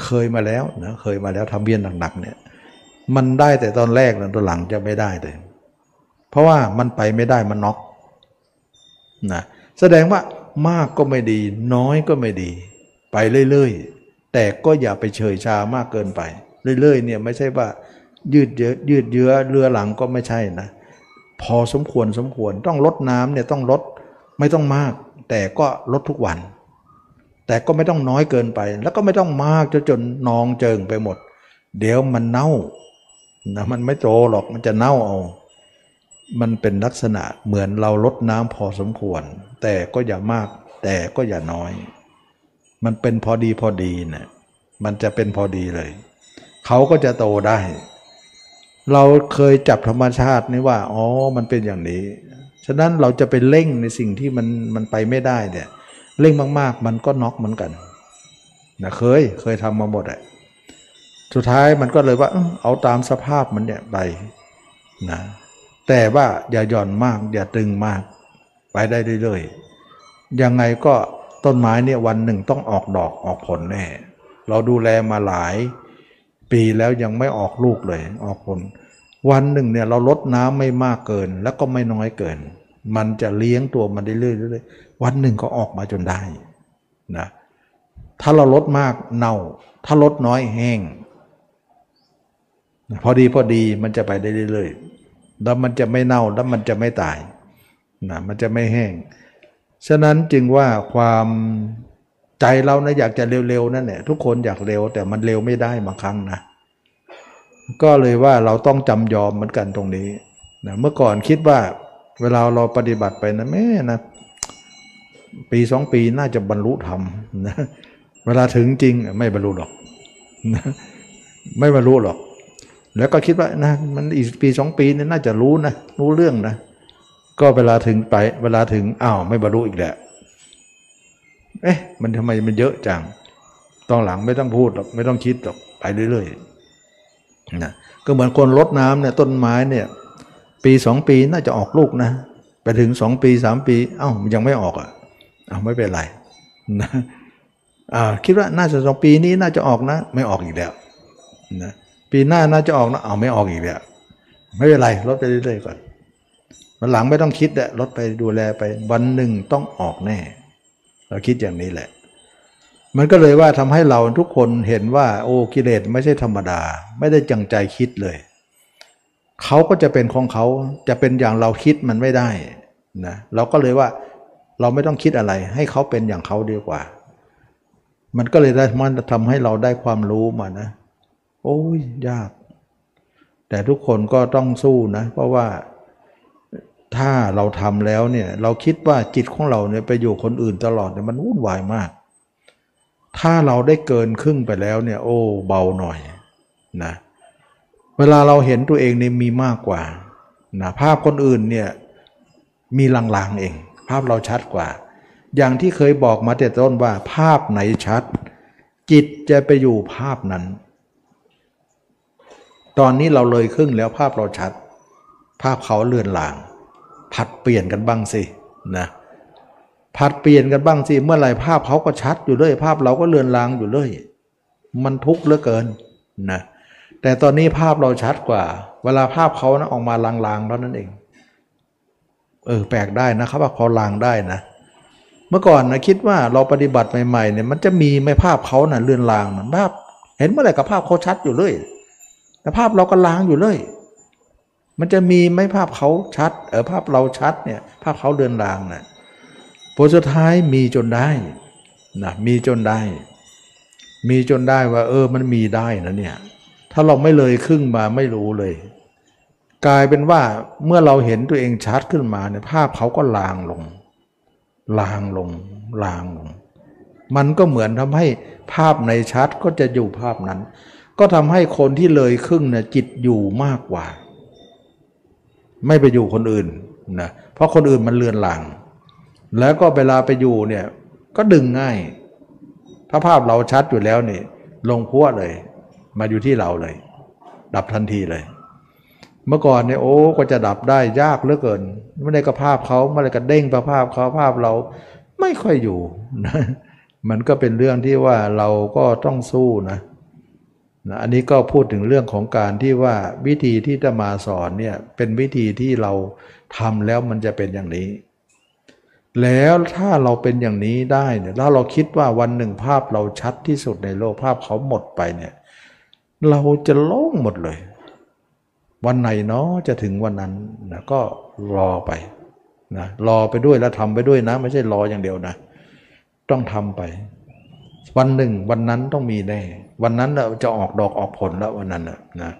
Speaker 1: เคยมาแล้วนะเคยมาแล้วทำเบียนหนักๆเนี่ยมันได้แต่ตอนแรกนะตอนหลังจะไม่ได้เลยเพราะว่ามันไปไม่ได้มันน็อกนะแสดงว่ามากก็ไม่ดีน้อยก็ไม่ดีไปเรื่อยๆแต่ก็อย่าไปเฉยชามากเกินไปเรื่อยๆเนี่ยไม่ใช่ว่ายืดเยื้อเรือหลังก็ไม่ใช่นะพอสมควรต้องลดน้ำเนี่ยต้องลดไม่ต้องมากแต่ก็ลดทุกวันแต่ก็ไม่ต้องน้อยเกินไปแล้วก็ไม่ต้องมากจนนองเจิงไปหมดเดี๋ยวมันเน่านะมันไม่โตหรอกมันจะเน่าเอามันเป็นลักษณะเหมือนเราลดน้ำพอสมควรแต่ก็อย่ามากแต่ก็อย่าน้อยมันเป็นพอดีนะมันจะเป็นพอดีเลยเขาก็จะโตได้เราเคยจับธรรมชาตินี่ว่าอ๋อมันเป็นอย่างนี้ฉะนั้นเราจะไปเร่งในสิ่งที่มันไปไม่ได้เนี่ยเร่งมากๆมันก็น็อกเหมือนกันนะเคยทำมาหมดอ่ะสุดท้ายมันก็เลยว่าเอาตามสภาพมันเนี่ยไปนะแต่ว่าอย่าหย่อนมากอย่าตึงมากไปได้เรื่อยๆยังไงก็ต้นไม้เนี่ยวันหนึ่งต้องออกดอกออกผลแน่เราดูแลมาหลายปีแล้วยังไม่ออกลูกเลยออกผลวันหนึ่งเนี่ยเราลดน้ำไม่มากเกินแล้วก็ไม่น้อยเกินมันจะเลี้ยงตัวมันได้เรื่อยๆวันหนึ่งก็ออกมาจนได้นะถ้าเราลดมากเน่าถ้าลดน้อยแห้งพอดีมันจะไปได้เรื่อยๆแล้วมันจะไม่เน่าแล้วมันจะไม่ตายนะมันจะไม่แห้งฉะนั้นจึงว่าความใจเรานะอยากจะเร็วๆนั่นแหละทุกคนอยากเร็วแต่มันเร็วไม่ได้บางครั้งนะก็เลยว่าเราต้องจำยอมเหมือนกันตรงนี้นะเมื่อก่อนคิดว่าเวลาเราปฏิบัติไปนะแม่นะปี2 ปีน่าจะบรรลุธรรมนะเวลาถึงจริงไม่บรรลุหรอกนะไม่บรรลุหรอกแล้วก็คิดว่านะมันอีกปี2 ปีนี่น่าจะรู้นะรู้เรื่องนะก็เวลาถึงอ้าวไม่บรรลุอีกแล้วมันทำไมมันเยอะจังตอนหลังไม่ต้องพูดหรอกไม่ต้องคิดหรอกไปเรื่อยๆนะก็เหมือนคนรดน้ำเนี่ยต้นไม้เนี่ยปี2 ปีน่าจะออกลูกนะไปถึง2 ปี3 ปีมันยังไม่ออกไม่เป็นไรนะคิดว่าน่าจะ2 ปีนี้น่าจะออกนะไม่ออกอีกแล้วนะปีหน้าน่าจะออกนะไม่ออกอีกแล้วไม่เป็นไรลดไปเรื่อยๆก่อนวันหลังไม่ต้องคิดลดไปดูแลไปวันหนึ่งต้องออกแน่เราคิดอย่างนี้แหละมันก็เลยว่าทำให้เราทุกคนเห็นว่าโอ้กิเลสไม่ใช่ธรรมดาไม่ได้จังใจคิดเลยเขาก็จะเป็นของเขาจะเป็นอย่างเราคิดมันไม่ได้นะเราก็เลยว่าเราไม่ต้องคิดอะไรให้เขาเป็นอย่างเขาดีกว่ามันก็เลยได้มันทำให้เราได้ความรู้มานะโอ้ยยากแต่ทุกคนก็ต้องสู้นะเพราะว่าถ้าเราทำแล้วเนี่ยเราคิดว่าจิตของเราเนี่ยไปอยู่คนอื่นตลอดเนี่ยมันวุ่นวายมากถ้าเราได้เกินครึ่งไปแล้วเนี่ยโอ้เบาหน่อยนะเวลาเราเห็นตัวเองเนี่ยมีมากกว่านะภาพคนอื่นเนี่ยมีลางๆเองภาพเราชัดกว่าอย่างที่เคยบอกมาแต่ต้นว่าภาพไหนชัดจิตจะไปอยู่ภาพนั้นตอนนี้เราเลยครึ่งแล้วภาพเราชัดภาพเขาเลือนลางผัดเปลี่ยนกันบ้างสินะผัดเปลี่ยนกันบ้างสิเมื่อไหร่ภาพเขาก็ชัดอยู่เลยภาพเราก็เลือนลางอยู่เลยมันทุกข์เหลือเกินนะแต่ตอนนี้ภาพเราชัดกว่าเวลาภาพเขานะออกมาลางๆเท่านั้นเองแปลกได้นะครับว่าเขาลางได้นะเมื่อก่อนนะคิดว่าเราปฏิบัติใหม่ๆเนี่ยมันจะมีไม่ภาพเขานะ่ะเลือนลางนะภาพเห็นเมื่อไหร่กับภาพเขาชัดอยู่เลยแต่ภาพเราก็ลางอยู่เลยมันจะมีไม่ภาพเขาชัดภาพเราชัดเนี่ยภาพเขาเลือนลางนะผลสุดท้ายมีจนได้นะมีจนได้ว่ามันมีได้นะเนี่ยถ้าเราไม่เลยครึ่งมาไม่รู้เลยกลายเป็นว่าเมื่อเราเห็นตัวเองชัดขึ้นมาเนี่ยภาพเขาก็ลางลงมันก็เหมือนทำให้ภาพในชัดก็จะอยู่ภาพนั้นก็ทำให้คนที่เลยครึ่งเนี่ยจิตอยู่มากกว่าไม่ไปอยู่คนอื่นนะเพราะคนอื่นมันเลือนลางแล้วก็เวลาไปอยู่เนี่ยก็ดึงง่ายถ้าภาพเราชัดอยู่แล้วนี่ลงพัวเลยมาอยู่ที่เราเลยดับทันทีเลยเมื่อก่อนเนี่ยก็จะดับได้ยากเหลือเกินไม่ได้กับภาพเขาไม่ได้กับเด้งประภาพเขาภาพเราไม่ค่อยอยู่นะมันก็เป็นเรื่องที่ว่าเราก็ต้องสู้นะนะอันนี้ก็พูดถึงเรื่องของการที่ว่าวิธีที่จะมาสอนเนี่ยเป็นวิธีที่เราทำแล้วมันจะเป็นอย่างนี้แล้วถ้าเราเป็นอย่างนี้ได้เนี่ยแล้วเราคิดว่าวันหนึ่งภาพเราชัดที่สุดในโลกภาพเขาหมดไปเนี่ยเราจะโล่งหมดเลยวันไหนเนาะจะถึงวันนั้นนะก็รอไปนะรอไปด้วยแล้วทำไปด้วยนะไม่ใช่รออย่างเดียวนะต้องทำไปวันหนึ่งวันนั้นต้องมีแน่วันนั้นเราจะออกดอกออกผลแล้ววันนั้นนะ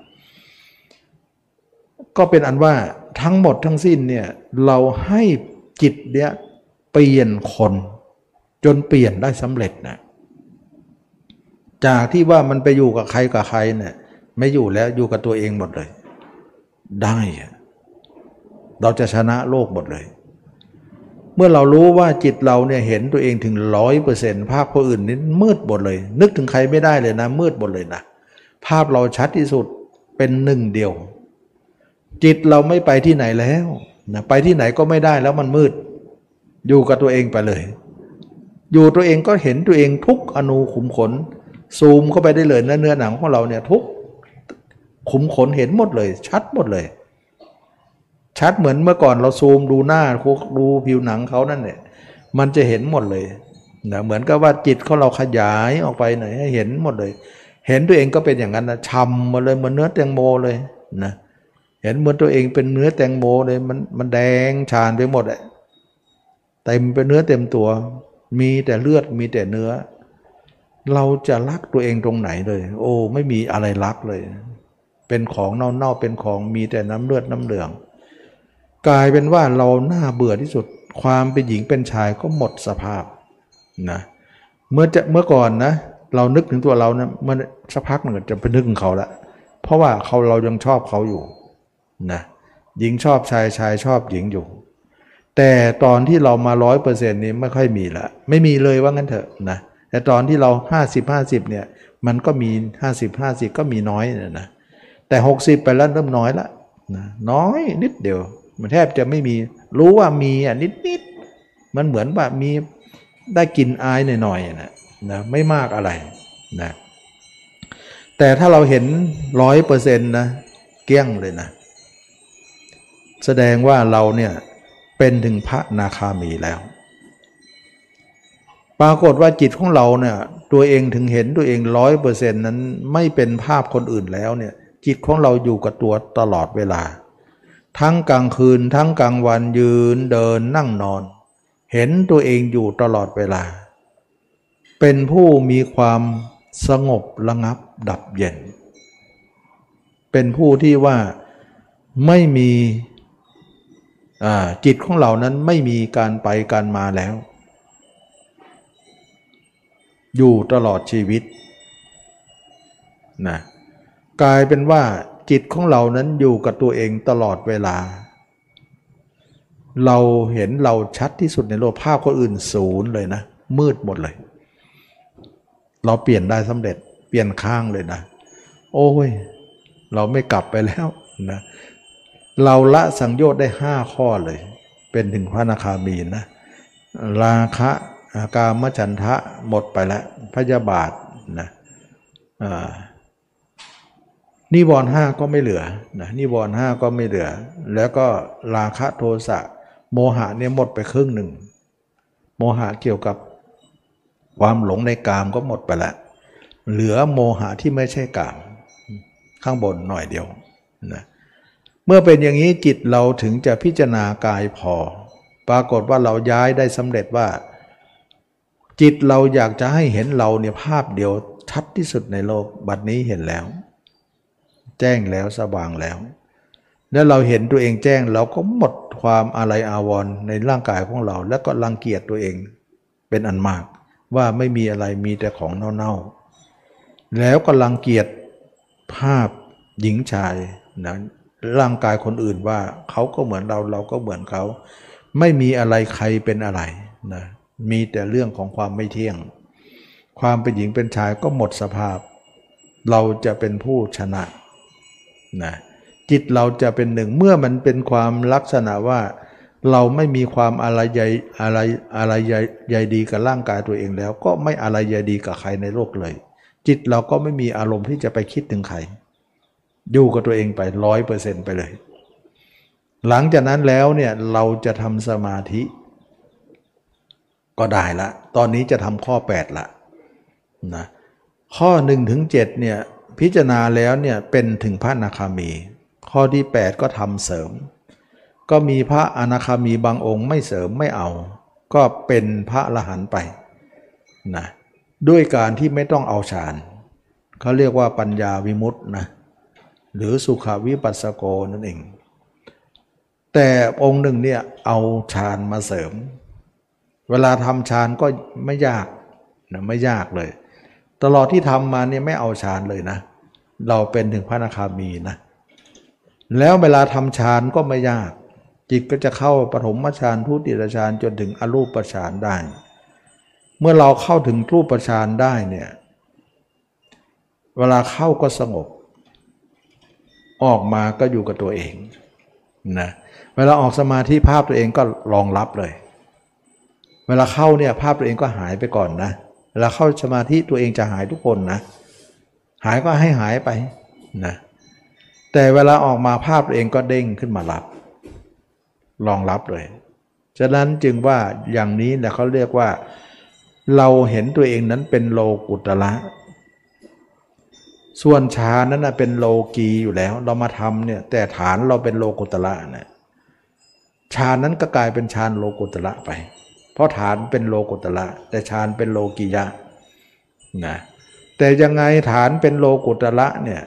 Speaker 1: ก็เป็นอันว่าทั้งหมดทั้งสิ้นเนี่ยเราให้จิตเนี่ยเปลี่ยนคนจนเปลี่ยนได้สำเร็จนะจากที่ว่ามันไปอยู่กับใครเนี่ยไม่อยู่แล้วอยู่กับตัวเองหมดเลยได้เราจะชนะโลกหมดเลยเมื่อเรารู้ว่าจิตเราเนี่ยเห็นตัวเองถึง 100% ภาพคนอื่นนี่มืดหมดเลยนึกถึงใครไม่ได้เลยนะมืดหมดเลยนะภาพเราชัดที่สุดเป็นหนึ่งเดียวจิตเราไม่ไปที่ไหนแล้วนะไปที่ไหนก็ไม่ได้แล้วมันมืดอยู่กับตัวเองไปเลยอยู่ตัวเองก็เห็นตัวเองทุกอนูขุมขนซูมเข้าไปได้เลยเนื้อหนังของเราเนี่ยทุกขุมขนเห็นหมดเลยชัดหมดเลยชัดเหมือนเมื่อก่อนเราซูมดูหน้าดูผิวหนังเขานั่นเนี่ยมันจะเห็นหมดเลยนะเหมือนกับว่าจิตของเราขยายออกไปหน่อยให้เห็นหมดเลยเห็นตัวเองก็เป็นอย่างนั้นนะช่ำมาเลยเหมือนเนื้อแตงโมเลยนะเห็นเหมือนตัวเองเป็นเนื้อแตงโมเลยมันแดงฉานไปหมดเลยเต็มเป็นเนื้อเต็มตัวมีแต่เลือดมีแต่เนื้อเราจะรักตัวเองตรงไหนเลยโอ้ไม่มีอะไรรักเลยเป็นของเน่าๆเป็นของมีแต่น้ำเลือดน้ำเหลืองกลายเป็นว่าเราหน้าเบื่อที่สุดความเป็นหญิงเป็นชายก็หมดสภาพนะเมื่อก่อนนะเรานึกถึงตัวเรานะเมื่อสักพักหนึ่งจะไปนึกถึงเขาละเพราะว่าเรายังชอบเขาอยู่นะหญิงชอบชายชายชอบหญิงอยู่แต่ตอนที่เรามา 100% นี้ไม่ค่อยมีละไม่มีเลยว่างั้นเถอะนะแต่ตอนที่เรา50-50เนี่ยมันก็มี50-50ก็มีน้อยนะแต่60ไปแล้วเริ่มน้อยละนะน้อยนิดเดียวมันแทบจะไม่มีรู้ว่ามีนิดมันเหมือนว่ามีได้กลิ่นอายหน่อยๆนะไม่มากอะไรนะแต่ถ้าเราเห็น 100% นะเกลี้ยงเลยนะแสดงว่าเราเนี่ยเป็นถึงพระนาคามีแล้วปรากฏว่าจิตของเราเนี่ยตัวเองถึงเห็นตัวเอง 100% นั้นไม่เป็นภาพคนอื่นแล้วเนี่ยจิตของเราอยู่กับตัวตลอดเวลาทั้งกลางคืนทั้งกลางวันยืนเดินนั่งนอนเห็นตัวเองอยู่ตลอดเวลาเป็นผู้มีความสงบระงับดับเย็นเป็นผู้ที่ว่าไม่มีจิตของเรานั้นไม่มีการไปการมาแล้วอยู่ตลอดชีวิตนะกลายเป็นว่าจิตของเรานั้นอยู่กับตัวเองตลอดเวลาเราเห็นเราชัดที่สุดในโลกภาพคนอื่นศูนย์เลยนะมืดหมดเลยเราเปลี่ยนได้สำเร็จเปลี่ยนข้างเลยนะโอ้ยเราไม่กลับไปแล้วนะเราละสังโยชน์ได้5ข้อเลยเป็นถึงพระอนาคามีนะราคะกามฉันทะหมดไปแล้วพยาบาทนะนิวรณ์5ก็ไม่เหลือนะนิวรณ์5ก็ไม่เหลือแล้วก็ราคะโทสะโมหะเนี่ยหมดไปครึ่งหนึ่งโมหะเกี่ยวกับความหลงในกามก็หมดไปแล้วเหลือโมหะที่ไม่ใช่กามข้างบนหน่อยเดียวนะเมื่อเป็นอย่างนี้จิตเราถึงจะพิจารณากายพอปรากฏว่าเราย้ายได้สำเร็จว่าจิตเราอยากจะให้เห็นเราเนี่ยภาพเดียวชัดที่สุดในโลกบัดนี้เห็นแล้วแจ้งแล้วสว่างแล้วแล้วเราเห็นตัวเองแจ้งเราก็หมดความอะไรอาวรณ์ในร่างกายของเราแล้วก็รังเกียจตัวเองเป็นอันมากว่าไม่มีอะไรมีแต่ของเน่าๆแล้วก็รังเกียจภาพหญิงชายนะร่างกายคนอื่นว่าเขาก็เหมือนเราเราก็เหมือนเขาไม่มีอะไรใครเป็นอะไรนะมีแต่เรื่องของความไม่เที่ยงความเป็นหญิงเป็นชายก็หมดสภาพเราจะเป็นผู้ชนะนะจิตเราจะเป็นหนึ่งเมื่อมันเป็นความลักษณะว่าเราไม่มีความอะไรใยดีกับร่างกายตัวเองแล้วก็ไม่อะไรใยดีกับใครในโลกเลยจิตเราก็ไม่มีอารมณ์ที่จะไปคิดถึงใครอยู่กับตัวเองไป100%ไปเลยหลังจากนั้นแล้วเนี่ยเราจะทำสมาธิก็ได้ละตอนนี้จะทำข้อ8ละนะข้อ1 ถึง 7เนี่ยพิจารณาแล้วเนี่ยเป็นถึงพระอนาคามีข้อที่8ก็ทำเสริมก็มีพระอนาคามีบางองค์ไม่เสริมไม่เอาก็เป็นพระอรหันต์ไปนะด้วยการที่ไม่ต้องเอาฌานเขาเรียกว่าปัญญาวิมุตตินะหรือสุขวิปัสสโกนั่นเองแต่องค์หนึ่งเนี่ยเอาฌานมาเสริมเวลาทำฌานก็ไม่ยากนะไม่ยากเลยตลอดที่ทำมาเนี่ยไม่เอาฌานเลยนะเราเป็นถึงพระอนาคามีนะแล้วเวลาทำฌานก็ไม่ยากจิตก็จะเข้าปฐมฌานทุติยฌานจนถึงอรูปฌานได้เมื่อเราเข้าถึงรูปฌานได้เนี่ยเวลาเข้าก็สงบออกมาก็อยู่กับตัวเองนะเวลาออกสมาธิภาพตัวเองก็รองรับเลยเวลาเข้าเนี่ยภาพตัวเองก็หายไปก่อนนะเวลาเข้าสมาธิตัวเองจะหายทุกคนนะหายก็ให้หายไปนะแต่เวลาออกมาภาพตัวเองก็เด้งขึ้นมารับรองรับเลยฉะนั้นจึงว่าอย่างนี้แหละเขาเรียกว่าเราเห็นตัวเองนั้นเป็นโลกุตระส่วนฌานนั้นนะเป็นโลกีอยู่แล้วเรามาทำเนี่ยแต่ฐานเราเป็นโลกุตระนะฌานนั้นก็กลายเป็นฌานโลกุตระไปเพราะฐานเป็นโลกุตระแต่ฌานเป็นโลกียะนะแต่ยังไงฐานเป็นโลกุตระเนี่ย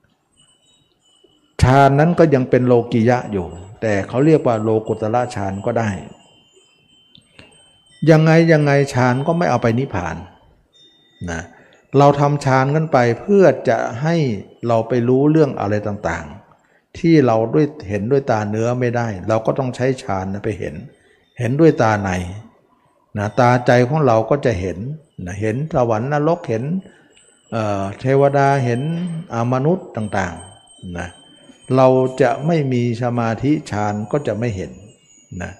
Speaker 1: ฌานนั้นก็ยังเป็นโลกียะอยู่แต่เขาเรียกว่าโลกุตระฌานก็ได้ยังไงฌานก็ไม่เอาไปนิพพานนะเราทำฌานกันไปเพื่อจะให้เราไปรู้เรื่องอะไรต่างๆที่เราด้วยเห็นด้วยตาเนื้อไม่ได้เราก็ต้องใช้ฌานไปเห็นด้วยตาในนะตาใจของเราก็จะเห็นนะเห็นสวรรค์นรกเห็นเทวดาเห็นมนุษย์ต่างๆนะเราจะไม่มีสมาธิฌานก็จะไม่เห็นนะ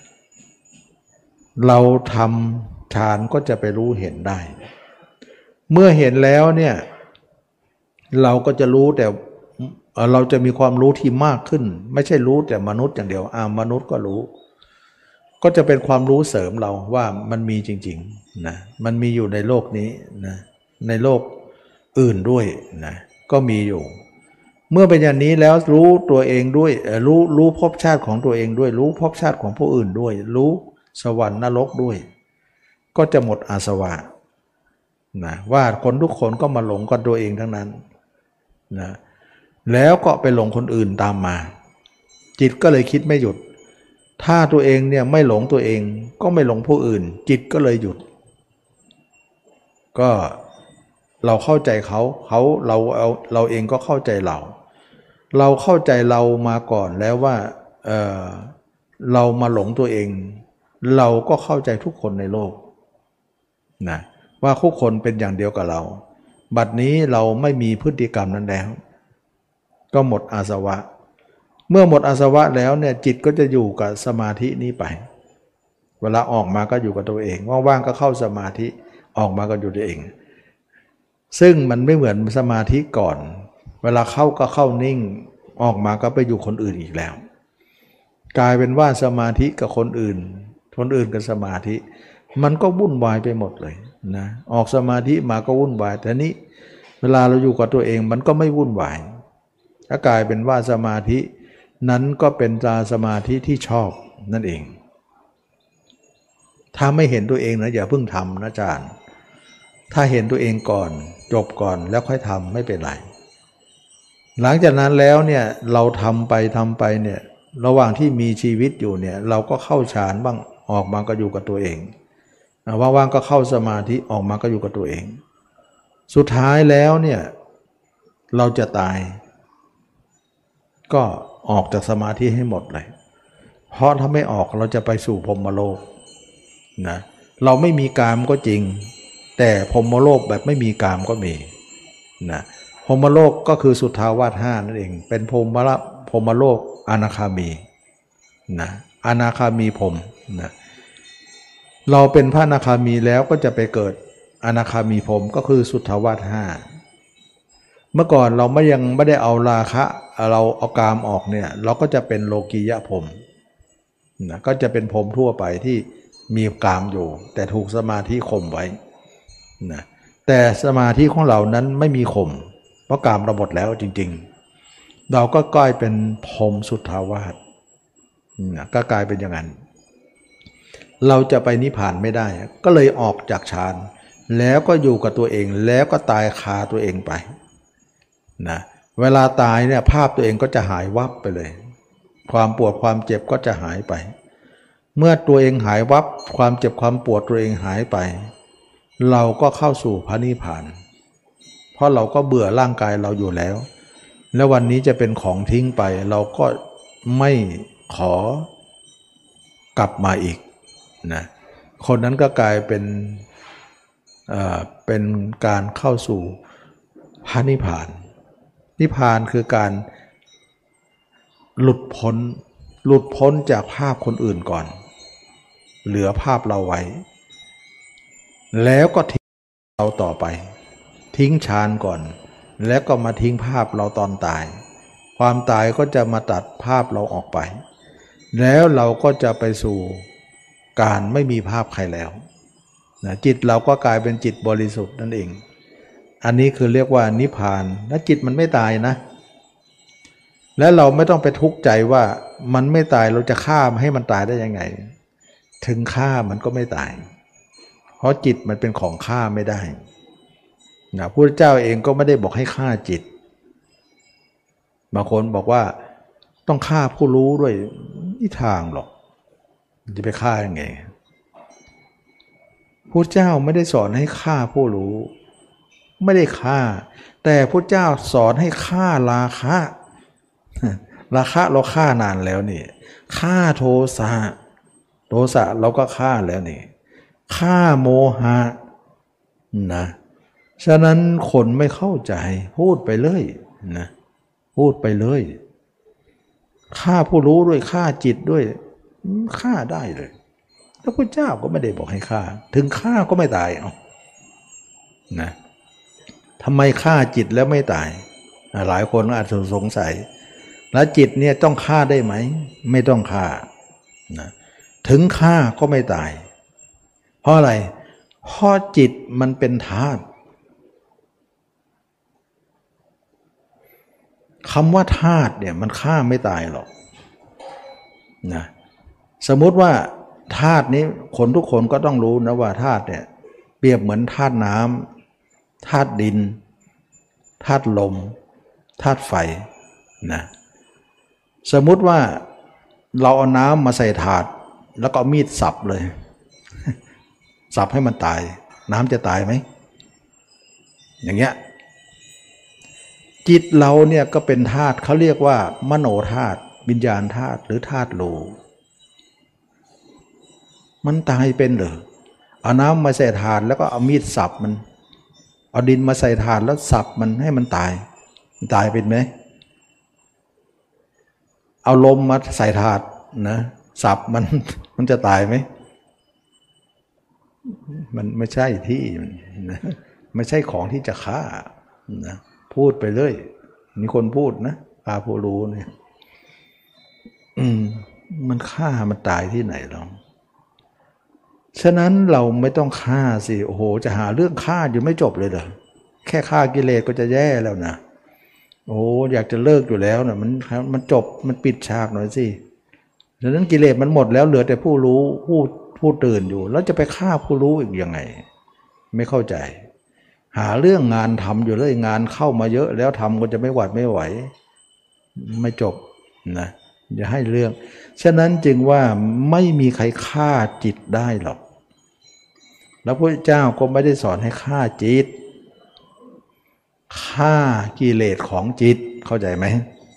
Speaker 1: เราทำฌานก็จะไปรู้เห็นได้เมื่อเห็นแล้วเนี่ยเราก็จะรู้แต่เราจะมีความรู้ที่มากขึ้นไม่ใช่รู้แต่มนุษย์อย่างเดียวมนุษย์ก็รู้ก็จะเป็นความรู้เสริมเราว่ามันมีจริงๆนะมันมีอยู่ในโลกนี้นะในโลกอื่นด้วยนะก็มีอยู่เมื่อเป็นอย่างนี้แล้วรู้ตัวเองด้วยรู้ภพชาติของตัวเองด้วยรู้ภพชาติของผู้อื่นด้วยรู้สวรรค์นรกด้วยก็จะหมดอาสวะนะว่าคนทุกคนก็มาหลงกับตัวเองทั้งนั้นนะแล้วก็ไปหลงคนอื่นตามมาจิตก็เลยคิดไม่หยุดถ้าตัวเองเนี่ยไม่หลงตัวเองก็ไม่หลงผู้อื่นจิตก็เลยหยุดก็เราเข้าใจเขาเราเองก็เข้าใจเราเข้าใจเรามาก่อนแล้วว่าเรามาหลงตัวเองเราก็เข้าใจทุกคนในโลกนะว่าทุกคนเป็นอย่างเดียวกับเราบัดนี้เราไม่มีพฤติกรรมนั้นแล้วก็หมดอาสวะเมื่อหมดอาสวะแล้วเนี่ยจิตก็จะอยู่กับสมาธินี้ไปเวลาออกมาก็อยู่กับตัวเองว่างๆก็เข้าสมาธิออกมาก็อยู่ตัวเองซึ่งมันไม่เหมือนสมาธิก่อนเวลาเข้าก็เข้านิ่งออกมาก็ไปอยู่คนอื่นอีกแล้วกลายเป็นว่าสมาธิกับคนอื่นกับสมาธิมันก็วุ่นวายไปหมดเลยนะออกสมาธิมาก็วุ่นวายแต่นี้เวลาเราอยู่กับตัวเองมันก็ไม่วุ่นวายถ้ากลายเป็นว่าสมาธินั้นก็เป็นสมาธิที่ชอบนั่นเองถ้าไม่เห็นตัวเองนะอย่าเพิ่งทำนะอาจารย์ถ้าเห็นตัวเองก่อนจบก่อนแล้วค่อยทำไม่เป็นไรหลังจากนั้นแล้วเนี่ยเราทำไปเนี่ยระหว่างที่มีชีวิตอยู่เนี่ยเราก็เข้าฌานบ้างออกมาก็อยู่กับตัวเองว่างๆก็เข้าสมาธิออกมาก็อยู่กับตัวเองสุดท้ายแล้วเนี่ยเราจะตายก็ออกจากสมาธิให้หมดเลยเพราะถ้าไม่ออกเราจะไปสู่พรหมโลกนะเราไม่มีกามก็จริงแต่พรหมโลกแบบไม่มีกามก็มีนะพรหมโลกก็คือสุทธาวาส5นั่นเองเป็นพรหมโลกอนาคามีนะอนาคามีพรหมนะเราเป็นพระอนาคามีแล้วก็จะไปเกิดอนาคามีพรหมก็คือสุทธาวาสห้าเมื่อก่อนเรายังไม่ได้เอาราคะเราเอากามออกเนี่ยเราก็จะเป็นโลกียะพรหมนะก็จะเป็นพรหมทั่วไปที่มีกามอยู่แต่ถูกสมาธิข่มไว้นะแต่สมาธิของเรานั้นไม่มีข่มเพราะกามเราหมดแล้วจริงๆเราก็กลายเป็นพรหมสุทธาวาสนะก็กลายเป็นอย่างนั้นเราจะไปนิพพานไม่ได้ก็เลยออกจากฌานแล้วก็อยู่กับตัวเองแล้วก็ตายคาตัวเองไปนะเวลาตายเนี่ยภาพตัวเองก็จะหายวับไปเลยความปวดความเจ็บก็จะหายไปเมื่อตัวเองหายวับความเจ็บความปวดตัวเองหายไปเราก็เข้าสู่พระนิพพานเพราะเราก็เบื่อร่างกายเราอยู่แล้วแล้ววันนี้จะเป็นของทิ้งไปเราก็ไม่ขอกลับมาอีกนะคนนั้นก็กลายเป็นการเข้าสู่พระนิพพานนิพพานคือการหลุดพ้นจากภาพคนอื่นก่อนเหลือภาพเราไว้แล้วก็ทิ้งเราต่อไปทิ้งฌานก่อนแล้วก็มาทิ้งภาพเราตอนตายความตายก็จะมาตัดภาพเราออกไปแล้วเราก็จะไปสู่การไม่มีภาพใครแล้วนะจิตเราก็กลายเป็นจิตบริสุทธิ์นั่นเองอันนี้คือเรียกว่านิพพานและจิตมันไม่ตายนะและเราไม่ต้องไปทุกข์ใจว่ามันไม่ตายเราจะฆ่าให้มันตายได้ยังไงถึงฆ่ามันก็ไม่ตายเพราะจิตมันเป็นของฆ่าไม่ได้นะพระพุทธเจ้าเองก็ไม่ได้บอกให้ฆ่าจิตบางคนบอกว่าต้องฆ่าผู้รู้ด้วยนี่ทางหรอกจะไปฆ่ายังไงพระเจ้าไม่ได้สอนให้ฆ่าผู้รู้ไม่ได้ฆ่าแต่พระเจ้าสอนให้ฆ่าราคะเราฆ่านานแล้วนี่ฆ่าโทสะเราก็ฆ่าแล้วนี่ฆ่าโมหะนะฉะนั้นคนไม่เข้าใจพูดไปเลยนะพูดไปเลยฆ่าผู้รู้ด้วยฆ่าจิตด้วยฆ่าได้เลยแล้วพระเจ้าก็ไม่ได้บอกให้ฆ่าถึงฆ่าก็ไม่ตายเอานะทำไมฆ่าจิตแล้วไม่ตายหลายคนอาจจะสงสัยแล้วจิตเนี่ยต้องฆ่าได้ไหมไม่ต้องฆ่านะถึงฆ่าก็ไม่ตายเพราะอะไรเพราะจิตมันเป็นธาตุคำว่าธาตุเนี่ยมันฆ่าไม่ตายหรอกนะสมมุติว่าธาตุนี้คนทุกคนก็ต้องรู้นะว่าธาตุเนี่ยเปรียบเหมือนธาตุน้ำธาตุดินธาตุลมธาตุไฟนะสมมุติว่าเราเอาน้ำมาใส่ถาดแล้วก็เอามีดสับเลยสับให้มันตายน้ำจะตายไหมอย่างเงี้ยจิตเราเนี่ยก็เป็นธาตุเขาเรียกว่ามโนธาตุวิญญาณธาตุหรือธาตุโลมันตายเป็นเหรอเอาน้ำมาใส่ถาดแล้วก็เอามีดสับมันเอาดินมาใส่ถาดแล้วสับมันให้มันตายเป็นไหมเอาลมมาใส่ถาดนะสับมันจะตายไหมมันไม่ใช่ที่นะไม่ใช่ของที่จะฆ่านะพูดไปเลยมีคนพูดนะพาผู้รู้เนี่ยมันฆ่ามันตายที่ไหนเราฉะนั้นเราไม่ต้องฆ่าสิโอ้โหจะหาเรื่องฆ่าอยู่ไม่จบเลยเหรอแค่ฆ่ากิเลสก็จะแย่แล้วนะโอ้อยากจะเลิกอยู่แล้วนะมันจบมันปิดฉากหน่อยสิฉะนั้นกิเลสมันหมดแล้วเหลือแต่ผู้รู้ผู้ตื่นอยู่แล้วจะไปฆ่าผู้รู้อีกยังไงไม่เข้าใจหาเรื่องงานทำอยู่เลยงานเข้ามาเยอะแล้วทำก็จะไม่หวัดไม่ไหวไม่จบนะอย่าให้เรื่องฉะนั้นจึงว่าไม่มีใครฆ่าจิตได้หรอกแล้วพระเจ้าก็ไม่ได้สอนให้ฆ่าจิตฆ่ากิเลสของจิตเข้าใจไหม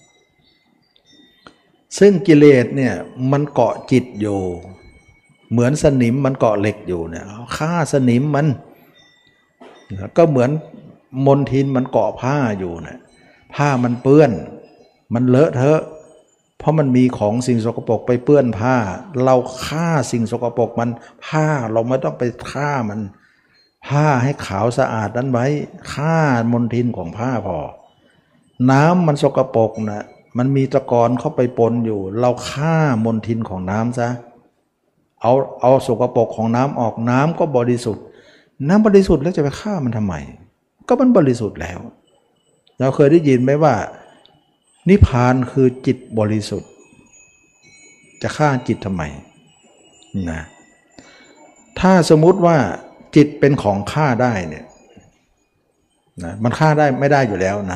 Speaker 1: ซึ่งกิเลสเนี่ยมันเกาะจิตอยู่เหมือนสนิมมันเกาะเหล็กอยู่เนี่ยฆ่าสนิมมันก็เหมือนมลทินมันเกาะผ้าอยู่เนี่ยผ้ามันเปื้อนมันเลอะเทอะเพราะมันมีของสิ่งสกปรกไปเปื้อนผ้าเราฆ่าสิ่งสกปรกมันผ้าเราไม่ต้องไปฆ่ามันผ้าให้ขาวสะอาดนั้นไว้ฆ่ามลทินของผ้าพอน้ำมันสกปรกนะมันมีตะกอนเข้าไปปนอยู่เราฆ่ามลทินของน้ำซะเอาสกปรกของน้ำออกน้ำก็บริสุทธิ์น้ำบริสุทธิ์แล้วจะไปฆ่ามันทำไมก็มันบริสุทธิ์แล้วเราเคยได้ยินไหมว่านิพพานคือจิตบริสุทธิ์จะฆ่าจิตทำไมนะถ้าสมมุติว่าจิตเป็นของฆ่าได้เนี่ยนะมันฆ่าได้ไม่ได้อยู่แล้วนะ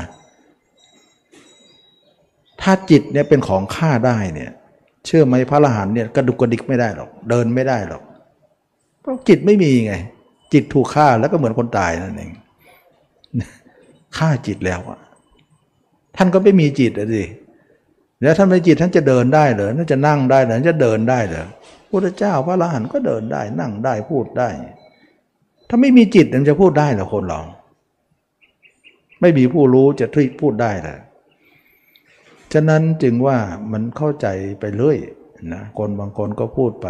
Speaker 1: ถ้าจิตเนี่ยเป็นของฆ่าได้เนี่ยเชื่อไหมพระอรหันต์เนี่ยกระดุกกระดิกไม่ได้หรอกเดินไม่ได้หรอกเพราะจิตไม่มีไงจิตถูกฆ่าแล้วก็เหมือนคนตายนั่นเองฆ่าจิตแล้วอะท่านก็ไม่มีจิตสิแล้วท่านไม่จิตท่านจะเดินได้เหรอท่านจะนั่งได้เหรอท่านจะเดินได้เหรอพระเจ้าพระอรหันต์ก็เดินได้นั่งได้พูดได้ถ้าไม่มีจิตมันจะพูดได้เหรอคนเราไม่มีผู้รู้จะพูดได้เหรอฉะนั้นจึงว่ามันเข้าใจไปเรื่อยนะคนบางคนก็พูดไป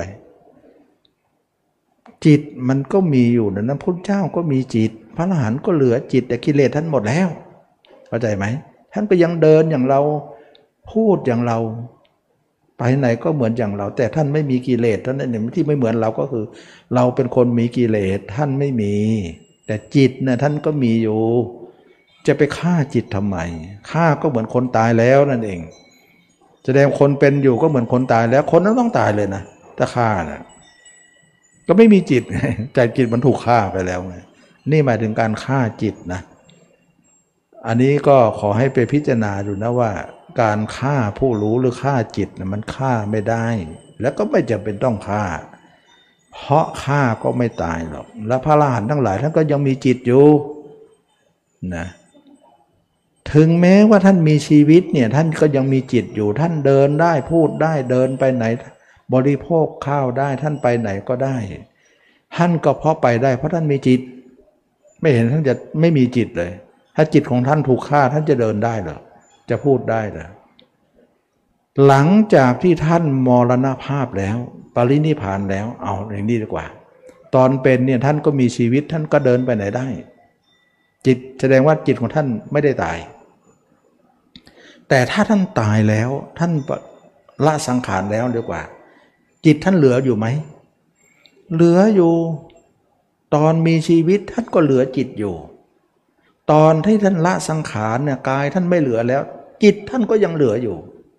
Speaker 1: จิตมันก็มีอยู่นะพระพุทธเจ้าก็มีจิตพระอรหันต์ก็เหลือจิตแต่กิเลสท่านหมดแล้วเข้าใจไหมท่านก็ยังเดินอย่างเราพูดอย่างเราไปไหนก็เหมือนอย่างเราแต่ท่านไม่มีกิเลสท่านนั้นที่ไม่เหมือนเราก็คือเราเป็นคนมีกิเลสท่านไม่มีแต่จิตเนี่ยท่านก็มีอยู่จะไปฆ่าจิตทำไมฆ่าก็เหมือนคนตายแล้วนั่นเองแสดงคนเป็นอยู่ก็เหมือนคนตายแล้วคนนั้นต้องตายเลยนะถ้าฆ่านะก็ไม่มีจิตใจจิตมันถูกฆ่าไปแล้วไงนี่หมายถึงการฆ่าจิตนะอันนี้ก็ขอให้ไปพิจารณาดูนะว่าการฆ่าผู้รู้หรือฆ่าจิตนะมันฆ่าไม่ได้แล้วก็ไม่จำเป็นต้องฆ่าเพราะฆ่าก็ไม่ตายหรอกและพระอรหันต์ทั้งหลายท่านก็ยังมีจิตอยู่นะถึงแม้ว่าท่านมีชีวิตเนี่ยท่านก็ยังมีจิตอยู่ท่านเดินได้พูดได้เดินไปไหนบริโภคข้าวได้ท่านไปไหนก็ได้ท่านก็เพราะไปได้เพราะท่านมีจิตไม่เห็นท่านจะไม่มีจิตเลยถ้าจิตของท่านถูกฆ่าท่านจะเดินได้เหรอจะพูดได้เหรอหลังจากที่ท่านมรณภาพแล้วปรินิพพานแล้วเอาอย่างนี้ดีกว่าตอนเป็นเนี่ยท่านก็มีชีวิตท่านก็เดินไปไหนได้จิตแสดงว่าจิตของท่านไม่ได้ตายแต่ถ้าท่านตายแล้วท่านละสังขารแล้วดีกว่าจิตท่านเหลืออยู่ไหมเหลืออยู่ตอนมีชีวิตท่านก็เหลือจิตอยู่ตอนที่ท่านละสังขารเนี่ยกายท่านไม่เหลือแล้วจิตท่านก็ยังเหลืออยู่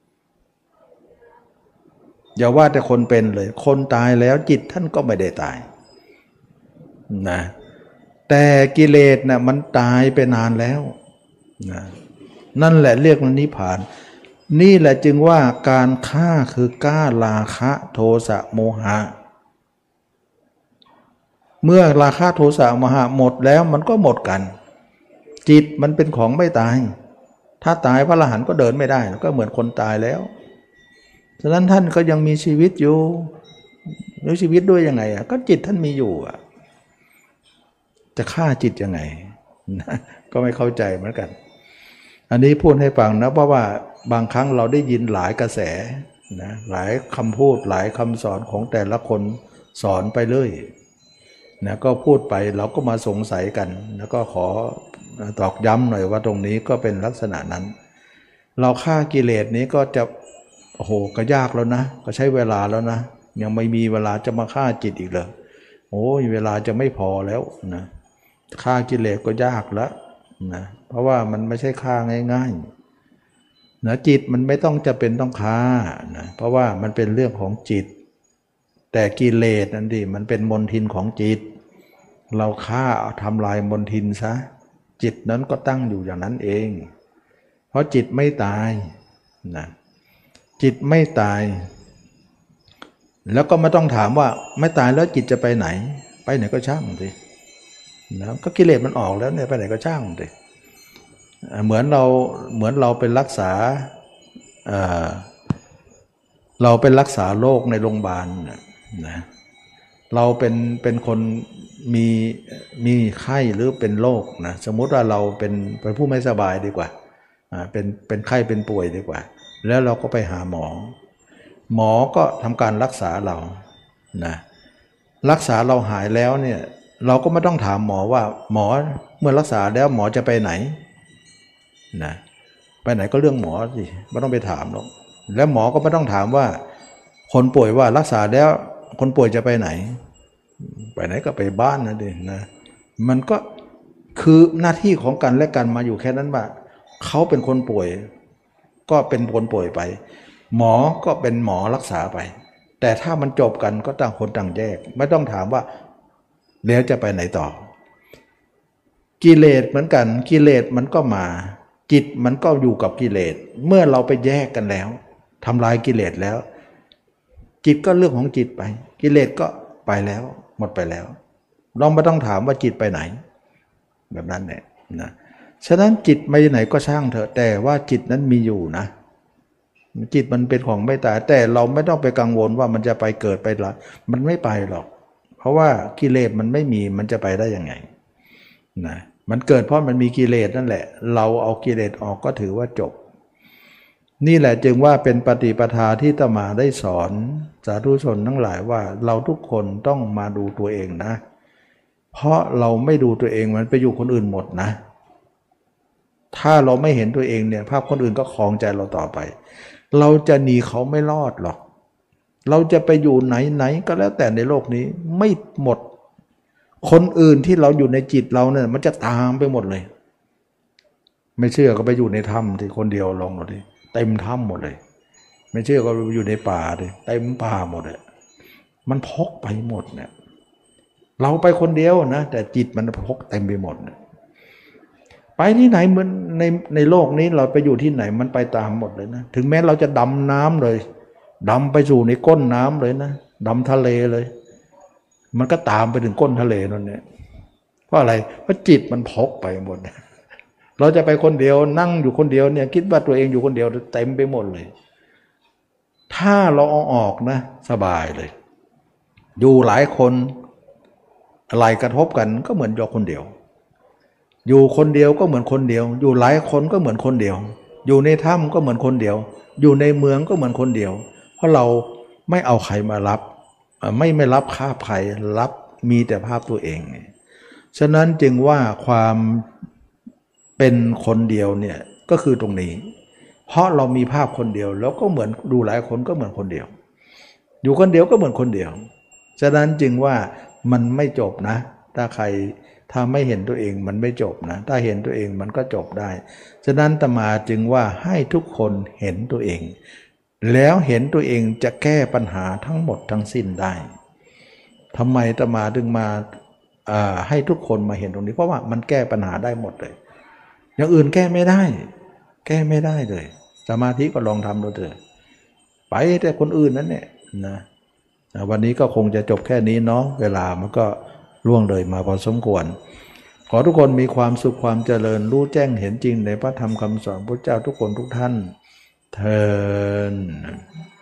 Speaker 1: อย่าว่าแต่คนเป็นเลยคนตายแล้วจิตท่านก็ไม่ได้ตายนะแต่กิเลสน่ะมันตายไปนานแล้วนะนั่นแหละเรียกว่านิพพานนี่แหละจึงว่าการฆ่าคือฆ่าราคะโทสะโมหะเมื่อราคะโทสะโมหะหมดแล้วมันก็หมดกันจิตมันเป็นของไม่ตายถ้าตายพระอรหันต์ก็เดินไม่ได้ก็เหมือนคนตายแล้วฉะนั้นท่านก็ยังมีชีวิตอยู่มีชีวิตด้วยยังไงอ่ะก็จิตท่านมีอยู่อ่ะจะฆ่าจิตยังไงก็ไม่เข้าใจเหมือนกันอันนี้พูดให้ฟังนะเพราะว่าบางครั้งเราได้ยินหลายกระแสนะหลายคำพูดหลายคำสอนของแต่ละคนสอนไปเรื่อยนะก็พูดไปเราก็มาสงสัยกันแล้วก็ขอตอกย้ำหน่อยว่าตรงนี้ก็เป็นลักษณะนั้นเราฆ่ากิเลสนี้ก็จะโอ้โหก็ยากแล้วนะก็ใช้เวลาแล้วนะยังไม่มีเวลาจะมาฆ่าจิตอีกเลยโอ้ยเวลาจะไม่พอแล้วนะฆ่ากิเลสก็ยากแล้วนะเพราะว่ามันไม่ใช่ฆ่าง่ายๆนะจิตมันไม่ต้องจะเป็นต้องฆ่านะเพราะว่ามันเป็นเรื่องของจิตแต่กิเลสนั่นดิมันเป็นมลทินของจิตเราฆ่าทำลายมลทินซะจิตนั้นก็ตั้งอยู่อย่างนั้นเองเพราะจิตไม่ตายนะจิตไม่ตายแล้วก็ไม่ต้องถามว่าไม่ตายแล้วจิตจะไปไหนไปไหนก็ช่างสินะก็กิเลสมันออกแล้วเนี่ยไปไหนก็ช่างสิเหมือนเราเป็นรักษาเราเป็นรักษาโรคในโรงพยาบาลนะเราเป็นคนมีไข้หรือเป็นโรคนะสมมุติว่าเราเป็นผู้ไม่สบายดีกว่าเป็นไข้เป็นป่วยดีกว่าแล้วเราก็ไปหาหมอก็ทำการรักษาเรานะรักษาเราหายแล้วเนี่ยเราก็ไม่ต้องถามหมอว่าหมอเมื่อรักษาแล้วหมอจะไปไหนนะไปไหนก็เรื่องหมอสิไม่ต้องไปถามหรอกแล้วหมอก็ไม่ต้องถามว่าคนป่วยว่ารักษาแล้วคนป่วยจะไปไหนไปไหนก็ไปบ้านนะดินะมันก็คือหน้าที่ของกันและกันมาอยู่แค่นั้นว่าเขาเป็นคนป่วยก็เป็นคนป่วยไปหมอก็เป็นหมอรักษาไปแต่ถ้ามันจบกันก็ต่างคนต่างแยกไม่ต้องถามว่าแล้วจะไปไหนต่อกิเลสเหมือนกันกิเลสมันก็มาจิตมันก็อยู่กับกิเลสเมื่อเราไปแยกกันแล้วทำลายกิเลสแล้วจิตก็เรื่องของจิตไปกิเลสก็ไปแล้วหมดไปแล้วเราไม่ต้องถามว่าจิตไปไหนแบบนั้นเนี่ยนะฉะนั้นจิตไปไหนก็ช่างเถอะแต่ว่าจิตนั้นมีอยู่นะจิตมันเป็นของไม่ตายแต่เราไม่ต้องไปกังวลว่ามันจะไปเกิดไปละมันไม่ไปหรอกเพราะว่ากิเลสมันไม่มีมันจะไปได้ยังไงนะมันเกิดเพราะมันมีกิเลสนั่นแหละเราเอากิเลสออกก็ถือว่าจบนี่แหละจึงว่าเป็นปฏิปทาที่อาตมาได้สอนสาธุชนทั้งหลายว่าเราทุกคนต้องมาดูตัวเองนะเพราะเราไม่ดูตัวเองมันไปอยู่คนอื่นหมดนะถ้าเราไม่เห็นตัวเองเนี่ยภาพคนอื่นก็คลองใจเราต่อไปเราจะหนีเขาไม่รอดหรอกเราจะไปอยู่ไหนก็แล้วแต่ในโลกนี้ไม่หมดคนอื่นที่เราอยู่ในจิตเราเนี่ยมันจะตามไปหมดเลยไม่เชื่อก็ไปอยู่ในถ้ำที่คนเดียวลองดูดิเต็มถ้ำหมดเลยไม่เชื่อก็อยู่ในป่าดิเต็มป่าหมดเลยมันพกไปหมดเนี่ยเราไปคนเดียวนะแต่จิตมันพกเต็มไปหมดเนี่ยไปที่ไหนเหมือนในโลกนี้เราไปอยู่ที่ไหนมันไปตามหมดเลยนะถึงแม้เราจะดำน้ำเลยดำไปสู่ในก้นน้ำเลยนะดำทะเลเลยมันก็ตามไปถึงก้นทะเลนั่นเนี่ยเพราะอะไรเพราะจิตมันพกไปหมดเราจะไปคนเดียวนั่งอยู่คนเดียวเนี่ยคิดว่าตัวเองอยู่คนเดียวเต็มไปหมดเลยถ้าเราเอาออกนะสบายเลยอยู่หลายคนอะไรกระทบกันก็เหมือนอยู่คนเดียวอยู่คนเดียวก็เหมือนคนเดียวอยู่หลายคนก็เหมือนคนเดียวอยู่ในถ้ำก็เหมือนคนเดียวอยู่ในเมืองก็เหมือนคนเดียวเพราะเราไม่เอาใครมารับไม่รับภาพใครรับมีแต่ภาพตัวเองฉะนั้นจึงว่าความเป็นคนเดียวเนี่ยก็คือตรงนี้เพราะเรามีภาพคนเดียวแล้วก็เหมือนดูหลายคนก็เหมือนคนเดียวอยู่คนเดียวก็เหมือนคนเดียวฉะนั้นจึงว่ามันไม่จบนะถ้าไม่เห็นตัวเองมันไม่จบนะถ้าเห็นตัวเองมันก็จบได้ฉะนั้นอาตมาจึงว่าให้ทุกคนเห็นตัวเองแล้วเห็นตัวเองจะแก้ปัญหาทั้งหมดทั้งสิ้นได้ทำไมอาตมาถึงมาให้ทุกคนมาเห็นตรงนี้เพราะว่ามันแก้ปัญหาได้หมดเลยอย่างอื่นแก้ไม่ได้เลยสมาธิก็ลองทำดูเถอะไปแต่คนอื่นนั่นเนี่ยนะวันนี้ก็คงจะจบแค่นี้เนาะเวลามันก็ล่วงเลยมาพอสมควรขอทุกคนมีความสุขความเจริญรู้แจ้งเห็นจริงในพระธรรมคำสอนพระเจ้าทุกคนทุกท่านเทอญ